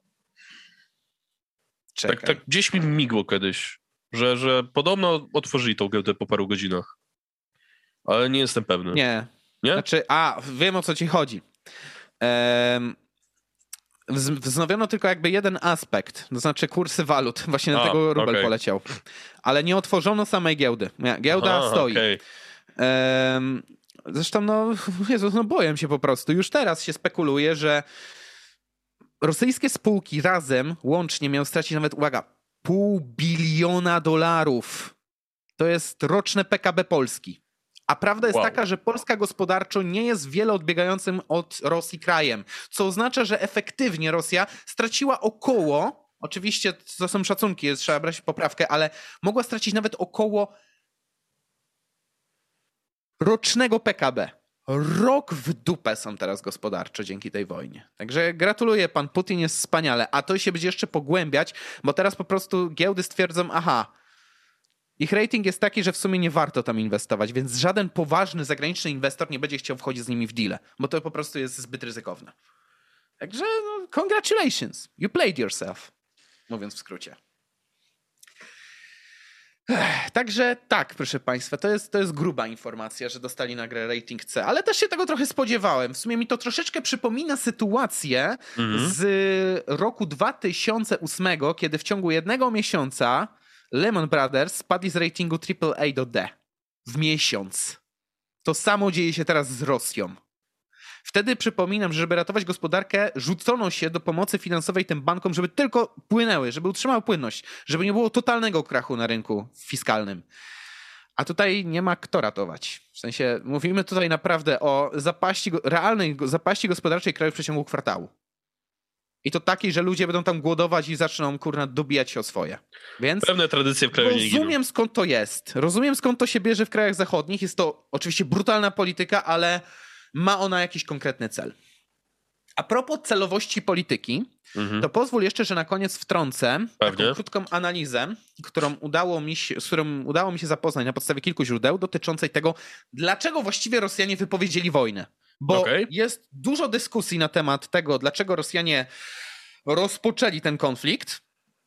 Czekaj. Tak, tak gdzieś mi migło kiedyś, że, że podobno otworzyli tą giełdę po paru godzinach. Ale nie jestem pewny. Nie. Nie? Znaczy, a, wiem o co ci chodzi. Ehm... Wznowiono tylko jakby jeden aspekt, to znaczy kursy walut. Właśnie A, dlatego rubel okay. poleciał. Ale nie otworzono samej giełdy. Giełda Aha, stoi. Okay. Um, zresztą no, Jezu, no boję się po prostu. Już teraz się spekuluje, że rosyjskie spółki razem łącznie miały stracić nawet, uwaga, pół biliona dolarów. To jest roczne P K B Polski. A prawda jest wow. taka, że Polska gospodarczo nie jest wiele odbiegającym od Rosji krajem, co oznacza, że efektywnie Rosja straciła około, oczywiście to są szacunki, jest, trzeba brać poprawkę, ale mogła stracić nawet około rocznego P K B. Rok w dupę są teraz gospodarczo dzięki tej wojnie. Także gratuluję, pan Putin jest wspaniale, a to się będzie jeszcze pogłębiać, bo teraz po prostu giełdy stwierdzą, aha, ich rating jest taki, że w sumie nie warto tam inwestować, więc żaden poważny zagraniczny inwestor nie będzie chciał wchodzić z nimi w deale, bo to po prostu jest zbyt ryzykowne. Także no, congratulations, you played yourself, mówiąc w skrócie. Ech, także tak, proszę państwa, to jest, to jest gruba informacja, że dostali nagle rating C, ale też się tego trochę spodziewałem. W sumie mi to troszeczkę przypomina sytuację mm-hmm. z roku dwa tysiące ósmego, kiedy w ciągu jednego miesiąca Lehman Brothers spadli z ratingu triple A do D. W miesiąc. To samo dzieje się teraz z Rosją. Wtedy przypominam, że żeby ratować gospodarkę, rzucono się do pomocy finansowej tym bankom, żeby tylko płynęły, żeby utrzymały płynność, żeby nie było totalnego krachu na rynku fiskalnym. A tutaj nie ma kto ratować. W sensie mówimy tutaj naprawdę o zapaści, realnej zapaści gospodarczej kraju w przeciągu kwartału. I to takiej, że ludzie będą tam głodować i zaczną, kurna, dobijać się o swoje. Więc pewne tradycje w kraju nie giną. Rozumiem, skąd to jest. Rozumiem, skąd to się bierze w krajach zachodnich. Jest to oczywiście brutalna polityka, ale ma ona jakiś konkretny cel. A propos celowości polityki, mhm. to pozwól jeszcze, że na koniec wtrącę Pewnie. taką krótką analizę, którą udało mi się, z którą udało mi się zapoznać na podstawie kilku źródeł dotyczącej tego, dlaczego właściwie Rosjanie wypowiedzieli wojnę. Bo okay. jest dużo dyskusji na temat tego, dlaczego Rosjanie rozpoczęli ten konflikt.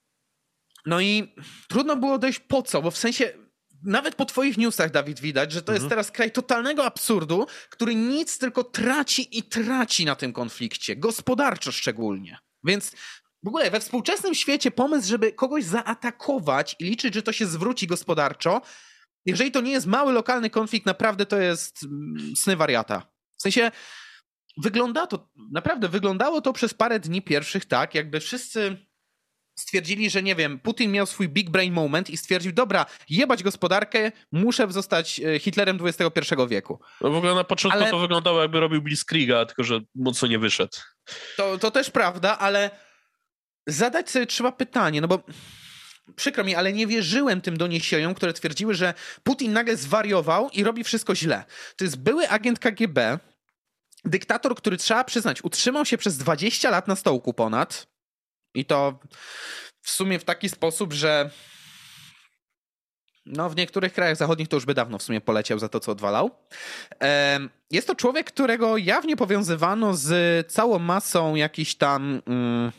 No i trudno było dojść po co, bo w sensie nawet po twoich newsach, Dawid, widać, że to mhm. jest teraz kraj totalnego absurdu, który nic tylko traci i traci na tym konflikcie, gospodarczo szczególnie. Więc w ogóle we współczesnym świecie pomysł, żeby kogoś zaatakować i liczyć, że to się zwróci gospodarczo, jeżeli to nie jest mały, lokalny konflikt, naprawdę to jest sny wariata. W sensie wygląda to, naprawdę wyglądało to przez parę dni pierwszych tak, jakby wszyscy stwierdzili, że nie wiem, Putin miał swój big brain moment i stwierdził, dobra, jebać gospodarkę, muszę zostać Hitlerem dwudziestego pierwszego wieku. No w ogóle na początku ale... to wyglądało, jakby robił Blitzkriega, tylko że mocno nie wyszedł. To, to też prawda, ale zadać sobie trzeba pytanie, no bo przykro mi, ale nie wierzyłem tym doniesieniom, które twierdziły, że Putin nagle zwariował i robi wszystko źle. To jest były agent K G B, dyktator, który trzeba przyznać, utrzymał się przez dwadzieścia lat na stołku ponad i to w sumie w taki sposób, że No w niektórych krajach zachodnich to już by dawno w sumie poleciał za to, co odwalał. Jest to człowiek, którego jawnie powiązywano z całą masą jakichś tam... Mm,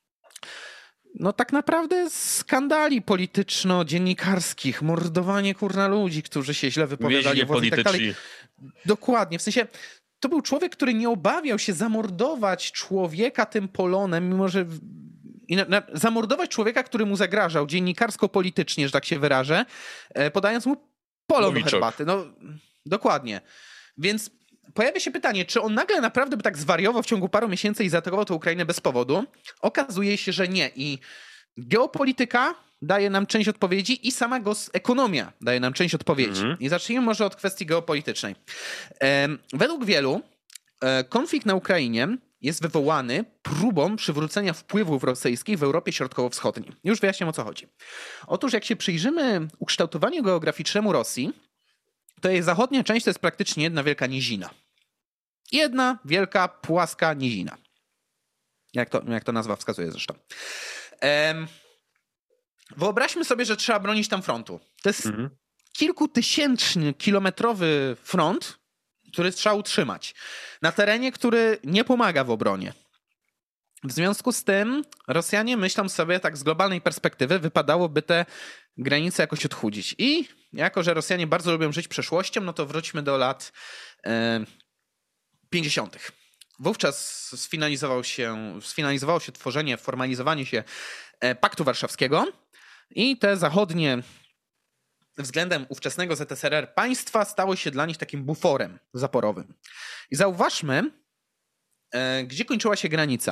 no tak naprawdę skandali polityczno-dziennikarskich, mordowanie kurna ludzi, którzy się źle wypowiadali. Więźnie tak dalej. Dokładnie, w sensie to był człowiek, który nie obawiał się zamordować człowieka tym polonem, mimo że i na, na, zamordować człowieka, który mu zagrażał dziennikarsko-politycznie, że tak się wyrażę, podając mu polon do herbaty. No dokładnie. Więc pojawia się pytanie, czy on nagle naprawdę by tak zwariował w ciągu paru miesięcy i zaatakował tę Ukrainę bez powodu? Okazuje się, że nie. I geopolityka daje nam część odpowiedzi i sama ekonomia daje nam część odpowiedzi. Mm-hmm. I zacznijmy może od kwestii geopolitycznej. Ehm, według wielu e, konflikt na Ukrainie jest wywołany próbą przywrócenia wpływów rosyjskich w Europie Środkowo-Wschodniej. Już wyjaśniam, o co chodzi. Otóż jak się przyjrzymy ukształtowaniu geograficznemu Rosji, to jej zachodnia część to jest praktycznie jedna wielka nizina. Jedna wielka, płaska nizina. Jak to, jak to nazwa wskazuje zresztą. Ehm, wyobraźmy sobie, że trzeba bronić tam frontu. To jest mhm. kilkutysięczny, kilometrowy front, który trzeba utrzymać. Na terenie, który nie pomaga w obronie. W związku z tym Rosjanie myślą sobie, tak z globalnej perspektywy, wypadałoby te granice jakoś odchudzić. I jako, że Rosjanie bardzo lubią żyć przeszłością, no to wróćmy do lat e, pięćdziesiątych. Wówczas sfinalizował się, sfinalizowało się tworzenie, formalizowanie się Paktu Warszawskiego i te zachodnie względem ówczesnego Z S R R państwa stało się dla nich takim buforem zaporowym. I zauważmy, e, gdzie kończyła się granica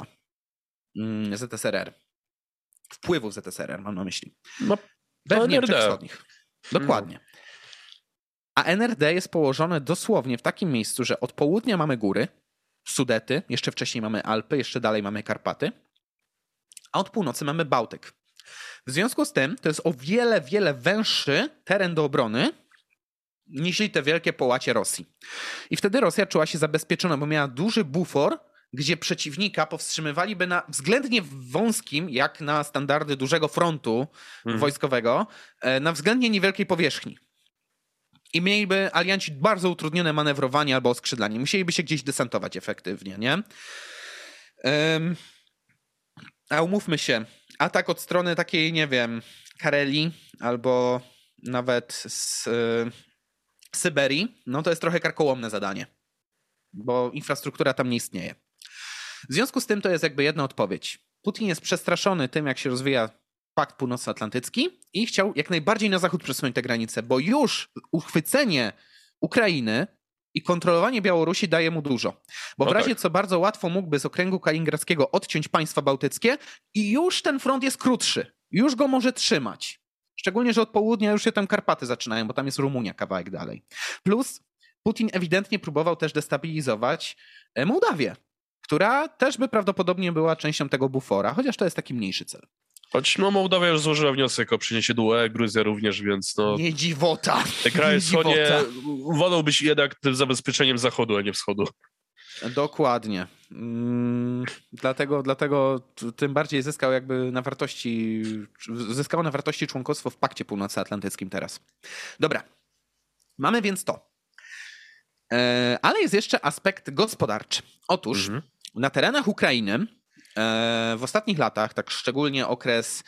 Z S R R. Wpływów Z S R R mam na myśli. No, we Niemczech Wschodnich. Dokładnie. A N R D jest położone dosłownie w takim miejscu, że od południa mamy góry, Sudety, jeszcze wcześniej mamy Alpy, jeszcze dalej mamy Karpaty, a od północy mamy Bałtyk. W związku z tym to jest o wiele, wiele węższy teren do obrony niż te wielkie połacie Rosji. I wtedy Rosja czuła się zabezpieczona, bo miała duży bufor, gdzie przeciwnika powstrzymywaliby na względnie wąskim, jak na standardy dużego frontu hmm. wojskowego, na względnie niewielkiej powierzchni. I mieliby alianci bardzo utrudnione manewrowanie albo oskrzydlanie. Musieliby się gdzieś desantować efektywnie, nie? Um, a umówmy się, atak od strony takiej, nie wiem, Karelii albo nawet z y, Syberii, no to jest trochę karkołomne zadanie, bo infrastruktura tam nie istnieje. W związku z tym to jest jakby jedna odpowiedź. Putin jest przestraszony tym, jak się rozwija Pakt Północnoatlantycki i chciał jak najbardziej na zachód przesunąć te granice, bo już uchwycenie Ukrainy i kontrolowanie Białorusi daje mu dużo. Bo w no razie tak. co bardzo łatwo mógłby z okręgu kaliningradzkiego odciąć państwa bałtyckie i już ten front jest krótszy. Już go może trzymać. Szczególnie, że od południa już się tam Karpaty zaczynają, bo tam jest Rumunia kawałek dalej. Plus Putin ewidentnie próbował też destabilizować Mołdawię, która też by prawdopodobnie była częścią tego bufora, chociaż to jest taki mniejszy cel. Choć no, Mołdawia już złożyła wniosek o przyjęcie D U E, Gruzja również, więc no... Nie dziwota. Te kraje wschodnie wolą być jednak tym zabezpieczeniem zachodu, a nie wschodu. Dokładnie. Mm, dlatego, dlatego tym bardziej zyskał jakby na wartości, zyskało na wartości członkostwo w Pakcie Północnoatlantyckim teraz. Dobra. Mamy więc to. E, ale jest jeszcze aspekt gospodarczy. Otóż mhm. na terenach Ukrainy w ostatnich latach, tak szczególnie okres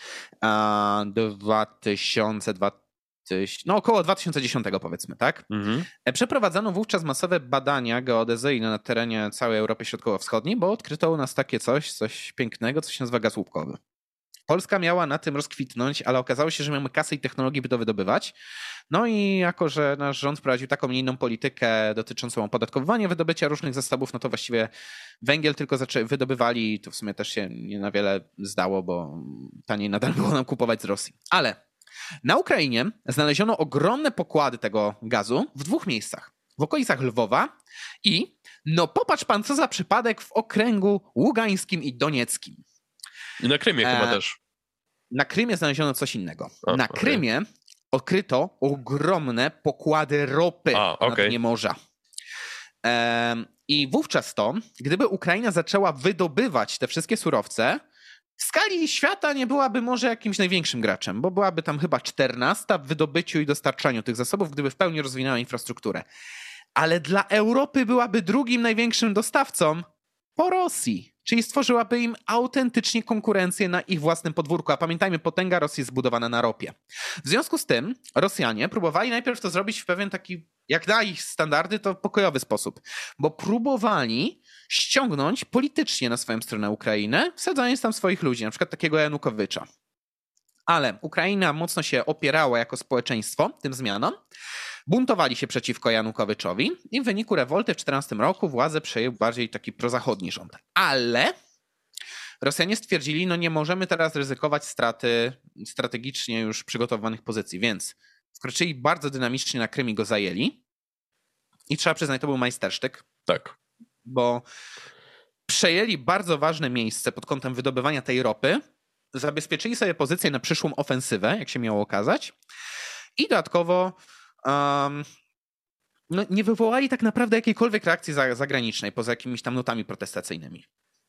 dwa tysiące dwudziesty, no około dwa tysiące dziesiątego powiedzmy, tak? Mhm. Przeprowadzono wówczas masowe badania geodezyjne na terenie całej Europy Środkowo-Wschodniej, bo odkryto u nas takie coś, coś pięknego, co się nazywa gaz łupkowy. Polska miała na tym rozkwitnąć, ale okazało się, że mamy kasę i technologię, by to wydobywać. No i jako, że nasz rząd prowadził taką inną politykę dotyczącą opodatkowywania wydobycia różnych zasobów, no to właściwie węgiel tylko zaczę- wydobywali, to w sumie też się nie na wiele zdało, bo taniej nadal było nam kupować z Rosji. Ale na Ukrainie znaleziono ogromne pokłady tego gazu w dwóch miejscach. W okolicach Lwowa i, no popatrz pan, co za przypadek, w okręgu ługańskim i donieckim. I na Krymie e, chyba też. Na Krymie znaleziono coś innego. O, na okay. Krymie odkryto ogromne pokłady ropy A, okay. na dnie morza. E, I wówczas to, gdyby Ukraina zaczęła wydobywać te wszystkie surowce, w skali świata nie byłaby może jakimś największym graczem, bo byłaby tam chyba czternasta w wydobyciu i dostarczaniu tych zasobów, gdyby w pełni rozwinęła infrastrukturę. Ale dla Europy byłaby drugim największym dostawcą po Rosji. Czyli stworzyłaby im autentycznie konkurencję na ich własnym podwórku. A pamiętajmy, potęga Rosji jest zbudowana na ropie. W związku z tym Rosjanie próbowali najpierw to zrobić w pewien taki, jak na ich standardy, to pokojowy sposób. Bo próbowali ściągnąć politycznie na swoją stronę Ukrainę, wsadzając tam swoich ludzi, na przykład takiego Janukowycza. Ale Ukraina mocno się opierała jako społeczeństwo tym zmianom. Buntowali się przeciwko Janukowyczowi i w wyniku rewolty w czternastym roku władzę przejął bardziej taki prozachodni rząd. Ale Rosjanie stwierdzili, no nie możemy teraz ryzykować straty strategicznie już przygotowanych pozycji, więc wkroczyli bardzo dynamicznie na Krym i go zajęli. I trzeba przyznać, to był majstersztyk. Tak. Bo przejęli bardzo ważne miejsce pod kątem wydobywania tej ropy, zabezpieczyli sobie pozycję na przyszłą ofensywę, jak się miało okazać, i dodatkowo um, no, nie wywołali tak naprawdę jakiejkolwiek reakcji zagranicznej, poza jakimiś tam notami protestacyjnymi.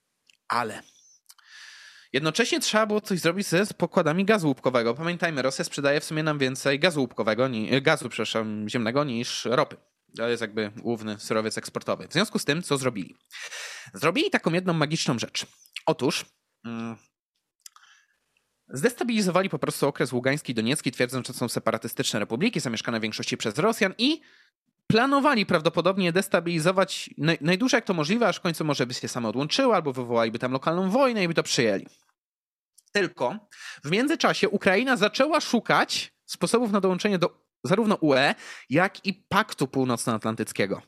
Ale jednocześnie trzeba było coś zrobić ze pokładami gazu łupkowego. Pamiętajmy, Rosja sprzedaje w sumie nam więcej gazu łupkowego, gazu, przepraszam, ziemnego niż ropy. To jest jakby główny surowiec eksportowy. W związku z tym, co zrobili? Zrobili taką jedną magiczną rzecz. Otóż mm, zdestabilizowali po prostu okres ługański i doniecki, twierdząc, że to są separatystyczne republiki zamieszkane w większości przez Rosjan i planowali prawdopodobnie destabilizować naj, najdłużej jak to możliwe, aż w końcu może by się same odłączyły albo wywołaliby tam lokalną wojnę i by to przyjęli. Tylko w międzyczasie Ukraina zaczęła szukać sposobów na dołączenie do zarówno U E, jak i Paktu Północnoatlantyckiego.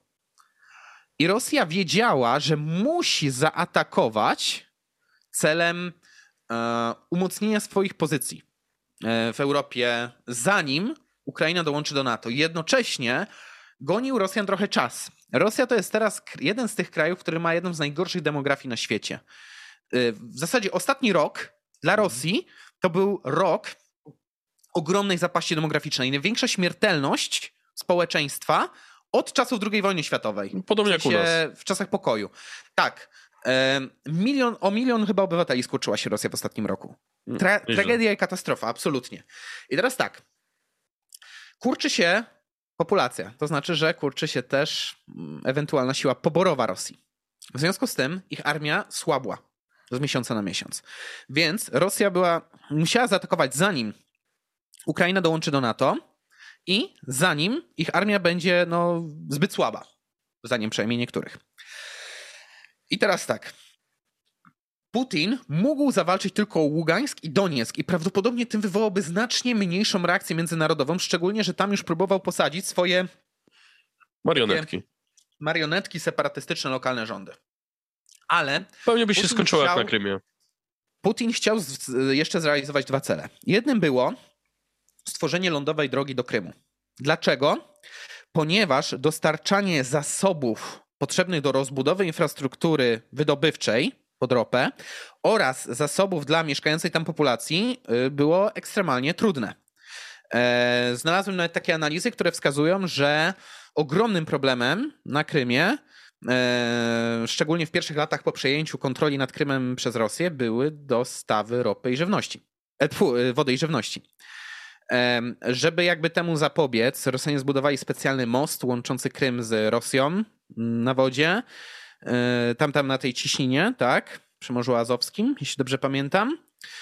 I Rosja wiedziała, że musi zaatakować celem e, umocnienia swoich pozycji e, w Europie, zanim Ukraina dołączy do NATO. Jednocześnie gonił Rosjan trochę czas. Rosja to jest teraz jeden z tych krajów, który ma jedną z najgorszych demografii na świecie. E, w zasadzie ostatni rok dla Rosji to był rok ogromnej zapaści demograficznej. Największa śmiertelność społeczeństwa od czasów drugiej wojny światowej. Podobnie w sensie, jak u nas. W czasach pokoju. Tak. E, milion, o milion chyba obywateli skurczyła się Rosja w ostatnim roku. Tra- tragedia i katastrofa, absolutnie. I teraz tak. Kurczy się populacja. To znaczy, że kurczy się też ewentualna siła poborowa Rosji. W związku z tym ich armia słabła z miesiąca na miesiąc. Więc Rosja była, musiała zaatakować zanim Ukraina dołączy do NATO i zanim ich armia będzie no, zbyt słaba, zdaniem przynajmniej niektórych. I teraz tak. Putin mógł zawalczyć tylko o Ługańsk i Donieck i prawdopodobnie tym wywołałby znacznie mniejszą reakcję międzynarodową, szczególnie, że tam już próbował posadzić swoje marionetki. Marionetki, separatystyczne, lokalne rządy. Ale pewnie by się Putin skończyło chciał, jak na Krymie. Putin chciał z, jeszcze zrealizować dwa cele. Jednym było stworzenie lądowej drogi do Krymu. Dlaczego? Ponieważ dostarczanie zasobów potrzebnych do rozbudowy infrastruktury wydobywczej pod ropę oraz zasobów dla mieszkającej tam populacji było ekstremalnie trudne. Znalazłem nawet takie analizy, które wskazują, że ogromnym problemem na Krymie, szczególnie w pierwszych latach po przejęciu kontroli nad Krymem przez Rosję, były dostawy ropy i żywności. Tfu, wody i żywności. Żeby jakby temu zapobiec, Rosjanie zbudowali specjalny most łączący Krym z Rosją na wodzie, tam tam na tej ciśnienie, tak, przy Morzu Azowskim, jeśli dobrze pamiętam,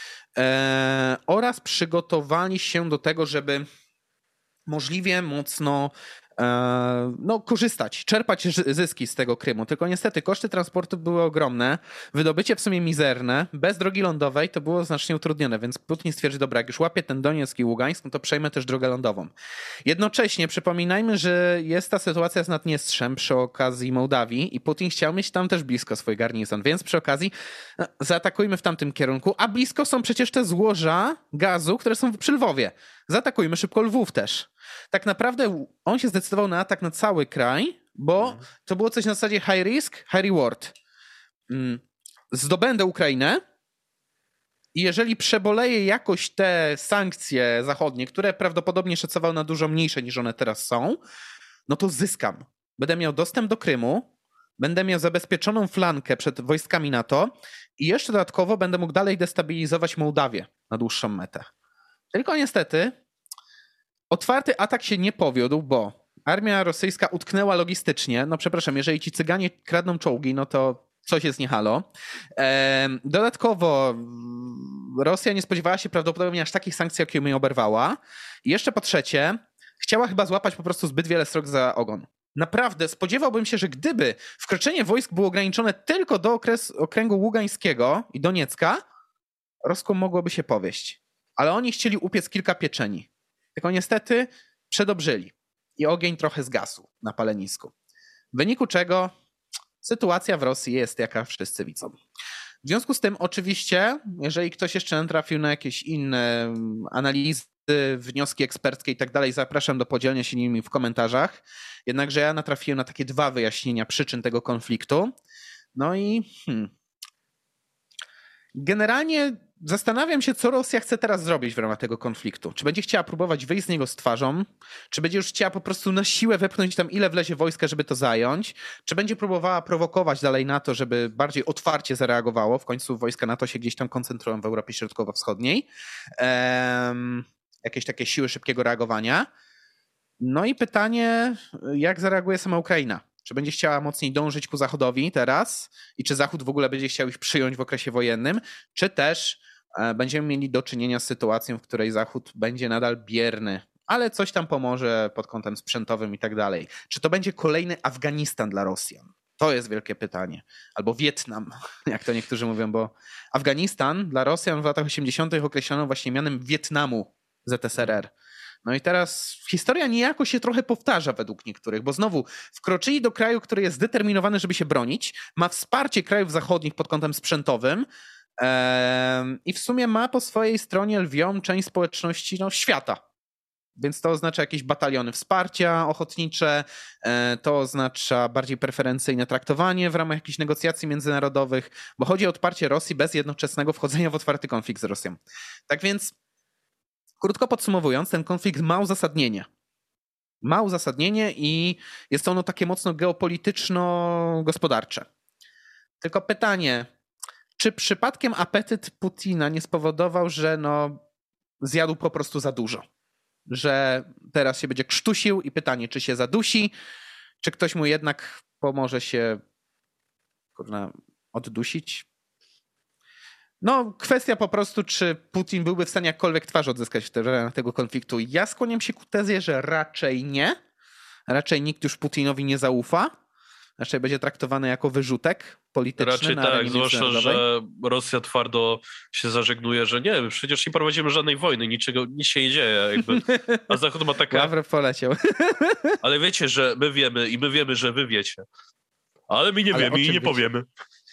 oraz przygotowali się do tego, żeby możliwie mocno no, korzystać, czerpać zyski z tego Krymu. Tylko niestety koszty transportu były ogromne, wydobycie w sumie mizerne, bez drogi lądowej to było znacznie utrudnione, więc Putin stwierdzi, dobra, jak już łapię ten Donieck i Ługańsk, no to przejmę też drogę lądową. Jednocześnie przypominajmy, że jest ta sytuacja z Naddniestrzem przy okazji Mołdawii i Putin chciał mieć tam też blisko swój garnizon, więc przy okazji no, zaatakujmy w tamtym kierunku, a blisko są przecież te złoża gazu, które są przy Lwowie. Zaatakujmy szybko Lwów też. Tak naprawdę on się zdecydował na atak na cały kraj, bo to było coś na zasadzie high risk, high reward. Zdobędę Ukrainę i jeżeli przeboleję jakoś te sankcje zachodnie, które prawdopodobnie szacował na dużo mniejsze niż one teraz są, no to zyskam. Będę miał dostęp do Krymu, będę miał zabezpieczoną flankę przed wojskami NATO i jeszcze dodatkowo będę mógł dalej destabilizować Mołdawię na dłuższą metę. Tylko niestety otwarty atak się nie powiódł, bo armia rosyjska utknęła logistycznie. No przepraszam, jeżeli ci Cyganie kradną czołgi, no to coś jest nie halo. Dodatkowo Rosja nie spodziewała się prawdopodobnie aż takich sankcji, jakie mnie oberwała. I jeszcze po trzecie, chciała chyba złapać po prostu zbyt wiele srok za ogon. Naprawdę spodziewałbym się, że gdyby wkroczenie wojsk było ograniczone tylko do okres, okręgu Ługańskiego i Doniecka, Roskom mogłoby się powieść. Ale oni chcieli upiec kilka pieczeni. Tylko niestety przedobrzyli i ogień trochę zgasł na palenisku. W wyniku czego sytuacja w Rosji jest, jaka wszyscy widzą. W związku z tym oczywiście, jeżeli ktoś jeszcze natrafił na jakieś inne analizy, wnioski eksperckie i tak dalej, zapraszam do podzielenia się nimi w komentarzach. Jednakże ja natrafiłem na takie dwa wyjaśnienia przyczyn tego konfliktu. No i hmm, generalnie zastanawiam się, co Rosja chce teraz zrobić w ramach tego konfliktu. Czy będzie chciała próbować wyjść z niego z twarzą? Czy będzie już chciała po prostu na siłę wepchnąć tam ile wlezie wojska, żeby to zająć? Czy będzie próbowała prowokować dalej NATO, żeby bardziej otwarcie zareagowało? W końcu wojska NATO się gdzieś tam koncentrują w Europie Środkowo-Wschodniej. Ehm, jakieś takie siły szybkiego reagowania. No i pytanie, jak zareaguje sama Ukraina? Czy będzie chciała mocniej dążyć ku Zachodowi teraz i czy Zachód w ogóle będzie chciał ich przyjąć w okresie wojennym, czy też będziemy mieli do czynienia z sytuacją, w której Zachód będzie nadal bierny, ale coś tam pomoże pod kątem sprzętowym i tak dalej. Czy to będzie kolejny Afganistan dla Rosjan? To jest wielkie pytanie. Albo Wietnam, jak to niektórzy mówią, bo Afganistan dla Rosjan w latach osiemdziesiątych określono właśnie mianem Wietnamu Z S R R. No i teraz historia niejako się trochę powtarza według niektórych, bo znowu wkroczyli do kraju, który jest zdeterminowany, żeby się bronić, ma wsparcie krajów zachodnich pod kątem sprzętowym ee, i w sumie ma po swojej stronie lwią część społeczności no, świata. Więc to oznacza jakieś bataliony wsparcia ochotnicze, e, to oznacza bardziej preferencyjne traktowanie w ramach jakichś negocjacji międzynarodowych, bo chodzi o odparcie Rosji bez jednoczesnego wchodzenia w otwarty konflikt z Rosją. Tak więc krótko podsumowując, ten konflikt ma uzasadnienie. Ma uzasadnienie i jest ono takie mocno geopolityczno-gospodarcze. Tylko pytanie, czy przypadkiem apetyt Putina nie spowodował, że no, zjadł po prostu za dużo? Że teraz się będzie krztusił i pytanie, czy się zadusi, czy ktoś mu jednak pomoże się kurna, oddusić? No, kwestia po prostu, czy Putin byłby w stanie jakkolwiek twarz odzyskać w ramach tego konfliktu. Ja skłaniam się ku tezie, że raczej nie. Raczej nikt już Putinowi nie zaufa. Raczej będzie traktowany jako wyrzutek polityczny. Raczej na tak, zwłaszcza, że Rosja twardo się zażegnuje, że nie, przecież nie prowadzimy żadnej wojny, niczego, nic się nie dzieje. Jakby. A Zachód ma takie... Ławrow poleciał. Ale wiecie, że my wiemy i my wiemy, że wy wiecie. Ale my nie Ale wiemy i nie wiecie? Powiemy.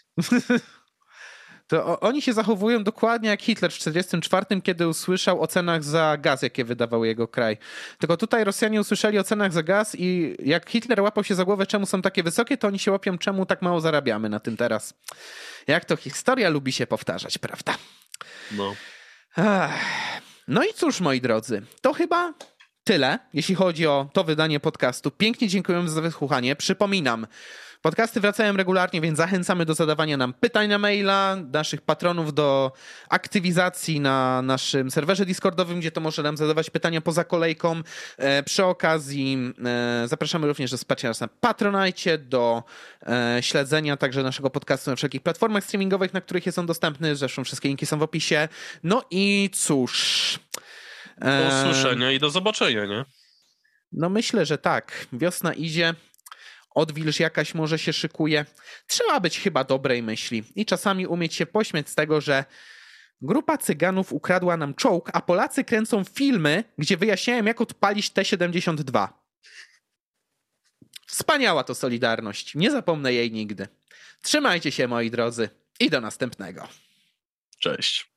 To o, oni się zachowują dokładnie jak Hitler w tysiąc dziewięćset czterdziestym czwartym, kiedy usłyszał o cenach za gaz, jakie wydawał jego kraj. Tylko tutaj Rosjanie usłyszeli o cenach za gaz i jak Hitler łapał się za głowę, czemu są takie wysokie, to oni się łapią, czemu tak mało zarabiamy na tym teraz. Jak to historia lubi się powtarzać, prawda? No. Ach. No i cóż, moi drodzy, to chyba tyle, jeśli chodzi o to wydanie podcastu. Pięknie dziękujemy za wysłuchanie. Przypominam, podcasty wracają regularnie, więc zachęcamy do zadawania nam pytań na maila, naszych patronów do aktywizacji na naszym serwerze Discordowym, gdzie to może nam zadawać pytania poza kolejką. E, przy okazji e, zapraszamy również do wsparcia nas na Patronite, do e, śledzenia także naszego podcastu na wszelkich platformach streamingowych, na których jest on dostępny. Zresztą wszystkie linki są w opisie. No i cóż... E, do usłyszenia i do zobaczenia, nie? No myślę, że tak. Wiosna idzie. Odwilż jakaś może się szykuje. Trzeba być chyba dobrej myśli i czasami umieć się pośmiać z tego, że grupa Cyganów ukradła nam czołg, a Polacy kręcą filmy, gdzie wyjaśniają, jak odpalić T siedemdziesiąt dwa. Wspaniała to solidarność. Nie zapomnę jej nigdy. Trzymajcie się, moi drodzy, i do następnego. Cześć.